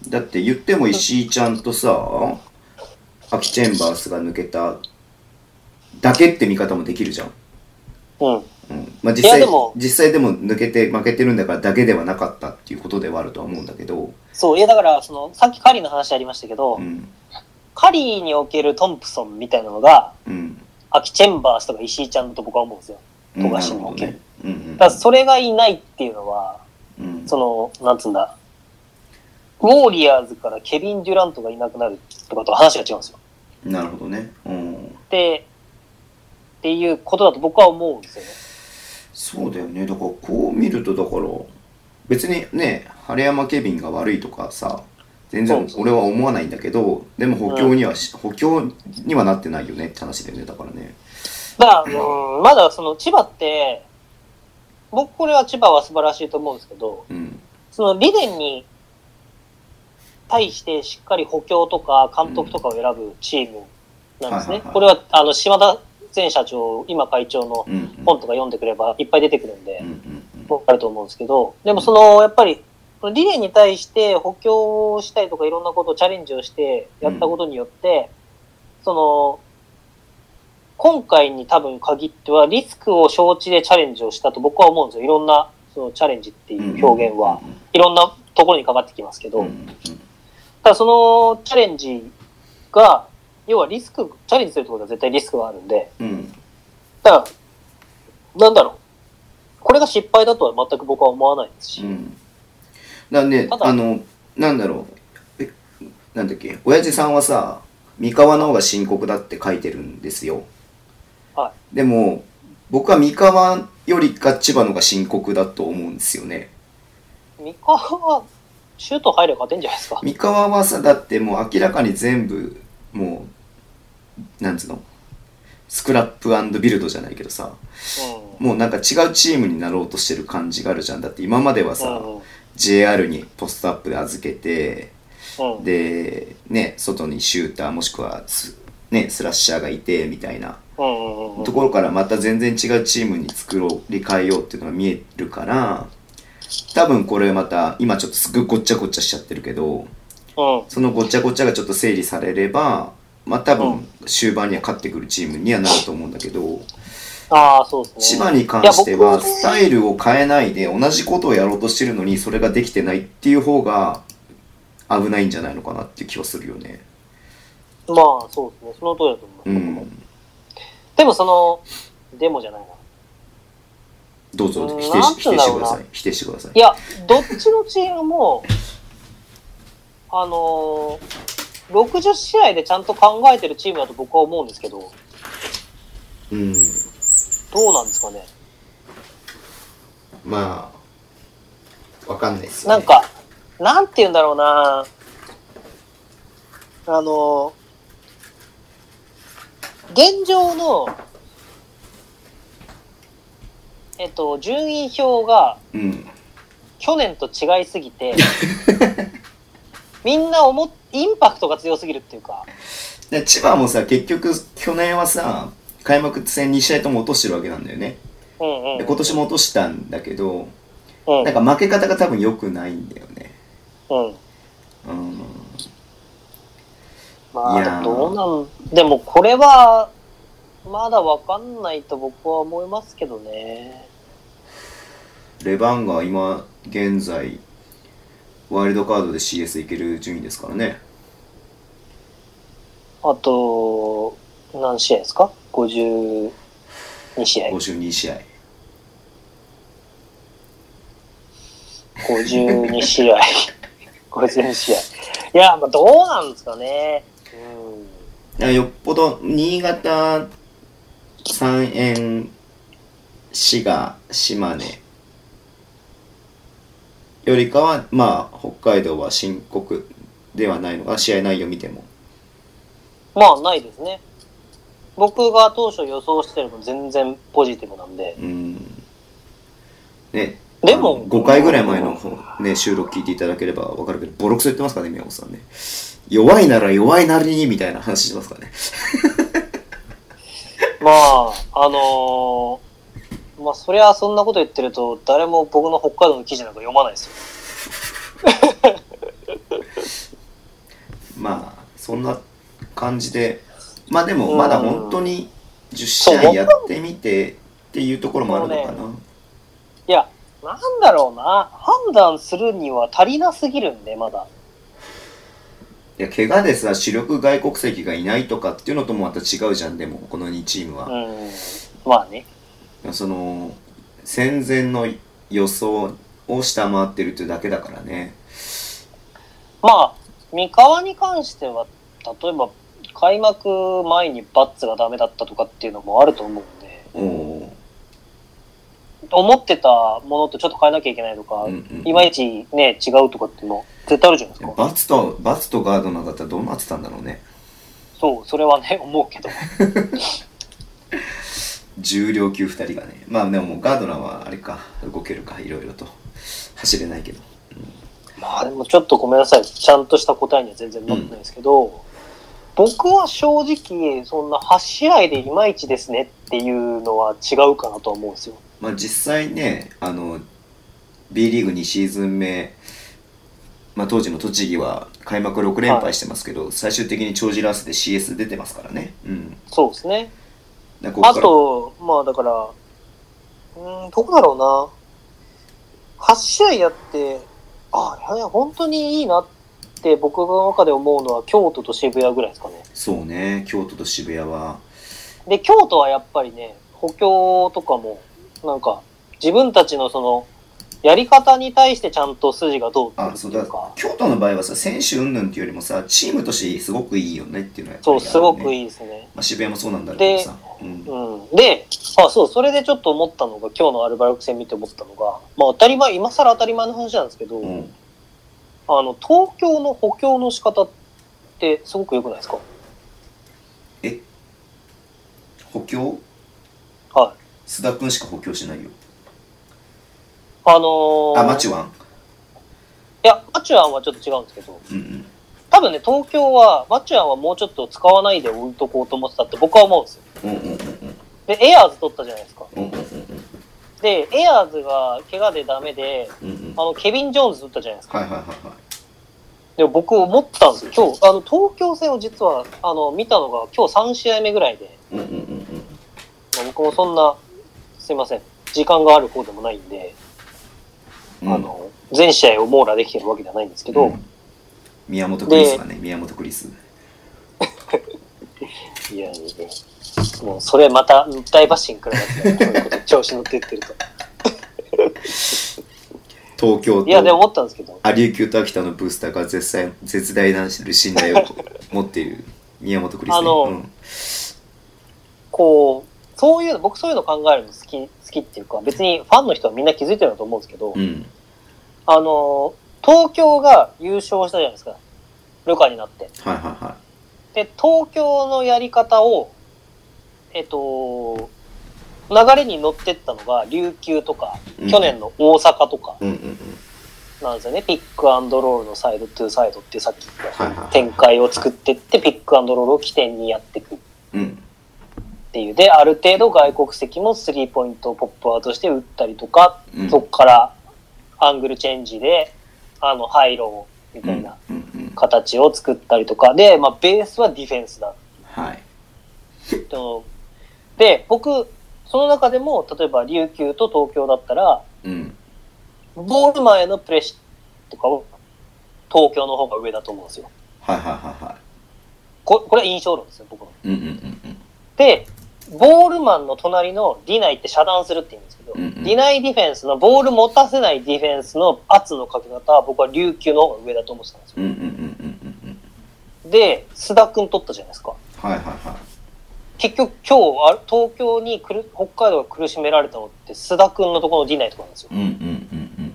だって言っても石井ちゃんとさ、アキチェンバースが抜けただけって見方もできるじゃん。 うん。 うん、まあ実際、実際でも抜けて負けてるんだからだけではなかったっていうことではあるとは思うんだけど。 そう、いやだから、その、さっきカリーの話ありましたけど、 うん、 カリーにおけるトンプソンみたいなのが、 うん、 アキチェンバースとか石井ちゃんだと僕は思うんですよ。富樫における。 うんうんうん、 だからそれがいないっていうのは、うん、その、なんつうんだ、ウォーリアーズからケビン・デュラントがいなくなるとかと話が違うんですよ。 なるほどね。うん、 で、っていうことだと僕は思うんですよね。 そうだよね。だからこう見ると、だから別にね、晴山ケビンが悪いとかさ、全然俺は思わないんだけど、でも補強には、うん、補強にはなってないよねって話だよね。だからね。 だから、うん、まだその千葉って、僕これは千葉は素晴らしいと思うんですけど、 うん、 その理念に対してしっかり補強とか監督とかを選ぶチームなんですね。これはあの島田前社長、今会長の本とか読んでくればいっぱい出てくるんで、わかると思うんですけど、でもそのやっぱり理念に対して補強をしたりとかいろんなことをチャレンジをしてやったことによって、うん、その今回に多分限ってはリスクを承知でチャレンジをしたと僕は思うんですよ。いろんなそのチャレンジっていう表現はいろんなところにかかってきますけど、ただそのチャレンジが要はリスク、チャレンジするってことは絶対リスクがあるんで、 うん、 だから、なんだろう。これが失敗だとは全く僕は思わないですし。うん、 だね、あの、なんだろう。え、なんだっけ、親父さんはさ、三河の方が深刻だって書いてるんですよ。 はい。 でも、僕は三河よりか千葉の方が深刻だと思うんですよね。 三河は、シュート入れば勝てんじゃないですか。 三河はさ、だってもう明らかに全部、もうなんつうのスクラップ&ビルドじゃないけどさ、うん、もうなんか違うチームになろうとしてる感じがあるじゃん。だって今まではさ、うん、ジェイアール にポストアップで預けて、うん、でね外にシューターもしくはス、ね、スラッシャーがいてみたいな、うん、ところからまた全然違うチームに作り変えようっていうのが見えるから、多分これまた今ちょっとすぐごっちゃごっちゃしちゃってるけど、 うん、 そのごちゃごちゃがちょっと整理されれば、まあ多分終盤には勝ってくるチームにはなると思うんだけど、 ああ、そうですね。 千葉に関してはスタイルを変えないで同じことをやろうとしてるのにそれができてないっていう方が危ないんじゃないのかなっていう気はするよね。 まあそうですね。その通りだと思います。うん、でもそのでもじゃないな。 どうぞ否定し、否定してください。否定してください。 いや、どっちのチームもあのー、ろくじゅっしあいでちゃんと考えてるチームだと僕は思うんですけど、 うん、 どうなんですかね。 まあわかんないですよね。 なんかなんて言うんだろうな、あのー、現状のえっと順位表が、 うん、 去年と違いすぎてみんな思っインパクトが強すぎるっていうか。 で千葉もさ結局去年はさ開幕戦にしあいとも落としてるわけなんだよね、 うんうん、 で今年も落としたんだけど、 うん、 なんか負け方が多分良くないんだよね。 うん、 うん、 まあどうなんでもこれはまだ分かんないと僕は思いますけどね。 レバンが今現在ワイルドカードで シーエス いける順位ですからね。 あと何試合ですか？ごじゅうにしあい。 ごじゅうにしあい。 ごじゅうにしあい。ごじゅうにしあい。いや、まあどうなんですかね。うよっぽど新潟、三遠、滋賀、島根よりかは、まあ、北海道は深刻ではないのか、試合内容見ても。 まあ、ないですね。僕が当初予想してるの全然ポジティブなんで。 うん。ね。 でも、 ごかいぐらい前の、ね、収録聞いていただければわかるけど、ボロクソ言ってますからね、宮本さんね。弱いなら弱いなりにみたいな話してますからね。 まあ、あのー、まあ、そりゃそんなこと言ってると、誰も僕の北海道の記事なんか読まないですよ。 まあ、そんな感じで、まあでも、まだ本当にじゅっしあいやってみてっていうところもあるのかな。ね、 いや、なんだろうな。判断するには足りなすぎるんで、まだ。 いや、怪我でさ、主力外国籍がいないとかっていうのともまた違うじゃん、でも、このにチームは。 うん。まあね。 その、戦前の予想を下回ってるっていうだけだからね。 まあ、三河に関しては、例えば、開幕前にバッツがダメだったとかっていうのもあると思うんで。 お思ってたものとちょっと変えなきゃいけないとか、うんうん、いまいちね、違うとかっていうの絶対あるじゃないですか。 バツと、バツとガードナーだったらどうなってたんだろうね。 そう、それはね、思うけど。 重量級ふたりがね。まあでもガードナーはあれか、動けるか、いろいろと。走れないけど。うん、 まあでもちょっとごめんなさい。ちゃんとした答えには全然なってないですけど、うん、僕は正直、そんなはち試合でいまいちですねっていうのは違うかなと思うんですよ。 まあ実際ね、あの、B リーグにシーズン目、まあ当時の栃木は開幕ろく連敗してますけど、はい、最終的に帳尻合わせで シーエス 出てますからね。うん。 そうですね。ここあと、まあだから、うん、どこだろうな。はち試合やって、あ、いや、本当にいいなって僕の中で思うのは京都と渋谷ぐらいですかね。 そうね、京都と渋谷は。 で、京都はやっぱりね、補強とかも、なんか、自分たちのその、やり方に対してちゃんと筋が通ってるっていうか。 京都の場合はさ、選手云々っていうよりもさ、チームとしてすごくいいよねっていうのはやっぱり、ね、そう、すごくいいですね。 まあ、渋谷もそうなんだけどさ。 うん、うん。で、あ、そう、それでちょっと思ったのが、今日のアルバルク戦見て思ったのが、まあ当たり前、今更当たり前の話なんですけど、うん、あの、東京の補強の仕方ってすごく良くないですか？ え？補強？ はい。 須田くんしか補強しないよ。 あのー、 あ、マチュアン？ いや、マチュアンはちょっと違うんですけど、 うんうん、 多分ね、東京は、マチュアンはもうちょっと使わないで置いとこうと思ってたって僕は思うんですよ。 うんうんうんうん、 で、エアーズ取ったじゃないですか。 うんうんうんうん、 で、エアーズが怪我でダメで、 うんうん、 あの、ケビン・ジョーンズ取ったじゃないですか。 はいはいはいはい。 でも僕思ったんですよ。今日、あの、東京戦を実は、あの、見たのが今日さん試合目ぐらいで、 うんうんうんうん、 まあ、僕もそんな、すいません、時間がある方でもないんで、うん、あの、全試合を網羅できてるわけではないんですけど、うん、 宮本クリスがね、宮本クリス。 いや、ね、もうそれまた大バッシングくらいますね。こういうこと調子乗って言ってると。 東京といやでも思ったんですけど、 琉球と秋田のブースターが絶対絶大な信頼を持っている宮本クリス、ね、 あの、うん、こうそういうの僕そういうの考えるの好き好きっていうか、別にファンの人はみんな気づいてると思うんですけど、 うん、 あの東京が優勝したじゃないですか、ルカになって。 はいはいはい。 で東京のやり方をえっと流れに乗ってったのが琉球とか、うん、去年の大阪とかなんですよね、うんうんうん、ピックアンドロールのサイドトゥーサイドっていうさっき言った展開を作ってって、ピックアンドロールを起点にやっていくっていう、である程度外国籍もスリーポイントをポップアウトして打ったりとか、うん、そこからアングルチェンジであのハイローみたいな形を作ったりとかで、まあ、ベースはディフェンスだ、 はい、 で僕その中でも例えば琉球と東京だったら、 うん、 ボール前のプレッシャーとかを東京の方が上だと思うんですよ。 はいはいはいはい。 こ, これは印象論ですよ、僕の。 うんうんうんうん、 で、ボールマンの隣のディナイって遮断するって言うんですけど、うんうん、ディナイディフェンスのボール持たせないディフェンスの圧のかけ方は僕は琉球の方が上だと思ってたんですよ。 うんうんうんうんうん、 で、須田くん取ったじゃないですか。 はいはいはい。 結局今日あ東京に来る北海道が苦しめられたのって須田君のところのディナイとかなんですよ。 うんうんうんうん。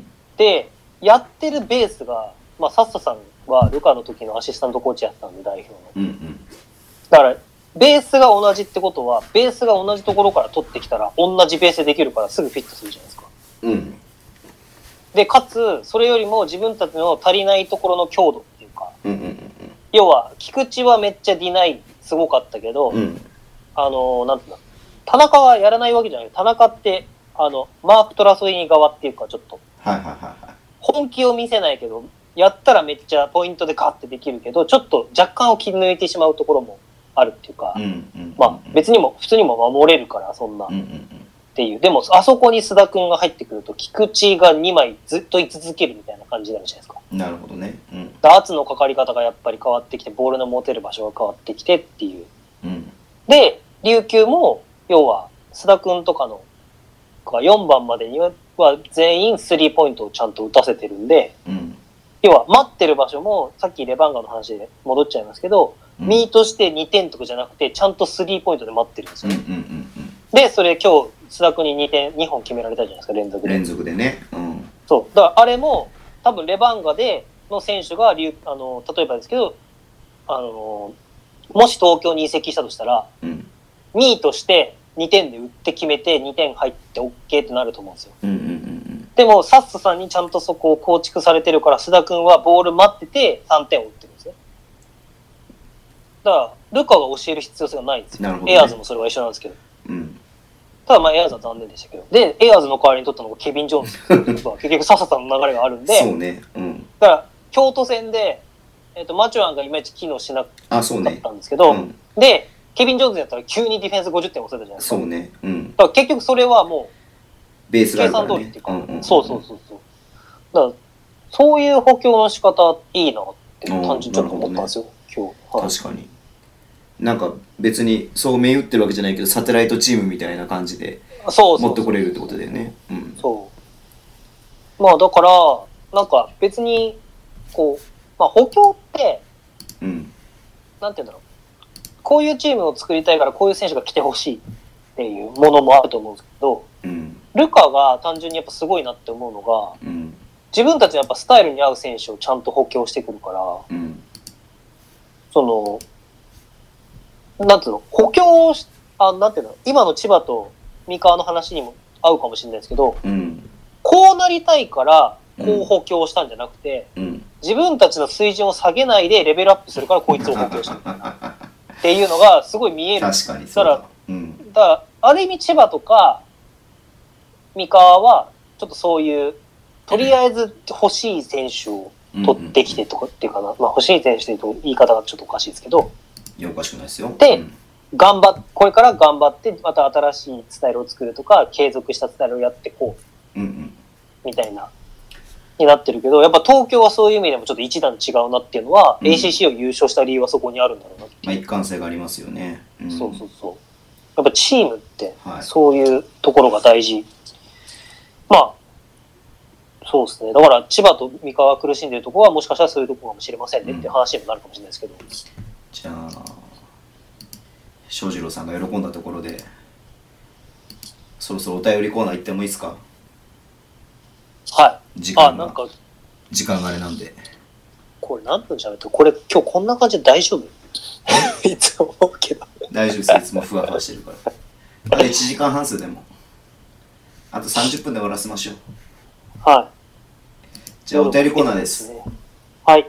でやってるベースが、まあ、サッサさんはルカの時のアシスタントコーチやったんで代表の、 うんうん、 だからベースが同じってことはベースが同じところから取ってきたら同じベースでできるからすぐフィットするじゃないですか。 うん、 でかつそれよりも自分たちの足りないところの強度っていうか、 うんうんうん、 要は菊池はめっちゃディナイすごかったけど、 うん、 あのなんていうの田中はやらないわけじゃない田中ってあのマーク・トラソイニ側っていうかちょっと、 はいはいはいはい、 本気を見せないけどやったらめっちゃポイントでガッてできるけどちょっと若干を切り抜いてしまうところもあるっていうか、 うんうんうん、 まあ別にも普通にも守れるからそんな、 うんうんうん、 っていうでもあそこに須田君が入ってくると菊池がにまいずっと居続けるみたいな感じになるじゃないですか。 なるほどね、うん、 圧のかかり方がやっぱり変わってきてボールの持てる場所が変わってきてっていう、 うん、 で琉球も要は須田君とかのよんばんまでには全員スリーポイントをちゃんと打たせてるんで、 うん、 要は待ってる場所もさっきレバンガの話で戻っちゃいますけど、うん、ミートしてにてんとかじゃなくてちゃんとスリーポイントで待ってるんですよ、うんうんうんうん、でそれ今日須田君ににてんにほん決められたじゃないですか連続で連続でね、うん、 そうだからあれも多分レバンガでの選手があの例えばですけどあのもし東京に移籍したとしたら、うん、ミートしてにてんで打って決めてにてん入って OK ってなると思うんですよ、うんうんうんうん、でもサッサさんにちゃんとそこを構築されてるから須田君はボール待っててさんてんを打ってるんですよ。だからルカが教える必要性がないんですよ、ね、エアーズもそれは一緒なんですけど、うん、ただまあエアーズは残念でしたけどでエアーズの代わりに取ったのがケビン・ジョーンズっていうのが結局サッサさんの流れがあるんでそうね、うん、 だから京都戦で、えー、とマチュアンがいまいち機能しなかったんですけど、ねうん、でケビン・ジョーンズやったら急にディフェンスごじゅってん押せたじゃないですか。 そうね。うん。 だから結局それはもうベースがあるからね。 計算通りっていうか、うんうんうん、そうそうそうそう。だからそういう補強の仕方いいなって単純にちょっと思ったんですよ、ね、今日、 はい。確かに。なんか別にそう銘打ってるわけじゃないけどサテライトチームみたいな感じで持ってこれるってことだよね。 うん。そう。まあだからなんか別にこうまあ補強ってうん。なんていうんだろう。こういうチームを作りたいからこういう選手が来てほしいっていうものもあると思うんですけど、うん、ルカが単純にやっぱすごいなって思うのが、うん、自分たちのやっぱスタイルに合う選手をちゃんと補強してくるから、うん、そのなんていうの補強しあなんていうの今の千葉と三河の話にも合うかもしれないですけど、うん、こうなりたいからこう補強したんじゃなくて、うん、自分たちの水準を下げないでレベルアップするからこいつを補強したっていうのがすごい見える。 確かにそうだ。だから、 うん、だからある意味千葉とか三河はちょっとそういうとりあえず欲しい選手を取ってきてとかっていうかな、うんうんうん、まあ欲しい選手というと言い方がちょっとおかしいですけど、 いやおかしくないですよ。 で、うん、頑張っこれから頑張ってまた新しいスタイルを作るとか継続したスタイルをやっていこう、うんうん、みたいなになってるけど、やっぱ東京はそういう意味でもちょっと一段違うなっていうのは、うん、エーシーシー を優勝した理由はそこにあるんだろうなっていう。 まあ一貫性がありますよね。 うん、そうそうそう。やっぱチームってそういうところが大事。はい、まあそうですね。だから千葉と三河が苦しんでるところはもしかしたらそういうところかもしれませんねっていう話にもなるかもしれないですけど。うん、 じゃあ翔士郎さんが喜んだところでそろそろお便りコーナー行ってもいいですか？ はい。 時間があ、なんか時間があれなんで。 これ何分喋ってる？これ今日こんな感じで大丈夫？いつも思うけど。 大丈夫です。いつもふわふわしてるから。あれいちじかんはん数でも。あとさんじゅっぷんで終わらせましょう。 はい。 じゃあお便りコーナーです。 ね、はい。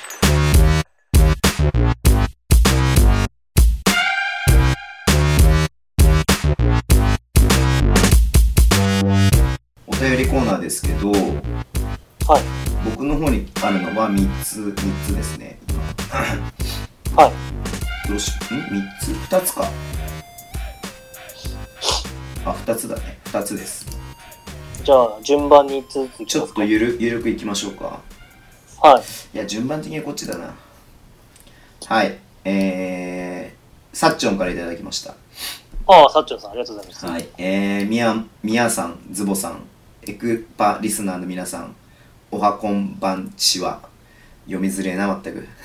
お便りコーナーですけど、 はい、 僕の方にあるのはみっつ、みっつですね。 はい。 どうしん ?みっ つ ?ふたつか。あ、ふたつだね。ふたつです。 じゃあ、順番に続きますか。 ちょっとゆる、ゆるくいきましょうか。 はい。 いや、順番的にこっちだな。はい。えー、サッチョンからいただきました。 ああ、サッチョンさん、ありがとうございます。 はい。えー、みや、みやさん、ズボさん、エクパリスナーの皆さん、おはこんばんちは。 読みづれえな、まったく。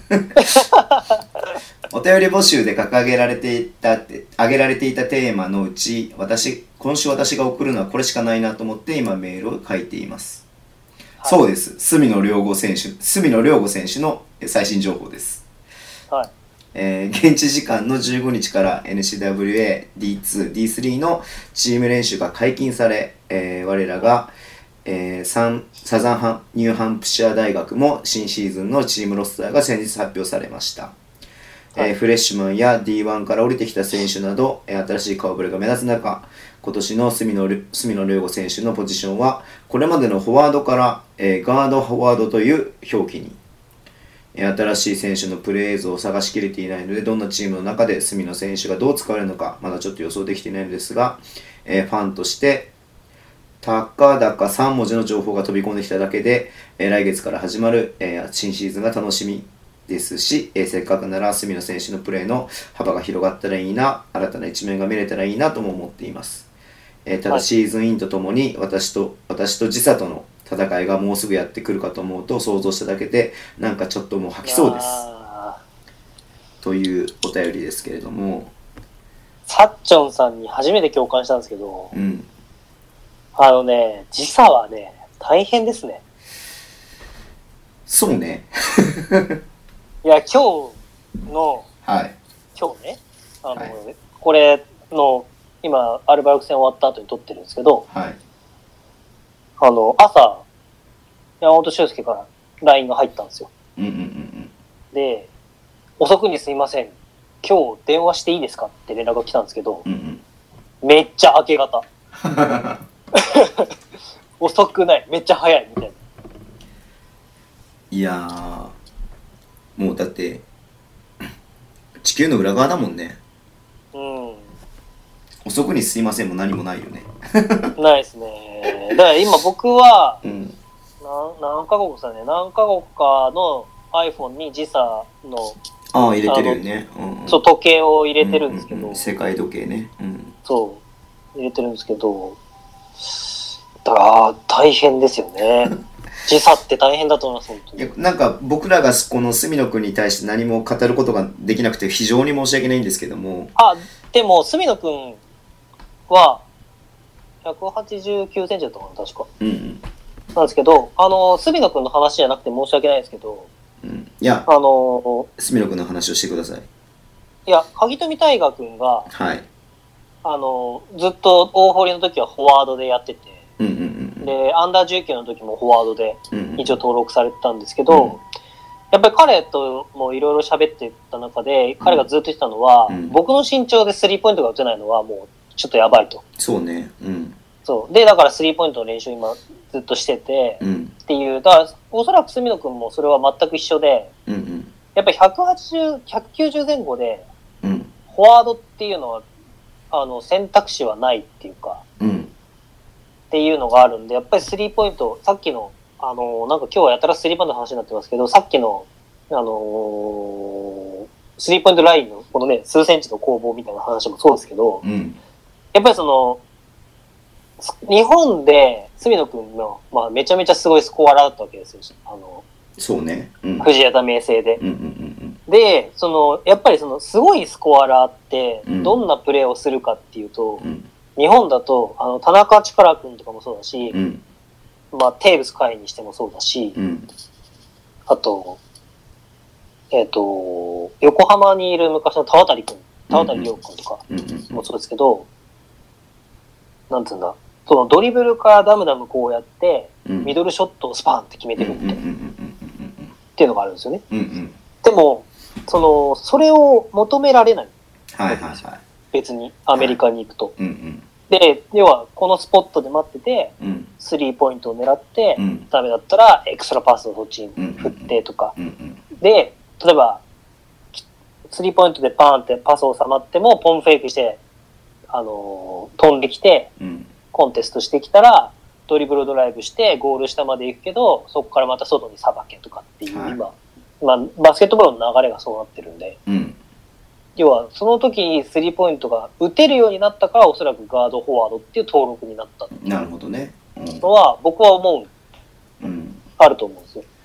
お便り募集で掲げられていた、挙げられていたテーマのうち、私、今週私が送るのはこれしかないなと思って今メールを書いています。はい、そうです。隅野良吾選手、隅野良吾選手の最新情報です。 はい。 えー、現地時間のじゅうごにちから エヌシーダブリューエー、ディーツー、ディースリー のチーム練習が解禁され、えー、我らが、えー、サンサザンハンニューハンプシャー大学も新シーズンのチームロスターが先日発表されました。はい、えー、フレッシュマンや ディーワン から降りてきた選手など、えー、新しい顔ぶれが目立つ中、今年の隅野良吾選手のポジションはこれまでのフォワードから、えー、ガードフォワードという表記に。新しい選手のプレー映像を探しきれていないので、どんなチームの中で隅野選手がどう使われるのかまだちょっと予想できていないのですが、えー、ファンとしてたかだかさんもじの情報が飛び込んできただけで、えー、来月から始まる、えー、新シーズンが楽しみですし、えー、せっかくなら隅野選手のプレーの幅が広がったらいいな、新たな一面が見れたらいいなとも思っています。えー、ただシーズンインとともに私と私と時差との戦いがもうすぐやってくるかと思うと想像しただけでなんかちょっともう吐きそうですというお便りですけれども、 サッチョンさんに初めて共感したんですけど、 うん、 あのね、時差はね大変ですね。 そうねいや今日の、 はい、 今日ねあの、はい、これの今アルバルク戦終わった後に撮ってるんですけど、 はい、 あの朝山本修介から ライン が入ったんですよ。 うんうんうんうん、 で遅くにすいません今日電話していいですかって連絡が来たんですけど、 うんうん、 めっちゃ明け方遅くないめっちゃ早いみたいな。 いやーもうだって地球の裏側だもんね。 うん、 遅くにすいませんも何もないよねないですね。だから今僕は、 うん、 何, 何カ国さね何カ国かの iPhone に時差のああ入れてるよね、うんうん、 そう時計を入れてるんですけど、 うんうんうん、世界時計ね、うん、 そう入れてるんですけど、だから大変ですよね時差って大変だと思います本当に。 いやなんか僕らがこの隅野君に対して何も語ることができなくて非常に申し訳ないんですけども、 あでも隅野君はひゃくはちじゅうきゅうセンチだったかな確か、 うんうん、 なんですけど、あの隅野君の話じゃなくて申し訳ないですけど、 うん、いやあの隅野君の話をしてください。 いや鍵富大河君が、 はい、 あのずっと大堀の時はフォワードでやってて、 うんうんうん、 でアンダーじゅうきゅうの時もフォワードで一応登録されてたんですけど、うんうん、やっぱり彼ともいろいろ喋ってた中で彼がずっと言ってたのは、うん、僕の身長でスリーポイントが打てないのはもうちょっとやばいと。 そうね、うん、 そうでだからスリーポイントの練習今ずっとしてて、 うん、 っていうだからおそらく隅野君もそれは全く一緒で、 うんうん、 やっぱりひゃくはちじゅう、ひゃくきゅうじゅう前後で、 うん、 フォワードっていうのはあの選択肢はないっていうか、 うん、 っていうのがあるんでやっぱりスリーポイントさっきのあのなんか今日はやたらスリーポイントの話になってますけどさっきのあのー、スリーポイントラインのこのね数センチの攻防みたいな話もそうですけど、 うん、 やっぱりその日本で隅野君の、まあ、めちゃめちゃすごいスコアラーだったわけですよ。あのそうね、うん、 藤枝明誠で、 うんうんうん、 でそのやっぱりそのすごいスコアラーってどんなプレーをするかっていうと、うん、日本だとあの田中力君とかもそうだし、 うん、 まあ、テーブス海にしてもそうだし、 うん、 あとえっ、ー、と横浜にいる昔の田渡君田渡亮君とかもそうですけど、うんうん、なんつうんだそのドリブルからダムダムこうやって、うん、ミドルショットをスパンって決めてるってっていうのがあるんですよね、 うんうん、 でもそのそれを求められない、 はいはいはい、 別にアメリカに行くと、 はい、うんうん、 で要はこのスポットで待ってて、 うん、 スリーポイントを狙って、 うん、 ダメだったらエクストラパスをそっちに振ってとか、 うんうん、 で例えばスリーポイントでパーンってパスを収まってもポンフェイクしてあのー、飛んできて、 うん、 コンテストしてきたらドリブルドライブしてゴール下まで行くけどそこからまた外にさばけとかっていう、はい、今、まあ、バスケットボールの流れがそうなってるんで、 うん、 要はその時にスリーポイントが打てるようになったからおそらくガードフォワードっていう登録になったなるほどね、うん、 のは僕は思う、 うん、 あると思うんですよ。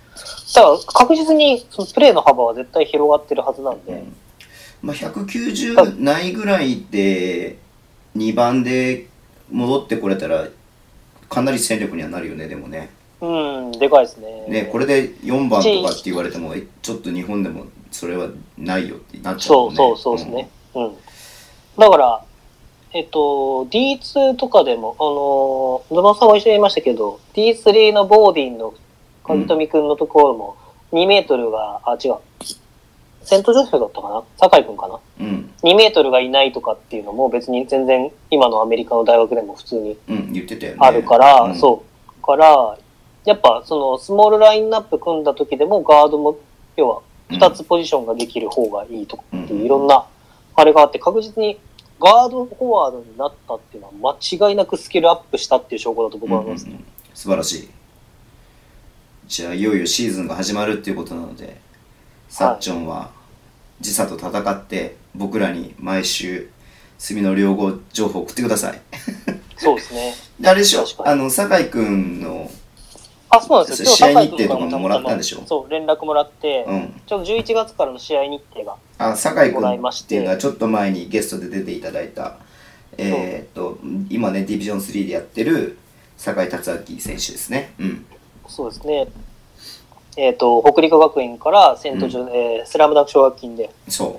だから確実にそのプレーの幅は絶対広がってるはずなんで、うん、 まあ、ひゃくきゅうじゅうないぐらいでにばんで戻ってこれたらかなり戦力にはなるよね。でもね、 うん、でかいですね。 ね、これでよんばんとかって言われてもちょっと日本でもそれはないよってなっちゃうもんね。 そうそうそうですね、うん、うん、だからえっと ディーツー とかでもあの野田さんは一緒に言いましたけど ディースリー のボーディンの鍵富くんのところもにメートルが、あ、違う。セントジョセフだったかな酒井くんかな、うん、にメートルがいないとかっていうのも別に全然今のアメリカの大学でも普通にあるから、うん、そう。から、やっぱそのスモールラインナップ組んだ時でもガードも、要はふたつポジションができる方がいいとかっていういろんなあれがあって確実にガードフォワードになったっていうのは間違いなくスキルアップしたっていう証拠だと僕は思いますね、うんうんうん。 素晴らしい。じゃあいよいよシーズンが始まるっていうことなので、サッチョンは時差と戦って僕らに毎週隅の両方情報を送ってください。 そうですね。 であれでしょ、あの酒井くんのあ、そうなんですよ。 試合日程とかももらったんでしょ。 そう、連絡もらって、うん、ちょうどじゅういちがつからの試合日程があ、酒井くんっていうのはちょっと前にゲストで出ていただいた、えー、っと今ねディビジョンスリーでやってる酒井達明選手ですね。うん。 そうですね。えっ、ー、と北陸学院からセントジョ、うんえー、スラムダンク奨学金で、 そう、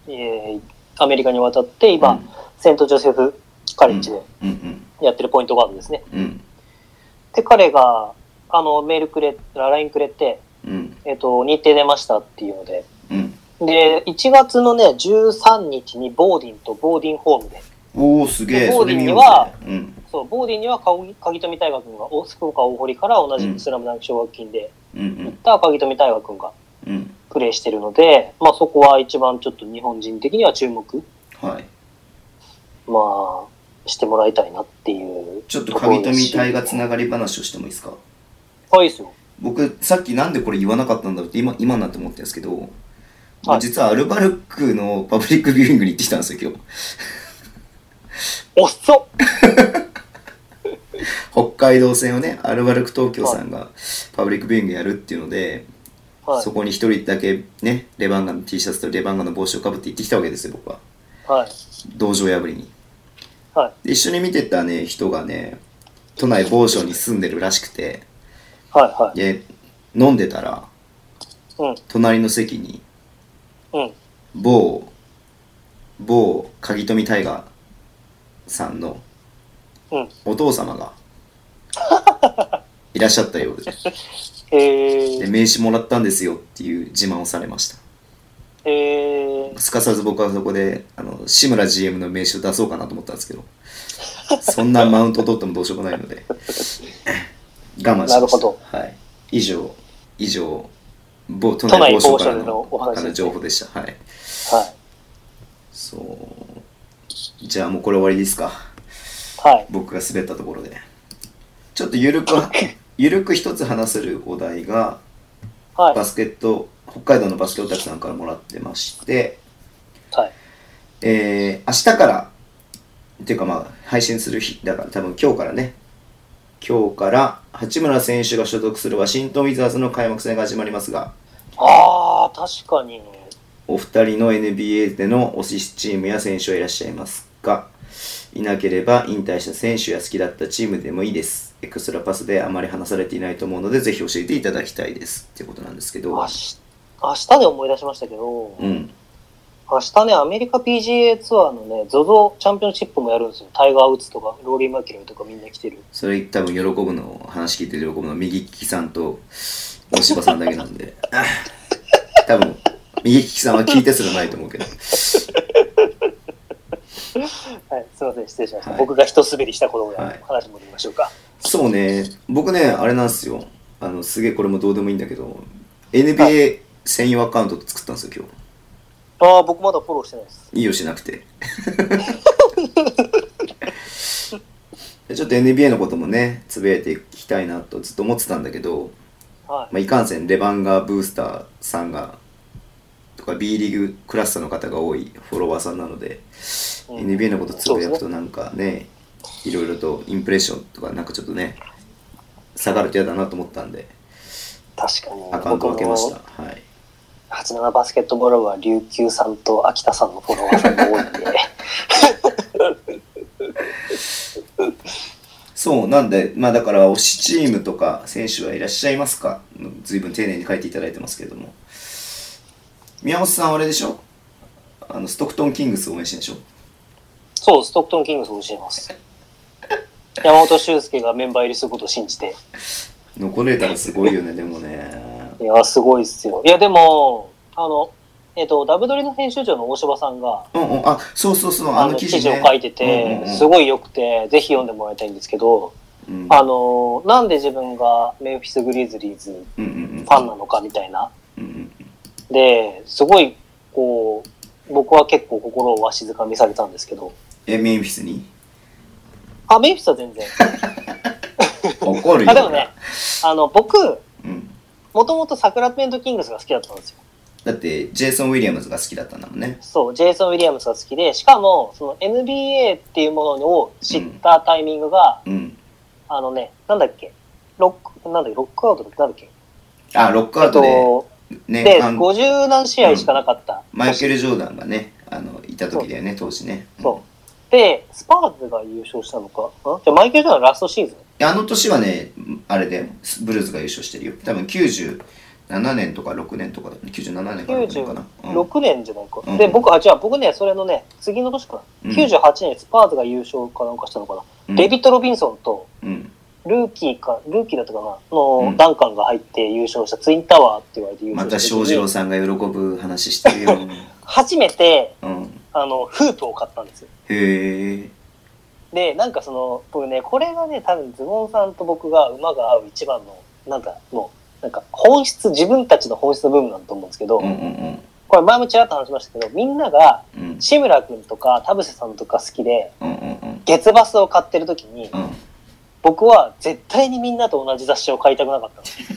えー、アメリカに渡って今、うん、セントジョセフカレッジでやってるポイントガードですね。 うんうん、 で彼があのメールくれ、ラインくれて、 うんえっ、ー、と日程出ましたっていうので、 うん、 でいちがつのねじゅうさんにちにボーディンとボーディンホームで、 おおすげえ。 ボーディンには、うん、そうボーディンには鍵富大学が福岡大堀から同じスラムダンク奨学金で行った鍵富大学がプレーしてるので、まあそこは一番ちょっと日本人的には注目、 はい、 まあしてもらいたいなっていう。 ちょっと鍵富大がつながり話をしてもいいですか。 あ、いいですよ。 僕さっきなんでこれ言わなかったんだろうって今今になって思ってるんですけど、はい、実はアルバルクのパブリックビューイングに行ってきたんですよ今日。 おっそ北海道線をねアルバルク東京さんがパブリックビューイングやるっていうので、はい、そこに一人だけねレバンガの T シャツとレバンガの帽子をかぶって行ってきたわけですよ僕は、 はい、 道場破りに、 はい、 で一緒に見てたね人がね都内某所に住んでるらしくて、 はいはい、 で飲んでたら、 うん、 隣の席に、 うん、 某某鍵富大河さんのお父様がいらっしゃったようで、 へで名刺もらったんですよっていう自慢をされました。 へすかさず僕はそこであの志村 ジーエム の名刺を出そうかなと思ったんですけどそんなマウント取ってもどうしようもないので我慢しました。 なるほど、 はい、以上以上某都内某所からのお話情報でした。はい、はい、そうじゃあもうこれ終わりですか。 はい、 僕が滑ったところでちょっとゆるくゆるく一つ話せるお題が、 はい、 バスケット北海道のバスケオタクさんからもらってまして、 はい、 えー、明日からっていうかまあ配信する日だから多分今日からね今日から八村選手が所属するワシントンウィザーズの開幕戦が始まりますが、 あー確かにお二人の エヌビーエー での推しチームや選手はいらっしゃいますか。いなければ引退した選手や好きだったチームでもいいです。エクストラパスであまり話されていないと思うのでぜひ教えていただきたいですっていうことなんですけど、 明日、明日で思い出しましたけど、 うん、 明日ねアメリカ ピージーエー ツアーのね ゾゾ チャンピオンシップもやるんですよ。タイガー・ウッズとかローリー・マキロイとかみんな来てる。 それ多分喜ぶの話聞いて喜ぶの右利きさんと大柴さんだけなんで多分右利きさんは聞いてすらないと思うけどはい、すいません失礼しました、はい、僕が一滑りしたことを話戻りましょうか、はい、 そうね僕ねあれなんですよあのすげえこれもどうでもいいんだけど エヌビーエー 専用アカウント作ったんですよ今日。 ああ僕まだフォローしてないです。 いいよしなくてちょっと エヌビーエー のこともねつぶやいていきたいなとずっと思ってたんだけど、 はいまあ、いかんせんレバンガブースターさんがとか B リーグクラスターの方が多いフォロワーさんなので、うん、エヌビーエー のことつぶやくとなんかねいろいろとインプレッションとかなんかちょっとね下がると嫌だなと思ったんで確かにアカウント分けました。はい。 はちじゅうななバスケットボールは琉球さんと秋田さんのフォロワーさんが多いんでそうなんで、まあだから推しチームとか選手はいらっしゃいますか？随分丁寧に書いていただいてますけれども、宮本さんあれでしょ、あのストックトンキングスを応援してるでしょ？ そう、ストックトンキングスを応援してます山本修介がメンバー入りすることを信じて残れたらすごいよね。でもね、 いやすごいっすよ。いやでもあのえっ、ー、とダブドリの編集長の大柴さんが、 うんうん、あ、そうそうそう、あの記事、ね、 記事を書いてて、うんうんうん、すごい良くてぜひ読んでもらいたいんですけど、うん、あのなんで自分がメンフィスグリズリーズファンなのかみたいな、うんうんうん、ですごいこう僕は結構心をわしづかみされたんですけど。 え、メンフィスに？ あ、メンフィスは全然怒るよ。 あ、でもね、あの僕もともとサクラメントキングスが好きだったんですよ。 だってジェイソン・ウィリアムズが好きだったんだもんね。 そう、ジェイソン・ウィリアムズが好きで、しかもその エヌビーエー っていうものを知ったタイミングが、うんうん、あのね、なんだっけ、ロック、なんだっけ、ロックアウトってなんだっけ。 あ、ロックアウトで、 ね、で、ごじゅう何試合しかなかった、 うん。マイケル・ジョーダンがね、あのいた時だよね、当時ね。 そう。うん、で、スパーズが優勝したのか、じゃあマイケル・ジョーダンラストシーズン。 あの年はね、あれでブルーズが優勝してるよ。多分きゅうじゅうななねんとかろくねんとかだ、きゅうじゅうななねんかろくねんかな。 きゅうじゅうろくねんじゃないか。うん、で、僕、あ、違う、僕ね、それのね、次の年かな。うん、きゅうじゅうはちねんスパーズが優勝かなんかしたのかな。うん、デビッド・ロビンソンと、うん、ルーキーか、ルーキーだったかなの、うん、ダンカンが入って優勝したツインタワーって言われて優勝した。 また翔士郎さんが喜ぶ話してるよ。 初めて、うん、あの、フープを買ったんですよ。 へー。 で、なんかその、僕ね、これがね、多分ズボンさんと僕が馬が合う一番の、なんかもう、なんか本質、自分たちの本質の部分なんだと思うんですけど、うんうんうん、これ前もちらっと話しましたけど、みんなが、志村くんとか田臥さんとか好きで、うんうんうん、月バスを買ってる時に、うん、僕は絶対にみんなと同じ雑誌を買いたくなかったんです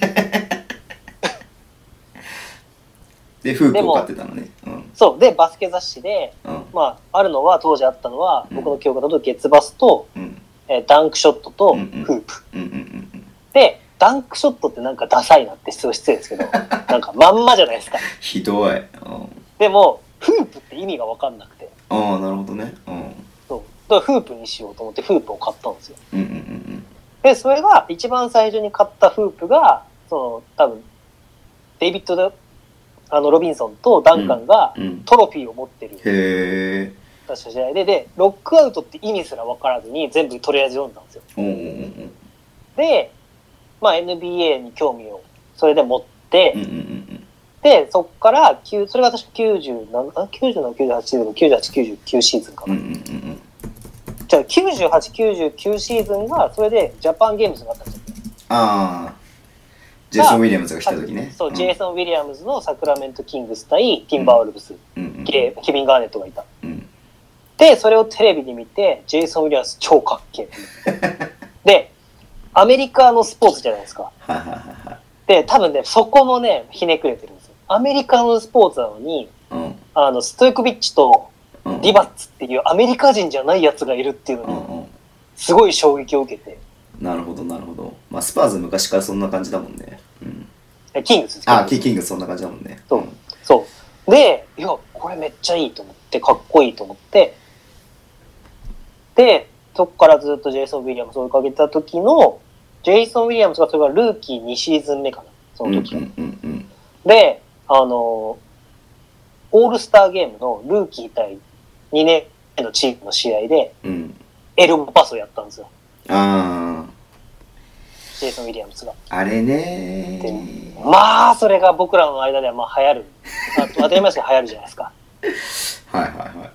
で、フープを買ってたのね。 うん、そう。で、バスケ雑誌で、うん、まあ、あるのは、当時あったのは、うん、僕の記憶だと、月バスと、うん、えー、ダンクショットと、フープ、うんうん。で、ダンクショットってなんかダサいなってすごい失礼ですけど、なんかまんまじゃないですか。 ひどい。うん、 でも、フープって意味がわかんなくて。 ああ、なるほどね。うん、 そう。だからフープにしようと思って、フープを買ったんですよ。 うんうんうんうん、 で、それが、一番最初に買ったフープが、その、多分、デイビッド・で、あのロビンソンとダンカンがトロフィーを持ってる、うん、 へー試合で、でロックアウトって意味すら分からずに全部とりあえず読んだんですよ。 うんうんうん、 で、まあ、エヌビーエー に興味をそれで持って、 うんうんうん、 でそこからそれが確かきゅうじゅうなな、きゅうじゅうなな、きゅうじゅうはちシーズン、きゅうじゅうはち、きゅうじゅうきゅうシーズンかな。うんうんうん、じゃあきゅうじゅうはち、きゅうじゅうきゅうシーズンがそれでジャパンゲームズになったんですよ。 ああ。ジェイソン・ウィリアムズが来た時ね。 そう、うん、ジェイソン・ウィリアムズのサクラメント・キングス対ティンバーウルブス、うんうんうん、ケビン・ガーネットがいた、うん、でそれをテレビで見てジェイソン・ウィリアムズ超かっけえでアメリカのスポーツじゃないですかで多分ねそこもねひねくれてるんですよ。アメリカのスポーツなのに、うん、あのストイコビッチとディバッツっていうアメリカ人じゃないやつがいるっていうのにすごい衝撃を受けて。 なるほどなるほど。まあスパーズ昔からそんな感じだもんね。うん、 キングスあキングスそんな感じだもんね。 そう、うん、そうでいやこれめっちゃいいと思ってかっこいいと思ってでそこからずっとジェイソン・ウィリアムズを追いかけた時のジェイソン・ウィリアムズがそれがルーキーにシーズン目かなその時、うんうんうんうん、であのオールスターゲームのルーキー対にねんのチームの試合で、うん、エルボパスをやったんですよ。 あジェイソン・ウィリアムズがあれねーまあそれが僕らの間ではまあ流行るあ当たり前ですけど流行るじゃないですかはいはいはい。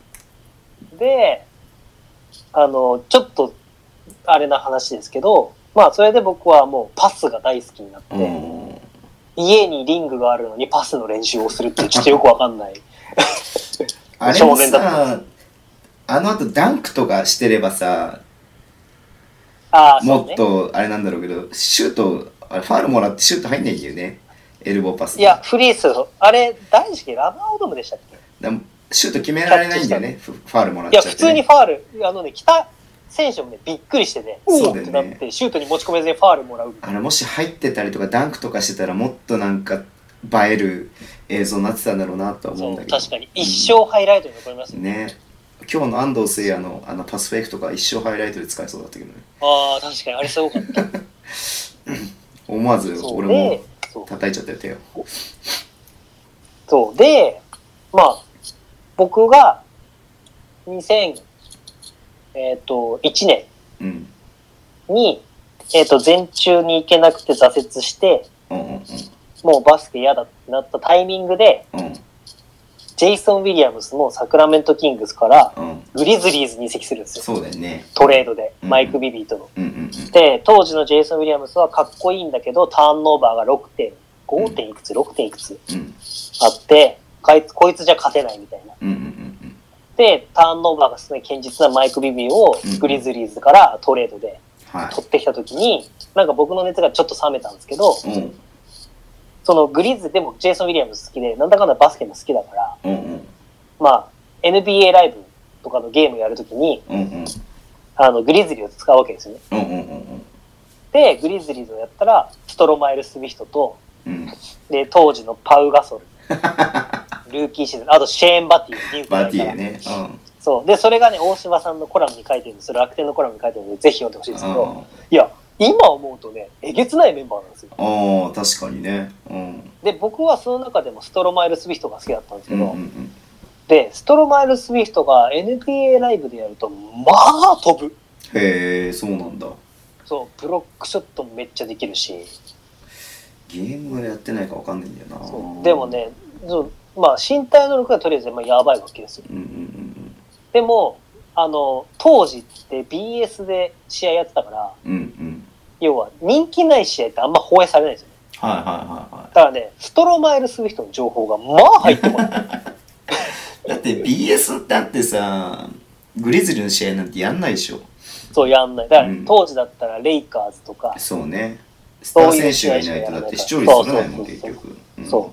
であのちょっとあれな話ですけどまあそれで僕はもうパスが大好きになって家にリングがあるのにパスの練習をするってちょっとよくわかんないあれもさあの後ダンクとかしてればさあもっとあれなんだろうけど、シュートあれファウルもらってシュート入んないんだよね。エルボーパス。 いやフリースローあれ大好きラバーオドムでしたっけ？ シュート決められないんだよね。ファウルもらっちゃって、ね。 いや普通にファウルあのね北選手もね、びっくりしてね、そうだよね。ってなって、シュートに持ち込めずにファールもらう。 あの、もし入ってたりとか、ダンクとかしてたら、もっとなんか、映える映像になってたんだろうなとは思うんだけど。 そう、確かに。一生ハイライトに残りますよね。ね。今日の安藤誠也のあのパスフェイクとか一生ハイライトで使えそうだったけどね。 ああ、確かに。あれすごかった。 思わず俺も叩いちゃったよ、手を。 そう。で、まあ、僕がにせん、えっと、いちねんに、うん、えっと、全中に行けなくて挫折して、うんうんうん、もうバスケ嫌だってなったタイミングで、うん、ジェイソン・ウィリアムスもサクラメント・キングスからグリズリーズに移籍するんですよ。 そうだよね。 トレードで、うんうん、マイク・ビビーとの、うんうんうん。で、当時のジェイソン・ウィリアムスはかっこいいんだけど、ターンオーバーが ろく. 点、ご. 点いくつ、ろく. 点いくつ、うん、あって、こいつ、こいつじゃ勝てないみたいな。うんうんうん、で、ターンオーバーがすごい堅実なマイク・ビビーをグリズリーズからトレードで取ってきたときに、はい、なんか僕の熱がちょっと冷めたんですけど、うん、そのグリズでもジェイソン・ウィリアムス好きで、なんだかんだバスケも好きだから、うんうん、まあ、エヌビーエー ライブとかのゲームやるときに、うんうん、あの、グリズリーを使うわけですよね。うんうんうんうん、で、グリズリーズをやったら、ストロマイル・スミヒトと、うん、で、当時のパウ・ガソル、ルーキーシーズン、あとシェーン・バティ、 バティね、うん。 そう。で、それがね、大島さんのコラムに書いてるんです。楽天のコラムに書いてるので、ぜひ読んでほしいんですけど、いや、今思うとね、えげつないメンバーなんですよ。 ああ、確かにね。うん。 で、僕はその中でもストロマイル・スミヒトが好きだったんですけど、うんうんうん、で、ストロマイル・スミヒトが エヌビーエー ライブでやると、まあ飛ぶ。 へえ、そうなんだ。 そう、ブロックショットもめっちゃできるし。 ゲームでやってないかわかんないんだよな。 そう。でもね、そうまあ身体能力がとりあえずまあやばいわけですよ。うんうんうん、でも、あの、当時って ビーエス で試合やってたから、うんうん、要は人気ない試合ってあんま放映されないんですよね。 はいはいはいはい。 だからね、ストロマイル・スミヒトの情報がまあ入ってこない。 だって ビーエス だってさ、グリズリーの試合なんてやんないでしょ。 そう、やんない。だから、うん、当時だったらレイカーズとか。 そうね。スター選手がいないとだって視聴率取れないもん、結局。 そう。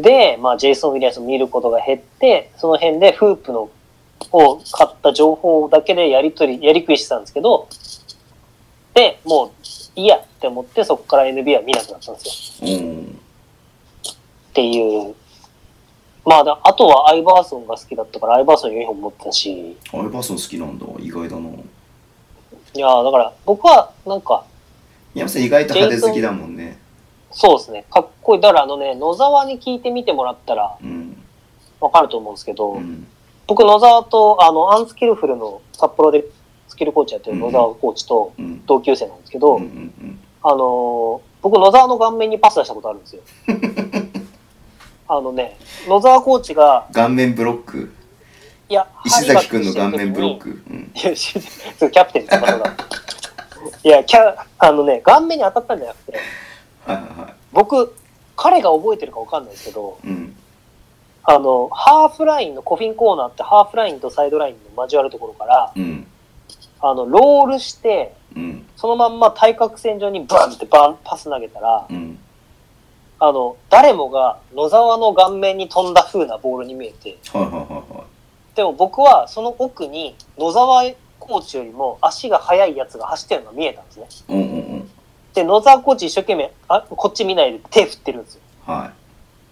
で、まあ、ジェイソン・ウィリアムスを見ることが減って、その辺でフープのを買った情報だけでやり取り、やりくりしてたんですけど、で、もういいやって思って、そこから エヌビーエー は見なくなったんですよ。うん、っていう。まあ、あとはアイバーソンが好きだったから、アイバーソンユニフォーム持ってたし。 アイバーソン好きなんだ。意外だな。 いやだから僕はなんか山さん意外と派手好きだもんね。 そうですね、かっこいい。だからあのね、野沢に聞いてみてもらったらわかると思うんですけど、うん、僕野沢とあのアンスキルフルの札幌でスキルコーチやってる野沢コーチと同級生なんですけど、うんうんうん、あの僕野沢の顔面にパス出したことあるんですよ。あのね、野沢コーチが顔面ブロック、 いや、 石崎くんの顔面ブロック。うん、 いや、キャプテンですから。いや、キャ、あのね、顔面に当たったんじゃなくて、 はいはいはい、 僕、彼が覚えてるかわかんないですけど、うん、あの、ハーフラインのコフィンコーナーってハーフラインとサイドラインの交わるところから、うん、あの、ロールして、うん、そのまんま対角線上にバンってバンパス投げたら、うん、あの、誰もが野沢の顔面に飛んだ風なボールに見えて、はいはいはいはい、でも僕はその奥に野沢コーチよりも足が速いやつが走ってるのが見えたんですね。うんうんうん、で、野沢コーチ一生懸命あこっち見ないで手振ってるんですよ。はい、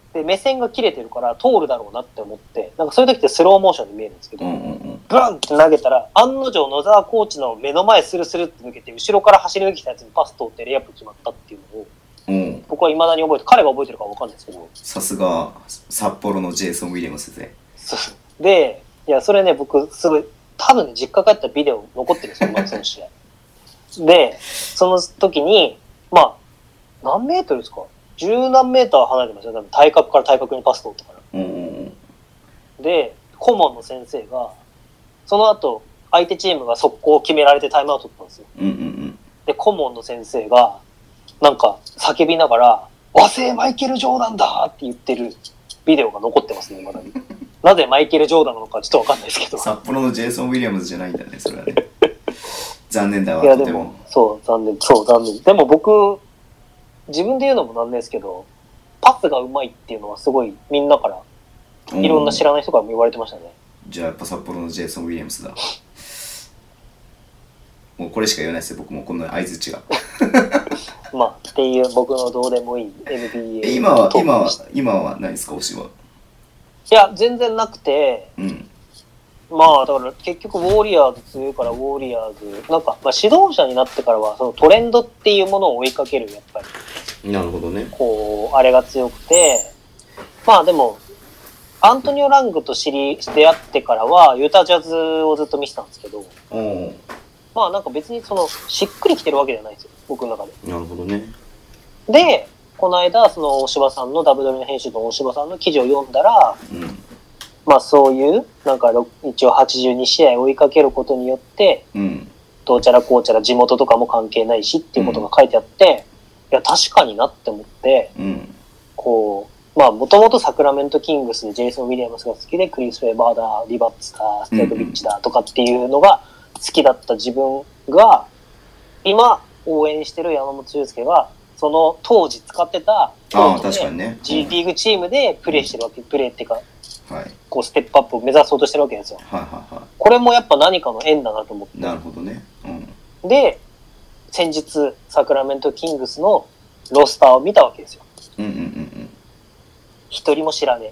で、目線が切れてるから通るだろうなって思って、なんかそういう時ってスローモーションに見えるんですけど、うんうんうん、ブランって投げたら案の定野沢コーチの目の前スルスルって抜けて後ろから走り抜けたやつにパス通ってレイアップ決まったっていうのを、うん、僕は未だに覚えて、彼が覚えてるかわかんないですけど。 さすが札幌のジェイソン・ウィリアムスで。 で、いや、それね、僕、すごい、多分ね、実家帰ったビデオ残ってるんですよ、まあ、その試合。で、その時に、まあ、何メートルですか？十何メーター離れてましたよ、多分対角から対角にパス通ったから。うんうんうん、で、顧問の先生が、その後、相手チームが速攻を決められてタイムアウト取ったんですよ。うんうんうん、で、顧問の先生が、なんか、叫びながら、和製マイケル・ジョーダンだって言ってるビデオが残ってますね、まだに。なぜマイケル・ジョーダンなのかちょっとわかんないですけど。 札幌のジェイソン・ウィリアムズじゃないんだね、それはね。残念だわ、 いやでも、そう、残念、そう、残念。でも僕、自分で言うのもなんですけど、パスがうまいっていうのはすごいみんなから、いろんな知らない人からも言われてましたね。 じゃあやっぱ札幌のジェイソン・ウィリアムズだ。 もうこれしか言わないですよ、僕もこの相づちが。 まあ、っていう僕のどうでもいい エヌビーエー。 今は、今は、今は何ですか、推しは。 いや、全然なくて、 うん。 まあ、だから結局、ウォーリアーズ強いから、ウォーリアーズ、なんか、まあ、指導者になってからは、そのトレンドっていうものを追いかける、やっぱり。 なるほどね。 こう、あれが強くて、まあでも、アントニオ・ラングと知り、出会ってからは、ユタジャズをずっと見てたんですけど、まあなんか別にその、しっくりきてるわけじゃないですよ、僕の中で。 なるほどね。 で、この間、その大柴さんの、ダブドリの編集の大柴さんの記事を読んだら、うん、まあそういう、なんか一応はちじゅうにしあ追いかけることによって、うん、どうちゃらこうちゃら地元とかも関係ないしっていうことが書いてあって、うん、いや確かになって思って、うん、こう、まあもともとサクラメントキングスでジェイソン・ウィリアムスが好きで、クリス・フェーバーだ、リバッツだ、ステートビッチだとかっていうのが好きだった自分が、今応援してる山本修介が、その当時使ってたあ確かにね、 G リーグチームでプレーしてるわけ、プレーっていうか、 はい、 こうステップアップを目指そうとしてるわけですよ。 はいはいはい、 これもやっぱ何かの縁だなと思って。 なるほどね。 うん、で、先日サクラメントキングスのロスターを見たわけですよ。 うんうんうんうん。 一人も知らね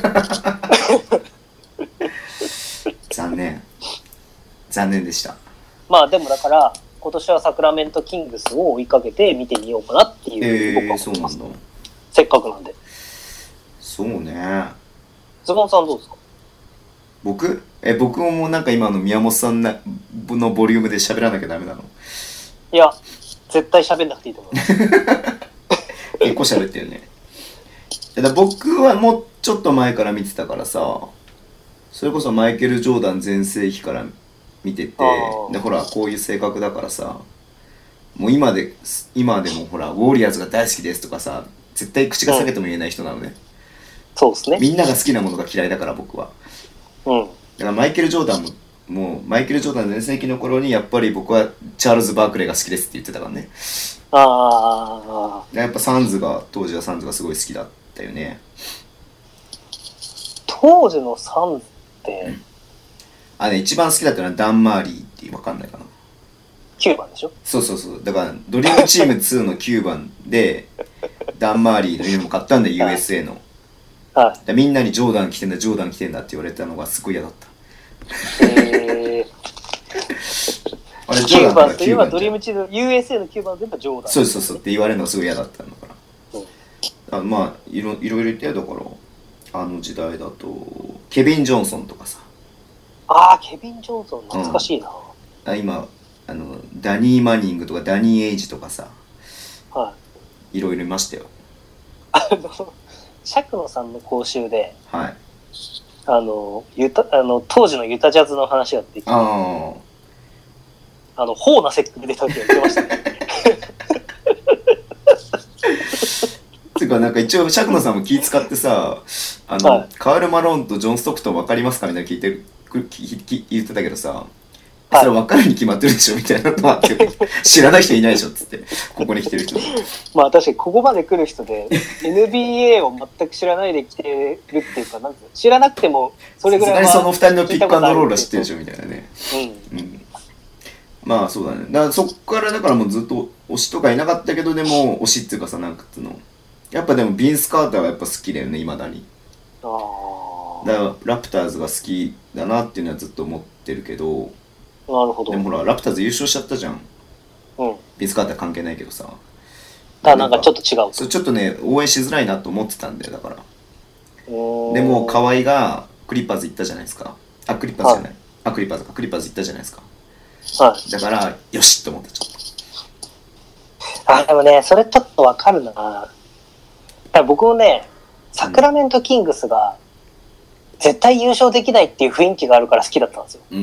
え。残念。残念でした。 まあでもだから今年はサクラメントキングスを追いかけて見てみようかなっていう、 僕は思います。えー、そうなんだ。 せっかくなんで。 そうね。 ズボンさんどうですか？ 僕え僕もなんか今の宮本さんのボリュームで喋らなきゃダメなの？ いや絶対喋んなくていいと思います。 結構喋ってるね。だ僕はもうちょっと前から見てたからさ、それこそマイケル・ジョーダン全盛期から見てて、でほらこういう性格だからさ、もう今で今でもほらウォーリアーズが大好きですとかさ、絶対口が裂けても言えない人なのね。うん、 そうですね。 みんなが好きなものが嫌いだから僕は。うん。だからマイケル・ジョーダンももうマイケル・ジョーダンの全盛期の頃にやっぱり僕はチャールズ・バークレーが好きですって言ってたからね。 ああ。 やっぱサンズが当時はサンズがすごい好きだったよね。 当時のサンズって、うん、 あね一番好きだったのはダン・マーリーって分かんないかな。 きゅうばんでしょ？ そうそうそう。だからドリームチームツーのきゅうばんでダン・マーリーのユニフォーム買ったんだよ ユーエスエー の。はい、みんなにジョーダン着てんだジョーダン着てんだって言われたのがすごい嫌だった。へーあれジョーダンからきゅうばんドリームチーム ユーエスエー のきゅうばん全部ジョーダン。 そうそうそうって言われるのがすごい嫌だったのかな。うん、あまあいろいろ言ってだからあの時代だとケビン・ジョンソンとかさ。 ああケビン・ジョンソン懐かしいな。 うん、あ今あのダニー・マニングとかダニー・エイジとかさ、はい、いろいろいましたよ。 あの釈野さんの講習で、 はい、 あのユタあの当時のユタジャズの話が出てきて、ああのホーナセックで出た時は言ってましたね。 ていうかなんか一応釈野さんも気使ってさ、あの、はい、カール・マローンとジョン・ストックトン分かりますかみたいな聞いてる言ってたけどさ。それは分かるに決まってるでしょみたいなのは知らない人いないでしょっつってここに来てる人まあ確かにここまで来る人で エヌビーエー を全く知らないで来てるっていうかなんて知らなくてもそれぐらいはそのふたりのピックアンドロールは知ってるでしょみたいなね、うんうん、まあそうだね。だからそっからだからもうずっと推しとかいなかったけどでも推しっていうかさなんかっていうのやっぱでもビンス・カーターはやっぱ好きだよねいまだに。あだからラプターズが好きだなっていうのはずっと思ってるけどなるほど。 でもほらラプターズ優勝しちゃったじゃん。うん。ビンスカーター関係ないけどさ。 あなんかちょっと違う。 そうちょっとね応援しづらいなと思ってたんだよだから。でも河合がクリッパーズ行ったじゃないですか。あクリッパーズじゃない。はい、あクリッパーズかクリッパーズ行ったじゃないですか。はい。だからよしと思ったちょっと。あでもねそれちょっとわかるな。だから僕もねサクラメントキングスが絶対優勝できないっていう雰囲気があるから好きだったんですよ。うん。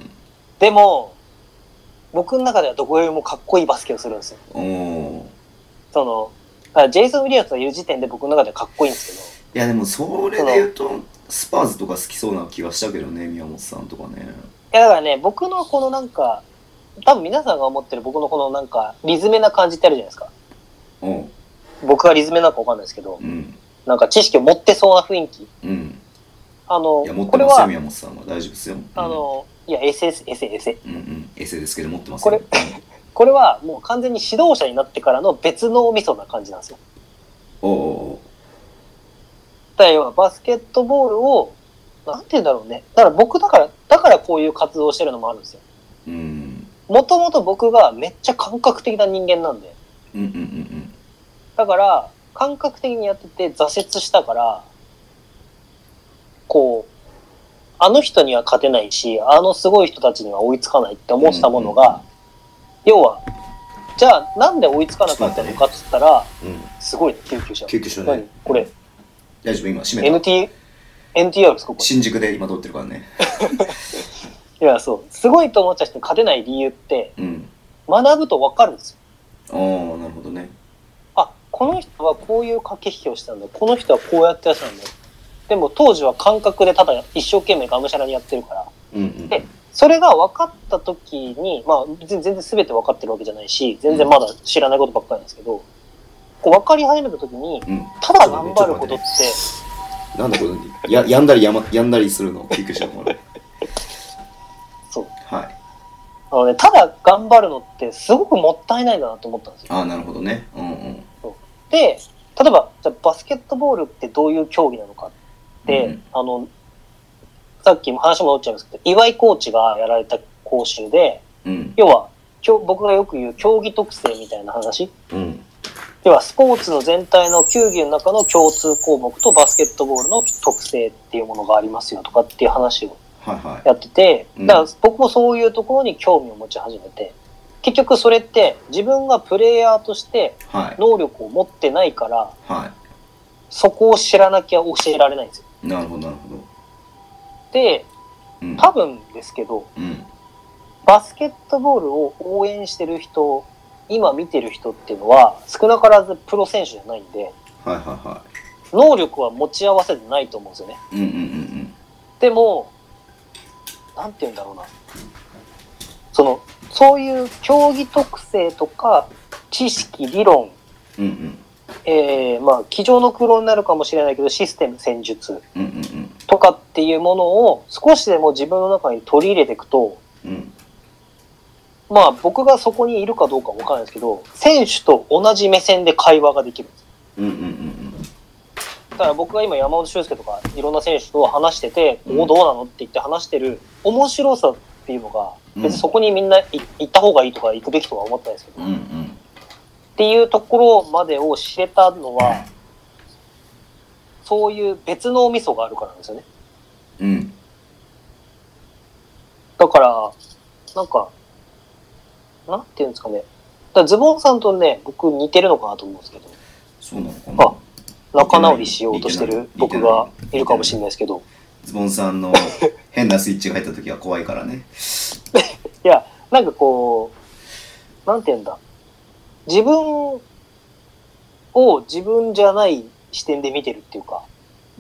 でも僕の中ではどこよりもかっこいいバスケをするんですよ。そのジェイソン・ウィリアムズがいる時点で僕の中ではかっこいいんですけど。 いやでもそれで言うとスパーズとか好きそうな気がしたけどね宮本さんとかね。 いやだからね僕のこのなんか多分皆さんが思ってる僕のこのなんかリズメな感じってあるじゃないですか。うん僕がリズメなんかわかんないですけど、うん、なんか知識を持ってそうな雰囲気。うんあのいや持ってますよ宮本さんは大丈夫ですよ。 あの、うん、いやエセエセエセエセ。うんうん。 エセですけど持ってますこれこれはもう完全に指導者になってからの別脳みそな感じなんですよ。 おお。 だから要はバスケットボールをなんて言うんだろうね。だから僕だからだからこういう活動をしてるのもあるんですよ。うん。もともと僕がめっちゃ感覚的な人間なんで。うんうんうんうん。だから感覚的にやってて挫折したから、こうあの人には勝てないし、あのすごい人たちには追いつかないって思ってたものが、うんうんうん、要はじゃあなんで追いつかなかったのかっつったら、ね、うん、すごい救急車。 救急車ね。 何これ？ 大丈夫今閉めた。 エヌティー エヌティーアール ですかこれ？ 新宿で今通ってるからね。 いやそうすごいと思った人に勝てない理由って、うん、学ぶと分かるんですよ。 ああなるほどね。 あこの人はこういう駆け引きをしたんだ。この人はこうやってやったんだ。でも当時は感覚でただ一生懸命がむしゃらにやってるから、うんうん、でそれが分かった時にまあ別に全然全て分かってるわけじゃないし全然まだ知らないことばっかりなんですけど、こう分かり始めた時に、うん、ただ頑張ることって、ね、 なんだこれ や, やんだりや,、ま、やんだりするの救急車もそうはいあの、ね、ただ頑張るのってすごくもったいないんだなと思ったんですよ。 あなるほどね、うんうん、 そうで例えばじゃバスケットボールってどういう競技なのかで、うん、あのさっきも話戻っちゃいますけど岩井コーチがやられた講習で、うん、要は僕がよく言う競技特性みたいな話、うん、要はスポーツの全体の球技の中の共通項目とバスケットボールの特性っていうものがありますよとかっていう話をやってて、はいはい、だから僕もそういうところに興味を持ち始めて、結局それって自分がプレイヤーとして能力を持ってないから、はい、そこを知らなきゃ教えられないんですよ。 なるほどなるほど。 で、うん、多分ですけど、うん、バスケットボールを応援してる人、今見てる人っていうのは少なからずプロ選手じゃないんで、はいはいはい、能力は持ち合わせてないと思うんですよね。うんうんうんうん、でもなんて言うんだろうな、そのそういう競技特性とか知識理論、うんうんえー、まあ机上の空論になるかもしれないけどシステム戦術とかっていうものを少しでも自分の中に取り入れていくと、うん、まあ僕がそこにいるかどうかわからないですけど選手と同じ目線で会話ができるんです、うんうんうん、だから僕が今山本修介とかいろんな選手と話してて、うん、おどうなのって言って話してる面白さっていうのが別にそこにみんな行った方がいいとか行くべきとは思ったんですけど、うんうん、っていうところまでを知れたのはそういう別のミソがあるからなんですよね、うん、だからなんかなんていうんですかね、だからズボンさんとね僕似てるのかなと思うんですけど、 そうなのかな、あ仲直りしようとしてる僕がいるかもしれないですけど、 ズボンさんの変なスイッチが入った時は怖いからねいやなんかこうなんていうんだ、自分を自分じゃない視点で見てるっていうか、うん、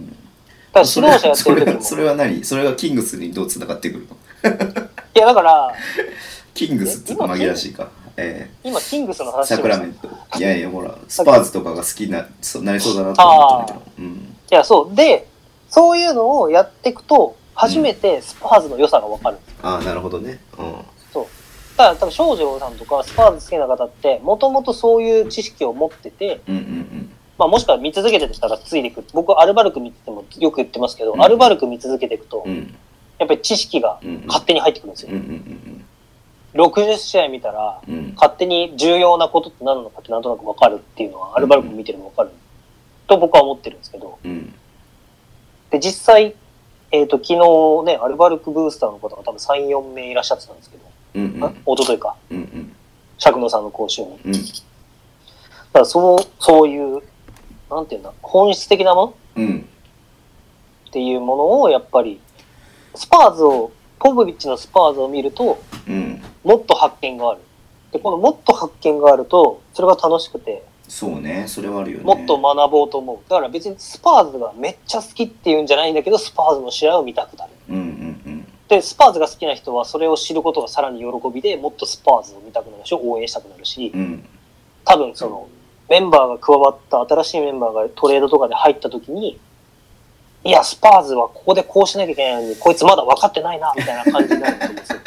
だから指導者やってる時もそれは何、それがキングスにどうつながってくるのいやだからキングスって紛らしいか、えー、今キングスの話サクラメント、いやいやほらスパーズとかが好きに な, なりそうだなと思ったんだけど、うん、いやそうでそういうのをやっていくと初めてスパーズの良さが分かる、 うん、ああなるほどね、うん、 そうだから多分庄司郎さんとかスパーズ好きな方ってもともとそういう知識を持ってて、うんうんうんまあ、もしくは見続けてたらついていく。僕アルバルク見ててもよく言ってますけど、うん、アルバルク見続けていくと、うん、やっぱり知識が勝手に入ってくるんですよ、うんうんうんうん、ろくじゅっしあい見たら、うん、勝手に重要なことって何なのかってなんとなく分かるっていうのはアルバルク見てるの分かる、うん、と僕は思ってるんですけど、うん、で実際、えーと、昨日ねアルバルクブースターの方が多分 さん,よん 名いらっしゃってたんですけど、うんうん、あ一昨日か、うんうん、釈野さんの講習に、うん、だからそうそういうなんていうんだ本質的なもの、うん、っていうものをやっぱりスパーズをポポビッチのスパーズを見ると、うん、もっと発見がある。でこのもっと発見があるとそれが楽しくて、 そうねそれはあるよね。 もっと学ぼうと思う。だから別にスパーズがめっちゃ好きっていうんじゃないんだけどスパーズの試合を見たくなる。うんうんうん、でスパーズが好きな人はそれを知ることがさらに喜びでもっとスパーズを見たくなるし応援したくなるし、うん、多分そのメンバーが加わった新しいメンバーがトレードとかで入った時にいやスパーズはここでこうしなきゃいけないのにこいつまだ分かってないなみたいな感じになると思うんですよ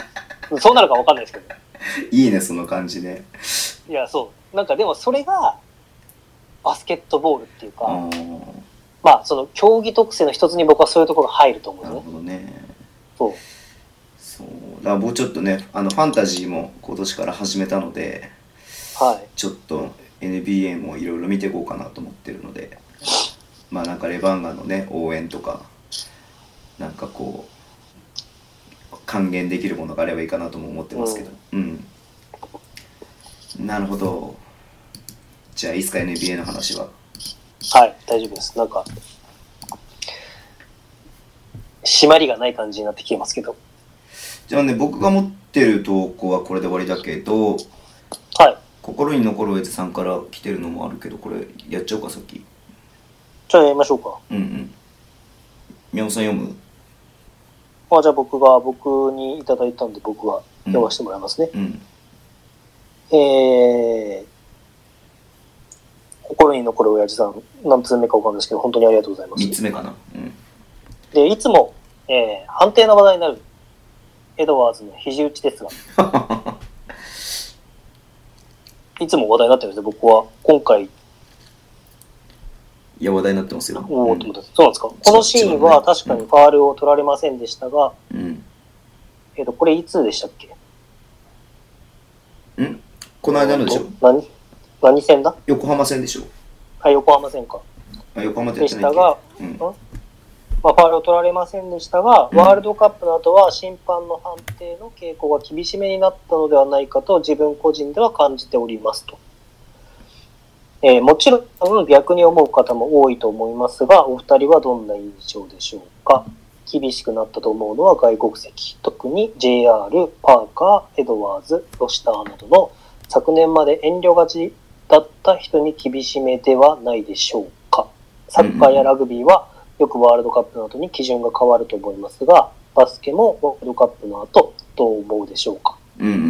そうなるか分かんないですけど。 いいね、その感じで。 いや、そう。なんかでもそれが、バスケットボールっていうか、まあ、その競技特性の一つに僕はそういうところが入ると思うんですね。なるほどね。そう。 そう。だから僕ちょっとね、あの、ファンタジーも今年から始めたので、 はい。 ちょっと エヌビーエー もいろいろ見ていこうかなと思ってるので、まあなんかレバンガのね、応援とか、なんかこう、還元できるものがあればいいかなとも思ってますけど。うん。うん、なるほど。じゃあいいですか、 エヌビーエー の話は。 はい、大丈夫です。なんか、締まりがない感じになってきてますけど。 じゃあね、僕が持ってる投稿はこれで終わりだけど、 はい。 心に残るおやつさんから来てるのもあるけど、これやっちゃおうか、さっき。 じゃあやりましょうか。 うんうん。宮本さん読む？ あ、じゃあ僕が、僕にいただいたんで僕が読ませてもらいますね。 うん。うん、 えー、心に残る親父さん、何つ目かわかんないですけど、本当にありがとうございます。 みっつめかな。うん。 で、いつも、えー、判定の話題になるエドワーズの肘打ちですが、いつも話題になってるんですよ、僕は。今回。 いや、話題になってますよ。 おー、と思った。そうなんですか。このシーンは確かにファールを取られませんでしたが、 うん。 えっと、これいつでしたっけ？ ん？この間のでしょ？ 何何戦だ？ 横浜戦でしょ？ はい、横浜戦か。 あ、横浜でしたが、うん、まあ、ファウルを取られませんでしたが、うん、ワールドカップの後は審判の判定の傾向が厳しめになったのではないかと自分個人では感じておりますと。えー、もちろん逆に思う方も多いと思いますが、お二人はどんな印象でしょうか。厳しくなったと思うのは外国籍、特に ジェイアール、パーカー、エドワーズ、ロシターなどの昨年まで遠慮がちだった人に厳しめではないでしょうか。サッカーやラグビーはよくワールドカップの後に基準が変わると思いますが、バスケもワールドカップの後どう思うでしょうか。 うんうんうん、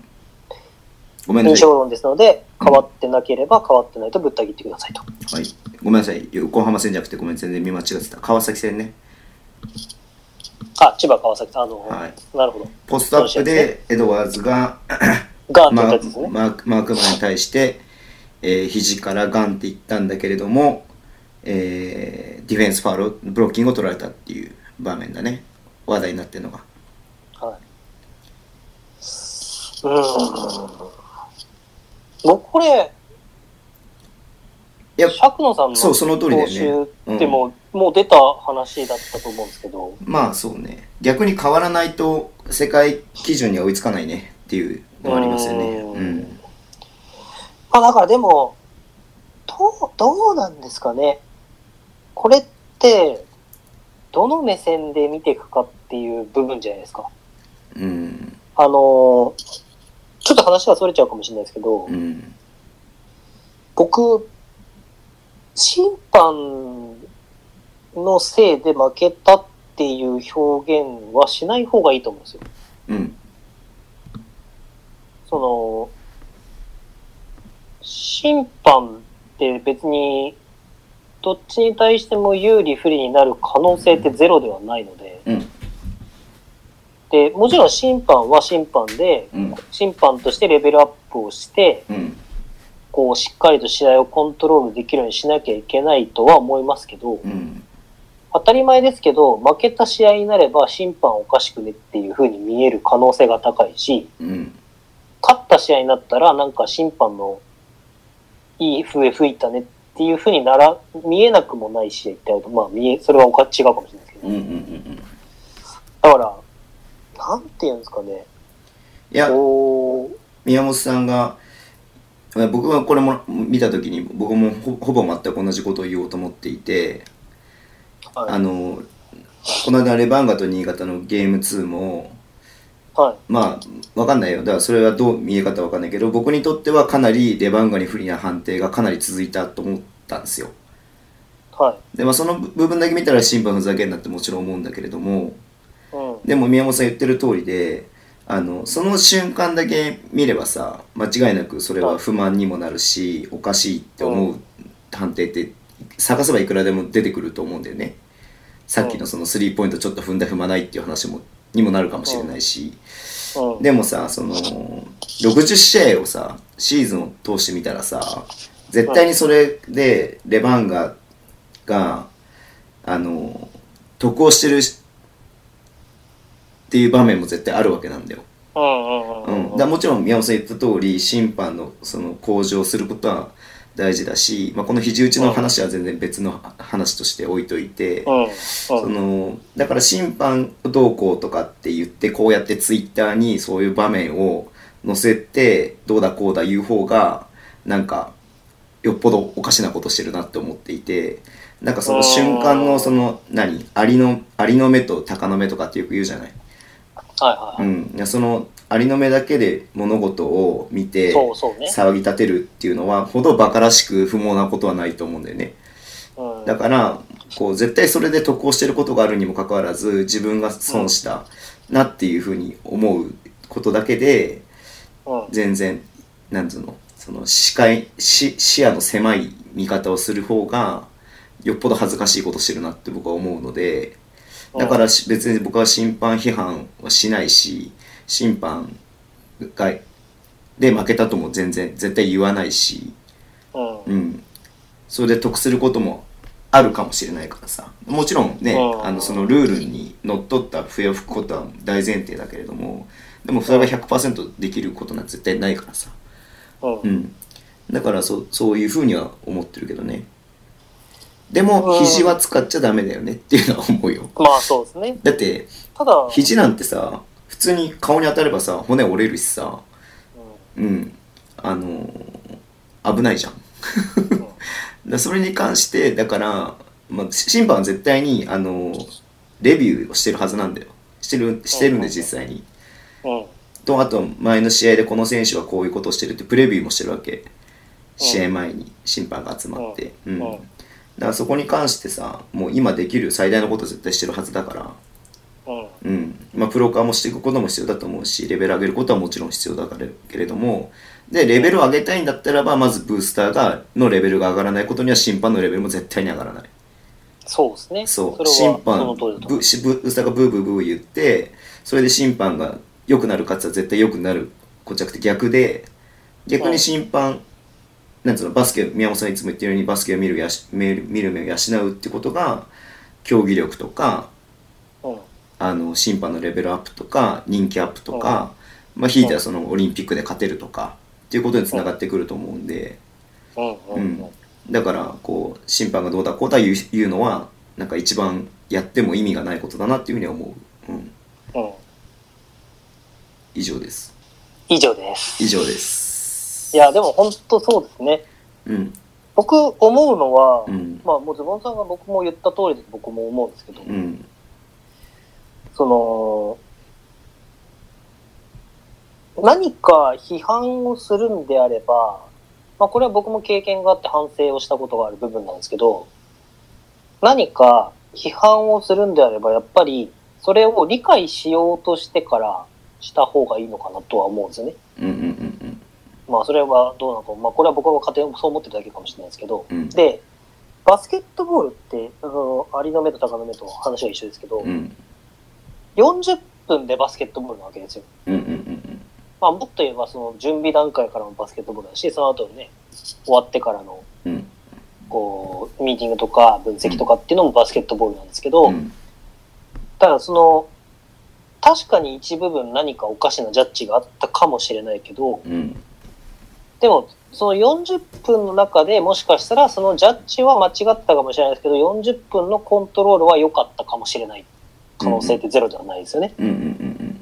ごめんなさい。 印象論ですので、変わってなければ変わってないとぶった切ってくださいと。 はい。ごめんなさい。横浜戦じゃなくてごめん、全然見間違ってた。川崎戦ね。 あ、千葉川崎さん、あの、はい、なるほど。 ポストアップでエドワーズがガンって言ったやつですね。 マーク、マークマンに対して、えー、肘からガンって言ったんだけれども、えー、ディフェンスファウル、ブロッキングを取られたっていう場面だね。話題になってるのが。 はい。うーん。僕これ、いや、釈野さんのそう、その通りだよね。でも、うん、もう出た話だったと思うんですけど。 まあそうね。逆に変わらないと世界基準には追いつかないねっていうのがありますよね。うん。うん、 まあだからでも、どう、どうなんですかね。これって、どの目線で見ていくかっていう部分じゃないですか。 うん。 あの、ちょっと話がそれちゃうかもしれないですけど、 うん、 僕、審判のせいで負けたっていう表現はしない方がいいと思うんですよ。 うん。 その、審判って別にどっちに対しても有利不利になる可能性ってゼロではないので、 うん、 でもちろん審判は審判で、うん、審判としてレベルアップをして、 うん、 こうしっかりと試合をコントロールできるようにしなきゃいけないとは思いますけど、 うん、 当たり前ですけど負けた試合になれば審判おかしくねっていう風に見える可能性が高いし、 うん、 勝った試合になったらなんか審判のいい笛吹いたねっていう風になら見えなくもない試合ってあると、まあ見えそれはおか違うかもしれないですけど、 うんうんうんうん、 だからなんていうんですかね。 いや宮本さんが僕はこれも見た時に僕も ほ, ほぼ全く同じことを言おうと思っていて、はい、あのこの間レバンガと新潟のゲームツーも、 はい、 まあ分かんないよ。だからそれはどう見え方分かんないけど、僕にとってはかなりレバンガに不利な判定がかなり続いたと思ったんですよ。 はい、 でまあその部分だけ見たら審判ふざけんなってもちろん思うんだけれども、 うん、 でも宮本さん言ってる通りで、あのその瞬間だけ見ればさ、間違いなくそれは不満にもなるし、おかしいって思う判定って探せばいくらでも出てくると思うんだよね。さっきのそのスリーポイントちょっと踏んだ踏まないっていう話もにもなるかもしれないし、 うん、でもさそのろくじゅっしあいをさシーズンを通してみたらさ絶対にそれでレバンガがあの得をしてるっていう場面も絶対あるわけなんだよ。うん、だもちろん宮本さん言った通り審判のその向上することは大事だし、まあ、この肘打ちの話は全然別の話として置いといて、うんうん、そのだから審判どうこうとかって言ってこうやってツイッターにそういう場面を載せてどうだこうだ言う方がなんかよっぽどおかしなことしてるなって思っていて、なんかその瞬間のその何アリのアリの目と鷹の目とかってよく言うじゃない。はいはいはい、うん、そのありの目だけで物事を見て騒ぎ立てるっていうのはほど馬鹿らしく不毛なことはないと思うんだよね、うん、だからこう絶対それで得をしてることがあるにもかかわらず自分が損したなっていうふうに思うことだけで、うん、全然なんつうのその視界視視野の狭い見方をする方がよっぽど恥ずかしいことしてるなって僕は思うので、だから別に僕は審判批判はしないし審判がで負けたとも全然絶対言わないし、うん、それで得することもあるかもしれないからさ、もちろんねあのそのルールにのっとった笛を吹くことは大前提だけれども、でもそれが ひゃくパーセント できることなんて絶対ないからさ、うん、だから そ, そういうふうには思ってるけどね。でも肘は使っちゃダメだよねっていうのは思うよ。 まあそうですね。 だってただ肘なんてさ普通に顔に当たればさ骨折れるしさ、うん、うん、あのー、危ないじゃん。だそれに関してだから、まあ、審判は絶対にあのー、レビューをしてるはずなんだよ。してるしてるんで実際に。うん、とあと前の試合でこの選手はこういうことをしてるってプレビューもしてるわけ。試合前に審判が集まって。うん。うん、だからそこに関してさもう今できる最大のこと絶対してるはずだから。うん、まあプロ化もしていくことも必要だと思うしレベル上げることはもちろん必要だからけれども、でレベルを上げたいんだったらばまずブースターがのレベルが上がらないことには審判のレベルも絶対に上がらない。 そうですね。 そう審判ブブブースターがブーブーブー言ってそれで審判が良くなるかつは絶対良くなるこっちゃなくて逆で、逆に審判、うん、なんつうのバスケ宮本さんいつも言ってるようにバスケを見るやし見る見る目を養うってことが競技力とか、うん、あの審判のレベルアップとか人気アップとか、うん、まあひいてはそのオリンピックで勝てるとかっていうことにつながってくると思うんで、うんうん、だからこう審判がどうだこうだ言う、言うのはなんか一番やっても意味がないことだなっていうふうには思う、うんうん、以上です以上です以上ですいやでも本当そうですね、うん、僕思うのは、うん、まあもうズボンさんが僕も言った通りで僕も思うんですけど、うん、その何か批判をするんであれば、まあこれは僕も経験があって反省をしたことがある部分なんですけど、何か批判をするんであればやっぱりそれを理解しようとしてからした方がいいのかなとは思うんですよね。うんうんうんうん。まあそれはどうなのか、まあこれは僕は勝手にそう思ってるだけかもしれないですけど、うん、でバスケットボールってあのアリの目と鷹の目と話は一緒ですけど、うん、よんじゅっぷんでバスケットボールなわけですよ。うんうんうんうん。まあもっと言えばその準備段階からのバスケットボールだし、その後にね終わってからの、うん、こうミーティングとか分析とかっていうのもバスケットボールなんですけど、うん、ただその確かに一部分何かおかしなジャッジがあったかもしれないけど、うん、でもそのよんじゅっぷんの中でもしかしたらそのジャッジは間違ったかもしれないですけどよんじゅっぷんのコントロールは良かったかもしれない可能性ってゼロではないですよね。うんうんうんうん、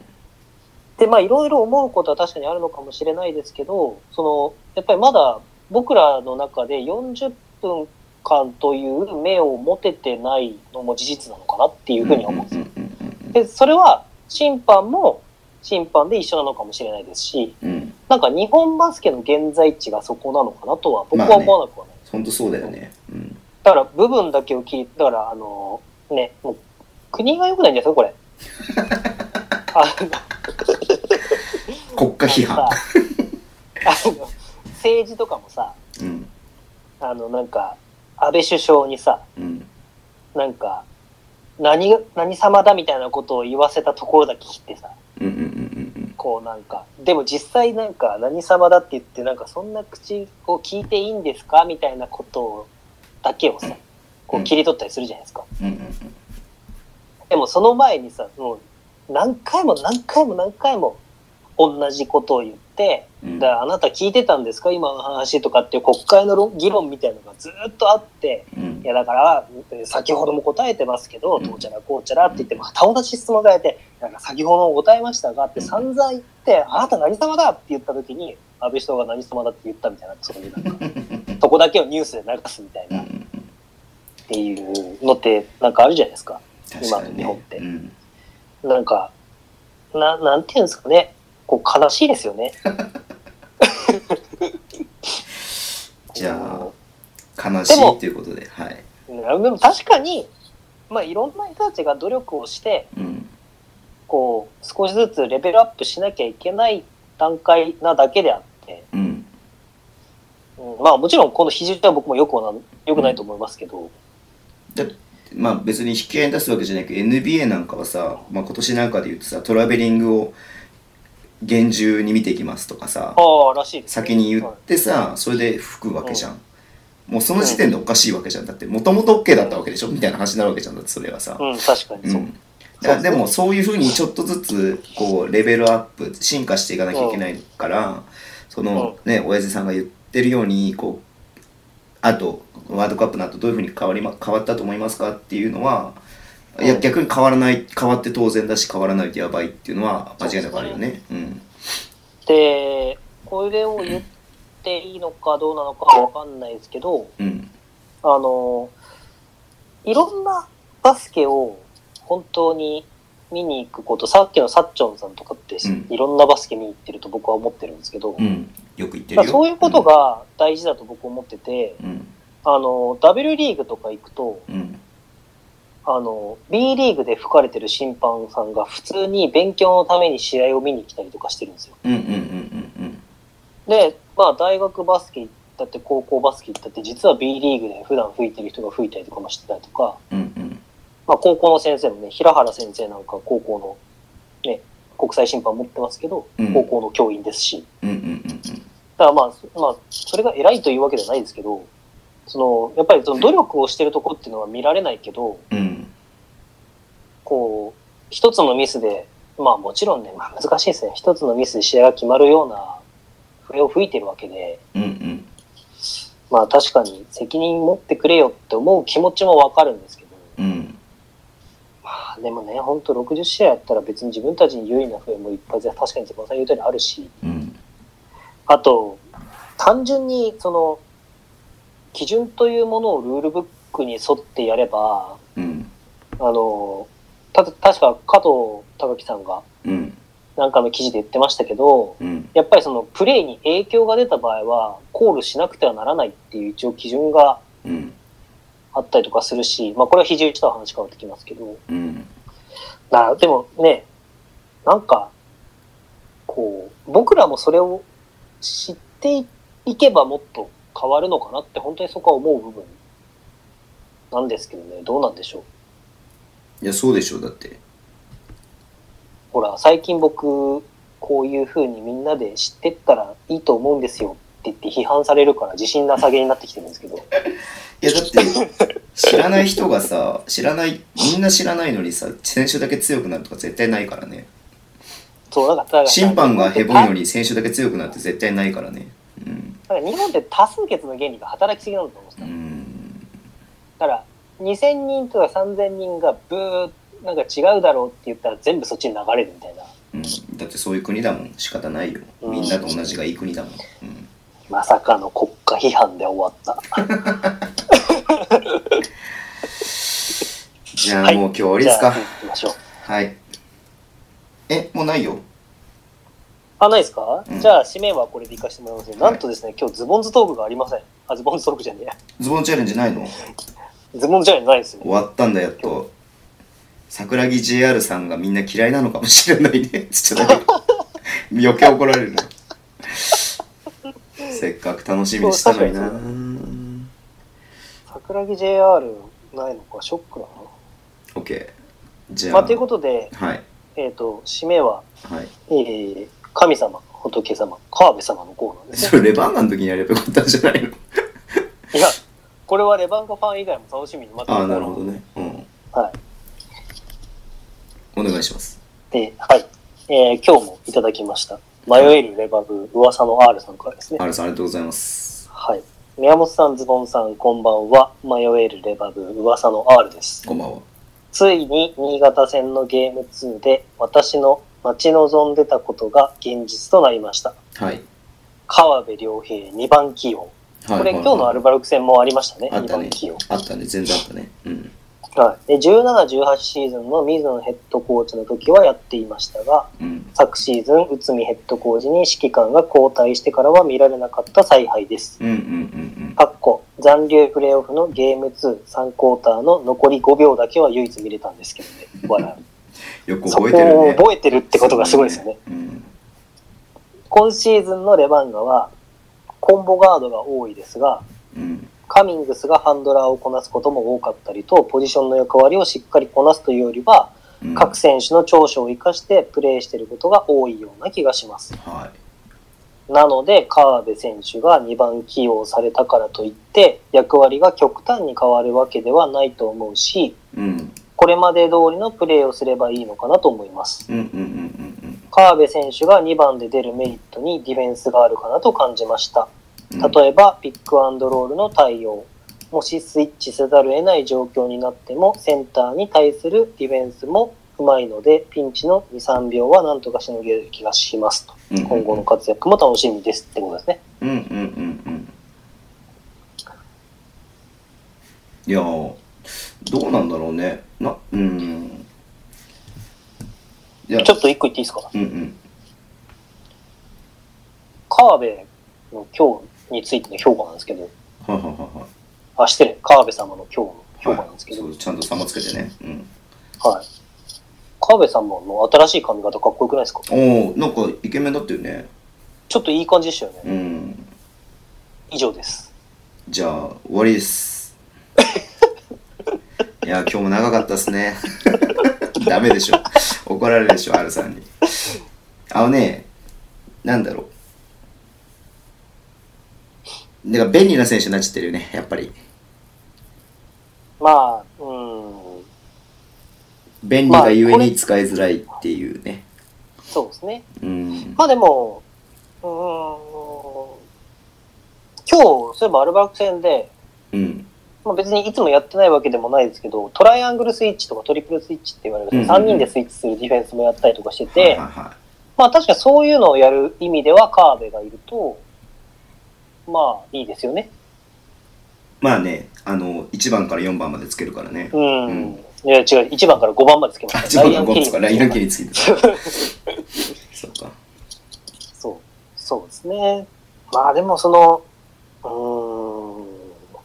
でまあいろいろ思うことは確かにあるのかもしれないですけど、そのやっぱりまだ僕らの中でよんじゅっぷんかんという目を持ててないのも事実なのかなっていうふうに思うんですよ。でそれは審判も審判で一緒なのかもしれないですし、うん、なんか日本バスケの現在地がそこなのかなとは僕は思わなくはない。 本当そうだよね。うん、 だから部分だけを聞いて、だからあのね、もう国が良くないんですよこれ。あ国家批判。 あの政治とかもさ、うん、あのなんか安倍首相にさ、うん、なんか何何様だみたいなことを言わせたところだけ切ってさ、うんうんうんうん、ここうなんか、でも実際なんか何様だって言って、なんかそんな口を聞いていいんですかみたいなことをだけをさ、こう切り取ったりするじゃないですか。うんうんうん、でもその前にさ、もう何回も何回も何回も同じことを言って、うん、だからあなた聞いてたんですか今の話とかっていう国会の議論みたいなのがずっとあって、うん、いやだから先ほども答えてますけど、どうちゃらこうちゃらって言っても、また同じ質問がやってなんか先ほども答えましたがって散々言って、あなた何様だって言った時に安倍首相が何様だって言ったみたいな、そういうなんかそこだけをニュースで流すみたいなっていうのってなんかあるじゃないですか、今の日本って、うん、なんかななんていうんですかね、こう悲しいですよね。 じゃあ悲しいっていうことで、はい。 でも確かに、まあ、いろんな人たちが努力をして、うん、こう少しずつレベルアップしなきゃいけない段階なだけであって、うんうん、まあもちろんこの比重は僕もよくはなよくないと思いますけど、 うん、まあ別に引き合いに出すわけじゃないけど エヌビーエー なんかはさ、まあ、今年なんかで言うとさ、トラベリングを厳重に見ていきますとかさ、 あらしいですね、 先に言ってさ、それで吹くわけじゃん、うん、もうその時点でおかしいわけじゃん。だってもともと OK だったわけでしょみたいな話になるわけじゃん。だってそれはさ、 うん、確かにそう、うん、 だからでもそういうふうにちょっとずつこうレベルアップ進化していかなきゃいけないから、うん、そのね親父さんが言ってるようにこうあとワールドカップの後どういうふうに変わり、ま、変わったと思いますかっていうのは、いや逆に変わらない、変わって当然だし変わらないとやばいっていうのは間違いなくあるよね。うん、 でこれを言っていいのかどうなのかわかんないですけど、うん、あのいろんなバスケを本当に見に行くこと、さっきのサッチョンさんとかって、うん、いろんなバスケ見に行ってると僕は思ってるんですけど、 うん、よく言ってるよ。 そういうことが大事だと僕は思ってて、うん、あの W リーグとか行くと、うん、あの B リーグで吹かれてる審判さんが普通に勉強のために試合を見に来たりとかしてるんですよ。うんうんうんうん、で、まあ大学バスケ行ったって高校バスケ行ったって実は B リーグで普段吹いてる人が吹いたりとかもしてたりとか、うんうん、まあ高校の先生もね、平原先生なんか高校のね国際審判持ってますけど、うん、高校の教員ですし、うんうんうんうん、だからまあまあそれが偉いというわけではないですけど、そのやっぱりその努力をしてるところっていうのは見られないけど、うん、こう一つのミスで、まあもちろんね、まあ、難しいですね。一つのミスで試合が決まるような笛を吹いてるわけで、うんうん、まあ確かに責任持ってくれよって思う気持ちもわかるんですけど、うん、まあでもね、ほんとろくじゅう試合やったら別に自分たちに有利な笛もいっぱい確かに瀬古さん言う通りあるし、うん、あと単純にその基準というものをルールブックに沿ってやれば、うん、あのた確か加藤隆樹さんがなんかの記事で言ってましたけど、うん、やっぱりそのプレーに影響が出た場合はコールしなくてはならないっていう一応基準があったりとかするし、まあこれは肘打ちとは話変わってきますけど、うん、だでもね、なんかこう僕らもそれを知っていけばもっと変わるのかなって本当にそこは思う部分なんですけどね。どうなんでしょう。いやそうでしょう。だってほら最近僕こういう風にみんなで知ってったらいいと思うんですよって言って批判されるから自信なさげになってきてるんですけどいやだって知らない人がさ知らないみんな知らないのにさ選手だけ強くなるとか絶対ないからね。 そうなんか審判がヘボいのに選手だけ強くなるって絶対ないからね。うん、 だから日本って多数決の原理が働きすぎなんだと思うんですよ。うん、だからにせんにんとかさんぜんにんがブーなんか違うだろうって言ったら全部そっちに流れるみたいな、 うん、だってそういう国だもん。仕方ないよ。みんなと同じがいい国だもん、うん、 まさかの国家批判で終わったじゃあもう今日終わりですか。 はい、行きましょう。 はい。えもうないよ。 あ、ないですか、うん、じゃあ締めはこれでいかしてもらいます、ね、なんとですね、今日ズボンズトークがありません。あ、ズボンズトークじゃねえや。 ズボンチャレンジないの？ ズボンチャレンジないですね。 終わったんだやっと。桜木 ジェイアール さんがみんな嫌いなのかもしれないね。ちょっと余計怒られるな。せっかく楽しみにしたのにな。 桜木 ジェイアール ないのかショックだな。 OK。 じゃあ、 まあ、ということで、 はい、 えっ、ー、と締めは、 はい、 えー、 神様、仏様、川辺様のコーナーですね。 それレバンガの時にやればよかったんじゃないの？いや、これはレバンガファン以外も楽しみに待ってああ、なるほどね。うん。 はい。 お願いします。 で、はい。えー、今日もいただきました。迷えるレバブ、噂の R さんからですね。 R さん、ありがとうございます。 はい。宮本さん、ズボンさん、こんばんは。迷えるレバブ、噂の R です。 こんばんは。 ついに新潟戦のゲームツーで私の待ち望んでたことが現実となりました。 はい。 川辺良平にばん起用。これ、今日のアルバルク戦もありましたね。 あったね。 にばん起用。 あったね。全然あったね。うん。 はい。で、じゅうなな、じゅうはちシーズンの水野ヘッドコーチの時はやっていましたが、うん、昨シーズン、内海ヘッドコーチに指揮官が交代してからは見られなかった采配です。 うんうんうんうん。 かっこ残留プレーオフのゲームツー、さんクォーターの残りごびょうだけは唯一見れたんですけどね。笑う。よく覚えてるね。 そこを覚えてるってことがすごいですよね。 うん、 今シーズンのレバンガは、コンボガードが多いですが、うん、カミングスがハンドラーをこなすことも多かったりと、ポジションの役割をしっかりこなすというよりは、うん、各選手の長所を生かしてプレーしていることが多いような気がします。 はい、 なので、川辺選手がにばん起用されたからといって、役割が極端に変わるわけではないと思うし、うん、これまで通りのプレーをすればいいのかなと思います。うんうんうんうん、川辺選手がにばんで出るメリットにディフェンスがあるかなと感じました。例えば、ピックアンドロールの対応。もしスイッチせざるを得ない状況になっても、センターに対するディフェンスもうまいので、ピンチのに、さんびょうはなんとかしのげる気がしますと。うんうん、今後の活躍も楽しみですってことですね。 うんうんうんうん。いやー、どうなんだろうね。な、うん。 いやちょっと一個言っていいですか？ うんうん。 川辺の今日についての評価なんですけど。 はいはいはいはい。 あ、してる。川辺様の今日の評価なんですけど。 はい、そうちゃんと様つけてね。うん。 はい。川辺様の新しい髪型かっこよくないですか？ おお、なんかイケメンだったよね。 ちょっといい感じでしたよね。 うん。 以上です。 じゃあ終わりです。いや今日も長かったですね。ダメでしょ。怒られるでしょ R さんに。あのね、なんだろう。だから便利な選手になっちゃってるよね、やっぱり。 まあ、うん。 便利がゆえに使いづらいっていうね。 まあ、そうですね。 うん。 まあでも、うん、今日、そういえばアルバルク戦で、うん。まあ、別にいつもやってないわけでもないですけど、トライアングルスイッチとかトリプルスイッチって言われる、うんうん、さんにんでスイッチするディフェンスもやったりとかしてて、はいはいはい、まあ確かにそういうのをやる意味では川辺がいると、まあいいですよね。 まあね、あのいちばんからよんばんまでつけるからね。 うん。うん、いや違う、いちばんからごばんまでつけました。 ライアン・ケリー。ライアン・ケリーつけてた。そうか。 そう、そうですね。まあでもその、うーん。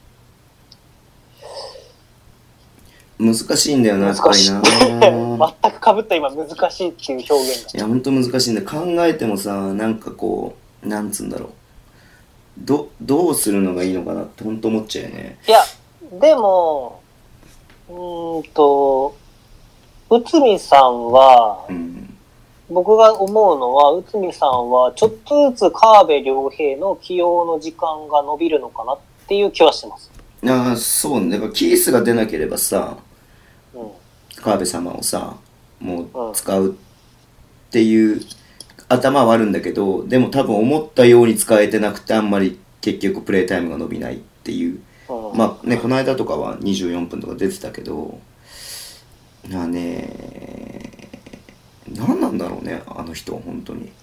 難しいんだよな、やっぱりな。 全く被った今難しいっていう表現が。 いや、ほんと難しいんだよ。考えてもさ、なんかこう、なんつうんだろう。ど、どうするのがいいのかなってほんと思っちゃうよね。 いや、でも、うーんと、内海さんは、うん、僕が思うのは、内海さんはちょっとずつ川辺良平の起用の時間が伸びるのかなっていう気はしてます。 ああ、そうね。だからキースが出なければさ、うん、川辺様をさ、もう使うっていう頭はあるんだけど、でも多分思ったように使えてなくて、あんまり結局プレイタイムが伸びないっていう。うん、まあね、この間とかはにじゅうよんぷんとか出てたけど、まあね、何なんだろうね、あの人、本当に。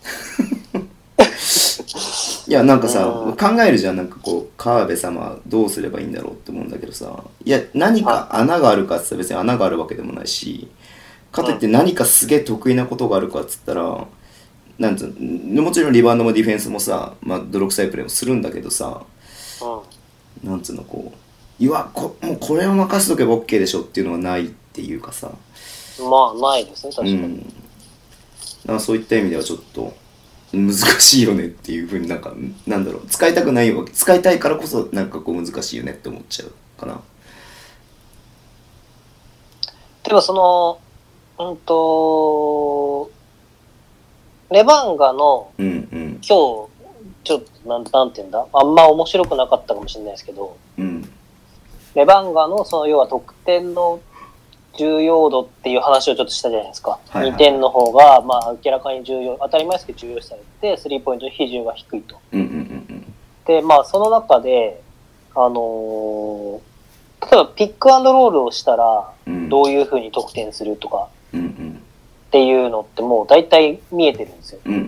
いやなんかさ、うん、考えるじゃん、なんかこう川辺様どうすればいいんだろうって思うんだけどさ、いや何か穴があるかっつったら別に穴があるわけでもないし、かといって何かすげえ得意なことがあるかっつったら、なんつうの、もちろんリバウンドもディフェンスもさ、まあ、泥臭いプレーもするんだけどさ、うん、なんつうのこう、いやこもうこれを任せとけば OK でしょっていうのはないっていうかさ、 まあないですね確かに、うん、 だからそういった意味ではちょっと難しいよねっていうふうになんかなんだろう、使いたくないわけ、使いたいからこそなんかこう難しいよねって思っちゃうかな。 でもそのうんとレバンガの、 うんうん、 今日、ちょっとなん、なんて言うんだ、あんま面白くなかったかもしれないですけど、 うん、 レバンガのその要は得点の重要度っていう話をちょっとしたじゃないですか。はいはい、にてんの方が、まあ明らかに重要、当たり前ですけど重要視されて、スリーポイントの比重が低いと。 うんうんうん、 で、まあその中で、あのー、例えばピックアンドロールをしたら、どういう風に得点するとか、っていうのってもう大体見えてるんですよ。 うんうんうんうん、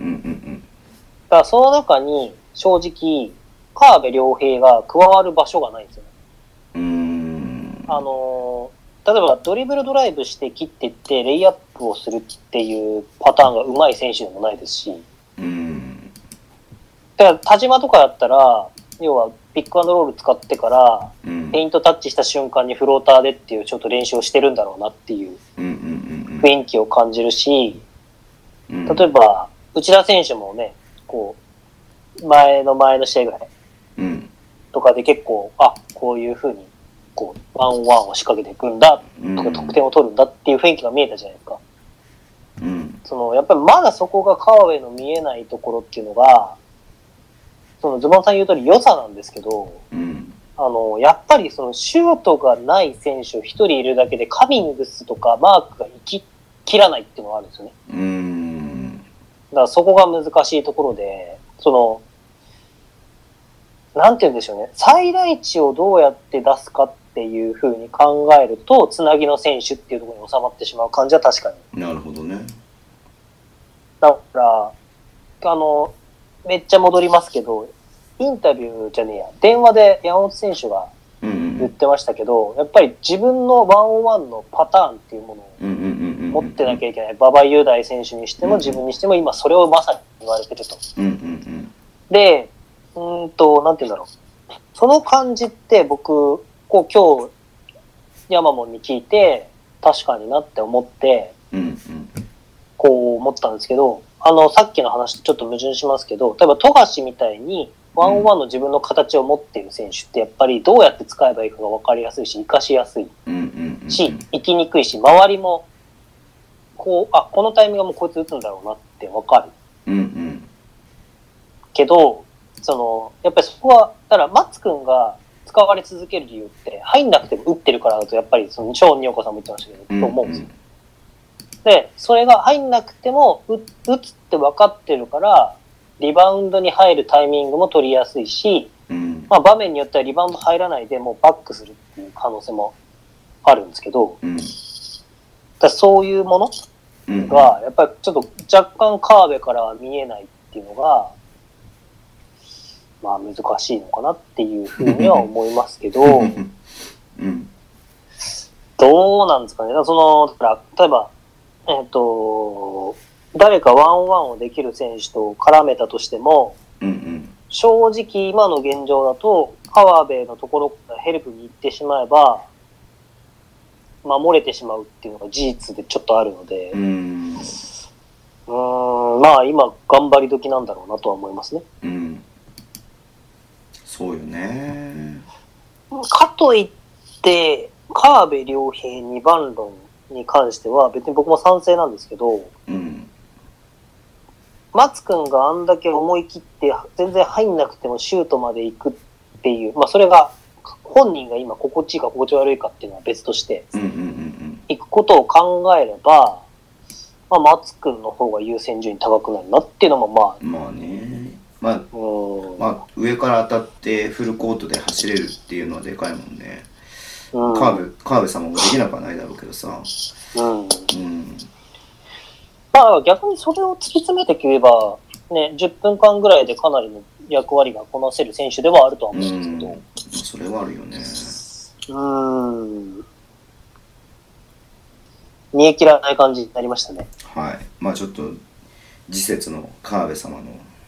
だからその中に正直、川辺良平が加わる場所がないんですよね。 うーん、 あのー、例えばドリブルドライブして切っていってレイアップをするっていうパターンが上手い選手でもないですし、 うん、 だから田島とかだったら要はピックアンドロール使ってから、うん、ペイントタッチした瞬間にフローターでっていうちょっと練習をしてるんだろうなっていう雰囲気を感じるし、うん、例えば内田選手もねこう前の前の試合ぐらいとかで結構、うん、あこういう風にこうワンオンワンを仕掛けていくんだとか得点を取るんだっていう雰囲気が見えたじゃないですか。 うん、 そのやっぱりまだそこが川辺の見えないところっていうのがそのズボンさん言う通り良さなんですけど、 うん、 あのやっぱりそのシュートがない選手一人いるだけでカミングスとかマークが生き切らないっていうのがあるんですよね。 うん、 だからそこが難しいところでそのなんて言うんでしょうね最大値をどうやって出すかっていうふうに考えるとつなぎの選手っていうところに収まってしまう感じは確かに。 なるほどね。 だからあのめっちゃ戻りますけどインタビューじゃねえや電話で山本選手が言ってましたけど、うんうん、やっぱり自分のワンオンワンのパターンっていうものを持ってなきゃいけない馬場雄大選手にしても自分にしても今それをまさに言われてると、 うんうんうん、 でうーんとなんて言うんだろうその感じって僕こう今日山門に聞いて確かになって思って、 うんうん、 こう思ったんですけどあのさっきの話とちょっと矛盾しますけど例えば富樫みたいにワンオンワンの自分の形を持っている選手ってやっぱりどうやって使えばいいかが分かりやすいし活かしやすいし生きにくいし周りもこうあこのタイミングもこいつ打つんだろうなって分かる、 うんうん、 けどそのやっぱりそこはだから松君が使われ続ける理由って入んなくても打ってるからだとやっぱりその超仁岡さんも言ってましたけど、うんうん、と思うんですよ。でそれが入んなくても打つって分かってるからリバウンドに入るタイミングも取りやすいし、 うんまあ、場面によってはリバウンド入らないでもうバックするっていう可能性もあるんですけど、 うん、 だそういうものがやっぱりちょっと若干川辺からは見えないっていうのがまあ難しいのかなっていうふうには思いますけど、 うん、 どうなんですかね。そのだから例えばえっと誰かワンオンワンをできる選手と絡めたとしても、 うんうん、 正直今の現状だと川辺のところからヘルプに行ってしまえば守れてしまうっていうのが事実でちょっとあるので、 うーん、 うーんまあ今頑張り時なんだろうなとは思いますね。 うん、そうよね。 かといって川辺良平にばん論に関しては別に僕も賛成なんですけど、 うん、 松君があんだけ思い切って全然入んなくてもシュートまで行くっていう、まあそれが本人が今心地いいか心地悪いかっていうのは別として、 うんうんうんうん、 行くことを考えれば、まあ、松君の方が優先順位高くなるなっていうのもまあまあね、まあ、うんまあ上から当たってフルコートで走れるっていうのはでかいもんね。うん、カーブ川辺様もできなくはないだろうけどさ、 うんうん、 まあ逆にそれを突き詰めてくればねじゅっぷんかんぐらいでかなりの役割がこなせる選手ではあるとは思うんですけど、うん、 それはあるよね。 うん煮え切らない感じになりましたね。 はい。まあちょっと次節の川辺様の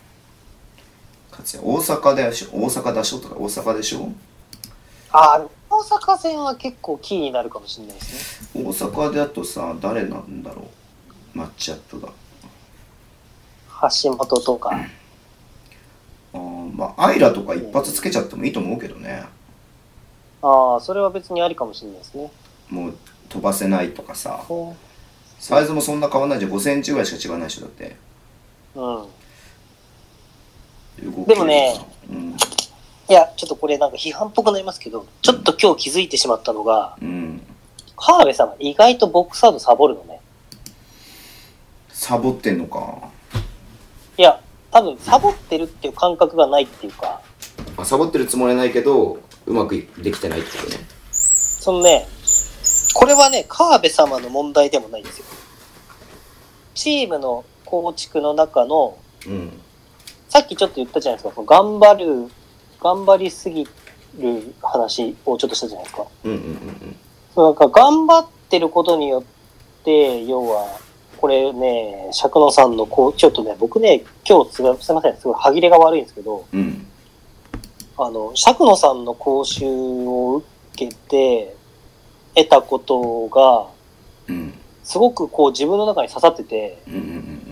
活躍、大阪でしょ、大阪でしょとか大阪でしょ。 ああ、大阪戦は結構キーになるかもしれないですね。 大阪だとさ、誰なんだろう、マッチアップが。 橋本とか。 あまあアイラとか一発つけちゃってもいいと思うけどね。 ああ、それは別にありかもしれないですね。 もう飛ばせないとかさ、サイズもそんな変わらないじゃん。ごセンチぐらいしか違わないでしょだって。 ううん。でもね、うん、いや、ちょっとこれなんか批判っぽくなりますけど、ちょっと今日気づいてしまったのが、うん、川辺さんは意外とボックスアウトサボるのね。 サボってんのか。 いや、多分サボってるっていう感覚がないっていうか。 あ、サボってるつもりはないけど、うまくできてないってことね。 そのね、これはね、川辺様の問題でもないんですよ。チームの構築の中の、うん、さっきちょっと言ったじゃないですか、その頑張る、頑張りすぎる話をちょっとしたじゃないですか。うんうんうんうん。そうなんか頑張ってることによって、要は、これね、釈野さんのこう、ちょっとね、僕ね、今日すみません、すごい歯切れが悪いんですけど、うん、あの、釈野さんの講習を受けて得たことが、うん、すごくこう自分の中に刺さってて、うんうんうん、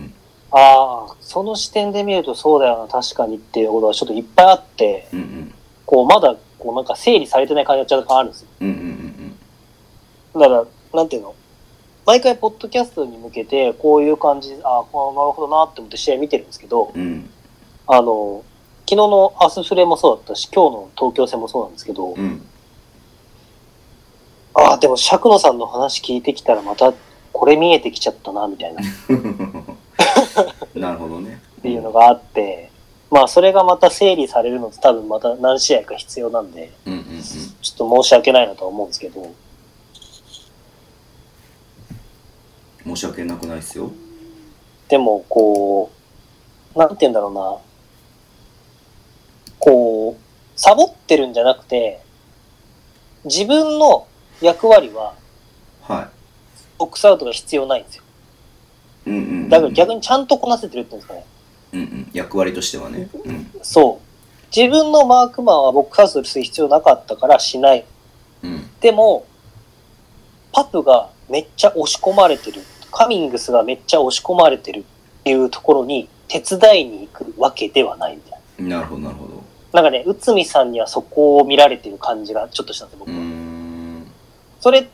ああ、その視点で見るとそうだよな、確かにっていうことがちょっといっぱいあって、うんうん、こうまだこうなんか整理されてない感じがちょっとあるんですよ。うんうんうんうん、だから、なんていうの、毎回ポッドキャストに向けてこういう感じ、ああ、なるほどなって思って試合見てるんですけど、うん、あの、昨日のアスフレもそうだったし、今日の東京戦もそうなんですけど、うん、ああ、でも釈野さんの話聞いてきたらまたこれ見えてきちゃったな、みたいな。 なるほどね。 っていうのがあって、まあそれがまた整理されるのと多分また何試合か必要なんで、うんうんうん、ちょっと申し訳ないなとは思うんですけど。 申し訳なくないですよ。 でもこう、なんて言うんだろうな。こう、サボってるんじゃなくて、自分の役割は、はい。ボックスアウトが必要ないんですよ。うんうんうんうん、だから逆にちゃんとこなせてるっていうんですかね。 うんうん。役割としてはね。うん、 そう。自分のマークマンはボックスアウトする必要なかったからしない。うん、でも、パプがめっちゃ押し込まれてる。カミングスがめっちゃ押し込まれてるっていうところに手伝いに行くわけではないみたいな。なるほどなるほど。 なんかね、内海さんにはそこを見られてる感じがちょっとしたんですよ、僕は。うーん、それって、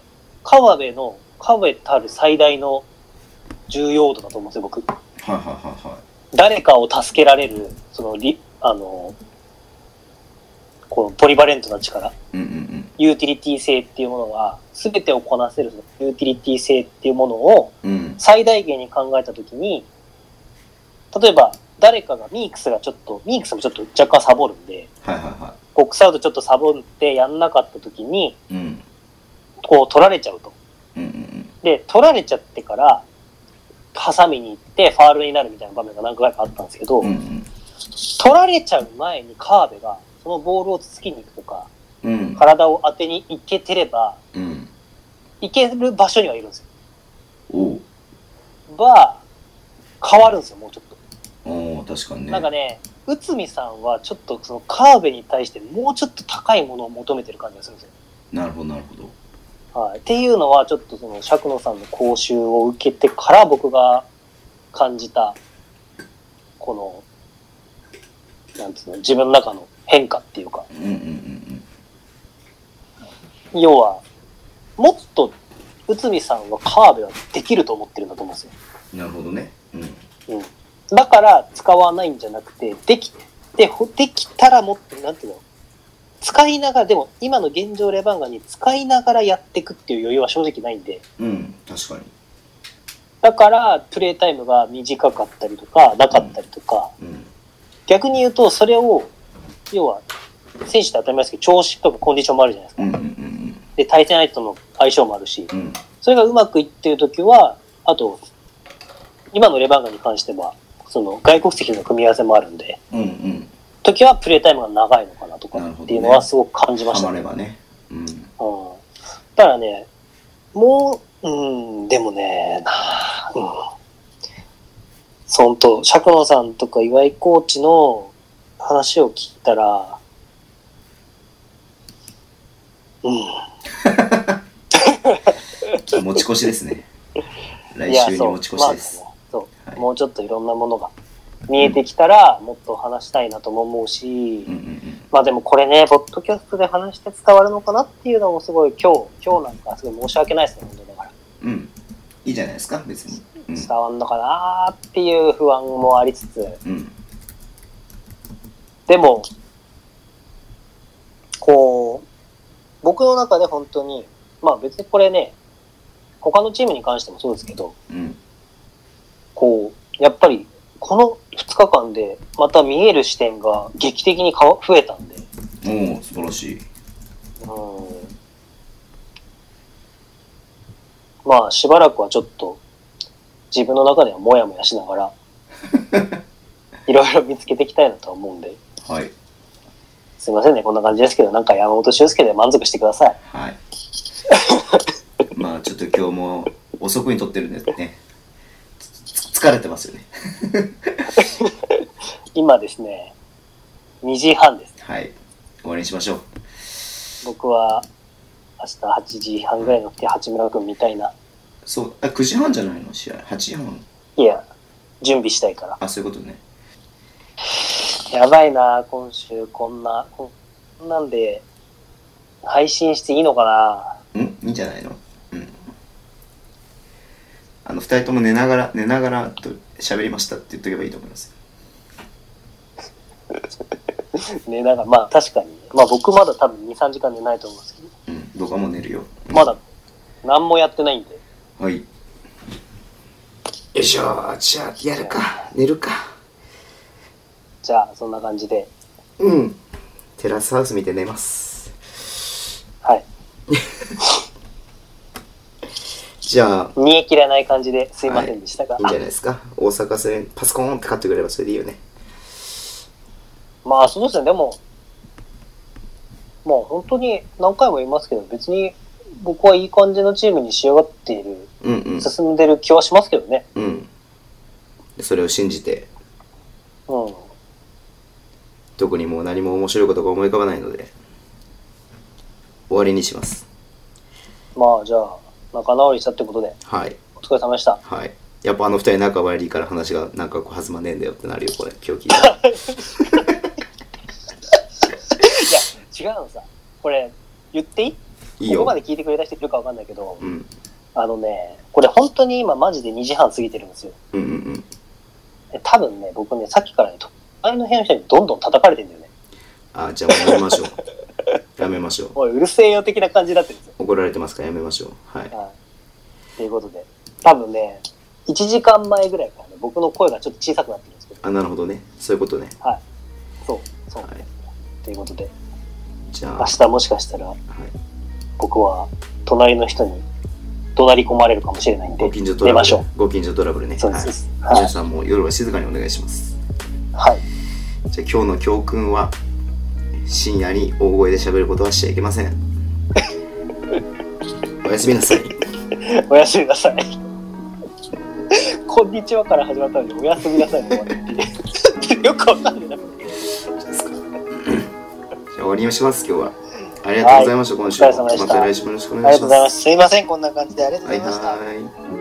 川辺の、川辺たる最大の重要度だと思うんですよ、僕。はいはいはいはい。誰かを助けられる、その、リあの、このポリバレントな力、うんうんうん、ユーティリティ性っていうものが、すべてをこなせるユーティリティ性っていうものを最大限に考えたときに、例えば誰かがミークスがちょっと、ミークスもちょっと若干サボるんで、はいはいはい、ボックスアウトちょっとサボってやんなかったときに、うん、こう取られちゃうと、うんうんうん。で、取られちゃってから、挟みに行ってファールになるみたいな場面が何回かあったんですけど、うんうん、取られちゃう前に川辺がそのボールをつつきに行くとか、うん、体を当てに行けてれば、うん、行ける場所にはいるんですよ。おは変わるんですよ、もうちょっと。 お確かにね。 なんかね、内海さんはちょっとその川辺に対してもうちょっと高いものを求めてる感じがするんですよ。 なるほどなるほど。 はい、っていうのはちょっとその釈野さんの講習を受けてから僕が感じたこのなんつうの自分の中の変化っていうか、うんうんうんうん、要はもっと内海さんは川辺はできると思ってるんだと思うんですよ。 なるほどね、うんうん、だから使わないんじゃなくてできてできたらもっとなんていうの使いながら、でも今の現状レバンガに使いながらやっていくっていう余裕は正直ないんで。 うん、確かに。 だからプレータイムが短かったりとかなかったりとか、うんうん、逆に言うとそれを要は選手って当たり前ですけど調子とかコンディションもあるじゃないですか。うんうんうん、で対戦相手との相性もあるし、うん、それがうまくいってるときはあと今のレバンガに関してはその外国籍の組み合わせもあるんで。うんうん時はプレータイムが長いのかなとかっていうのはすごく感じましたね。 ハマればね。うん。うん。 だからね、もう、うん、でもね、うん。そんと、釈野さんとか岩井コーチの話を聞いたら、 うん。持ち越しですね。来週に持ち越しです。 そう、まあそう、はい、もうちょっといろんなものが。見えてきたらもっと話したいなとも思うし、うんうんうん、まあでもこれねポッドキャストで話して伝わるのかなっていうのもすごい今日今日なんかすごい申し訳ないですね本当だから。 うん、いいじゃないですか別に。 伝わんのかなっていう不安もありつつ、うん、でもこう僕の中で本当にまあ別にこれね他のチームに関してもそうですけど、うん、こうやっぱりこのふつかかんでまた見える視点が劇的に増えたんで、 おお素晴らしい。 うん、まあしばらくはちょっと自分の中ではモヤモヤしながらいろいろ見つけていきたいなと思うんで、はい、すいませんねこんな感じですけど、なんか山本俊介で満足してください。はい。 まあちょっと今日も遅くに撮ってるんですね。疲れてますよね。 今ですねにじはんです。 はい、終わりにしましょう。 僕は明日はちじはんぐらいに起きて八村君みたいな。 そう、あくじはんじゃないの試合。はちじはん。 いや準備したいから。 あ、そういうことね。 やばいな今週こんなこんなんで配信していいのかな。うんいいんじゃないの。うん。あのふたりとも寝ながら寝ながらと喋りましたって言っとけばいいと思います。 寝ながらまあ確かにまあ僕まだ多分にさんじかん寝ないと思うんですけど。 うん、僕はもう寝るよ。 うん、まだ何もやってないんで。 はい。よいしょ、じゃあやるか、寝るか。 じゃあそんな感じで。 うん。テラスハウス見て寝ます。 はい。 じゃあ煮え切らない感じですいませんでしたが、 はい、いいんじゃないですか。大阪戦パソコンって買ってくれればそれでいいよね。 まあそうですね。でもまあ本当に何回も言いますけど別に僕はいい感じのチームに仕上がっている、うんうん、進んでる気はしますけどね。 うん。それを信じて。うん。特にもう何も面白いことが思い浮かばないので終わりにします。 まあじゃあ仲直りしたってことで、はい、お疲れ様でした。 はい。やっぱあの二人仲悪いから話がなんかこう弾まねえんだよってなるよこれ今日聞いたら。いや違うのさ、これ言っていい？いいよ。ここまで聞いてくれた人いるかわかんないけど、うん、あのねこれ本当に今マジでにじはん過ぎてるんですよ。うんうんうん。多分ね僕ねさっきからね隣の部屋の人にどんどん叩かれてるんだよね。 あじゃあもうやめましょう。やめましょう。 おいうるせえよ的な感じになってるんですよ。 怒られてますからやめましょう。はい。 はい、ということで多分ねいちじかんまえぐらいからね僕の声がちょっと小さくなってるんですけど。 あなるほどねそういうことね。 はい。そうそう。はい、ということでじゃあ明日もしかしたら、はい、僕は隣の人に怒鳴り込まれるかもしれないんでご近所トラブル。寝ましょう。ご近所トラブルね。 そうです。 はい、皆さんも夜は静かにお願いします。 はい。 じゃあ今日の教訓は深夜に大声で喋ることはしちゃいけません。おやすみなさい。 おやすみなさい。こんにちはから始まったのにおやすみなさいの終わりってよくわかんないな。じゃあ終わりにします今日は。ありがとうございました、はい、今週も。また来週もよろしくお願いします。ありがとうございます。 すいませんこんな感じでありがとうございました。はいはい。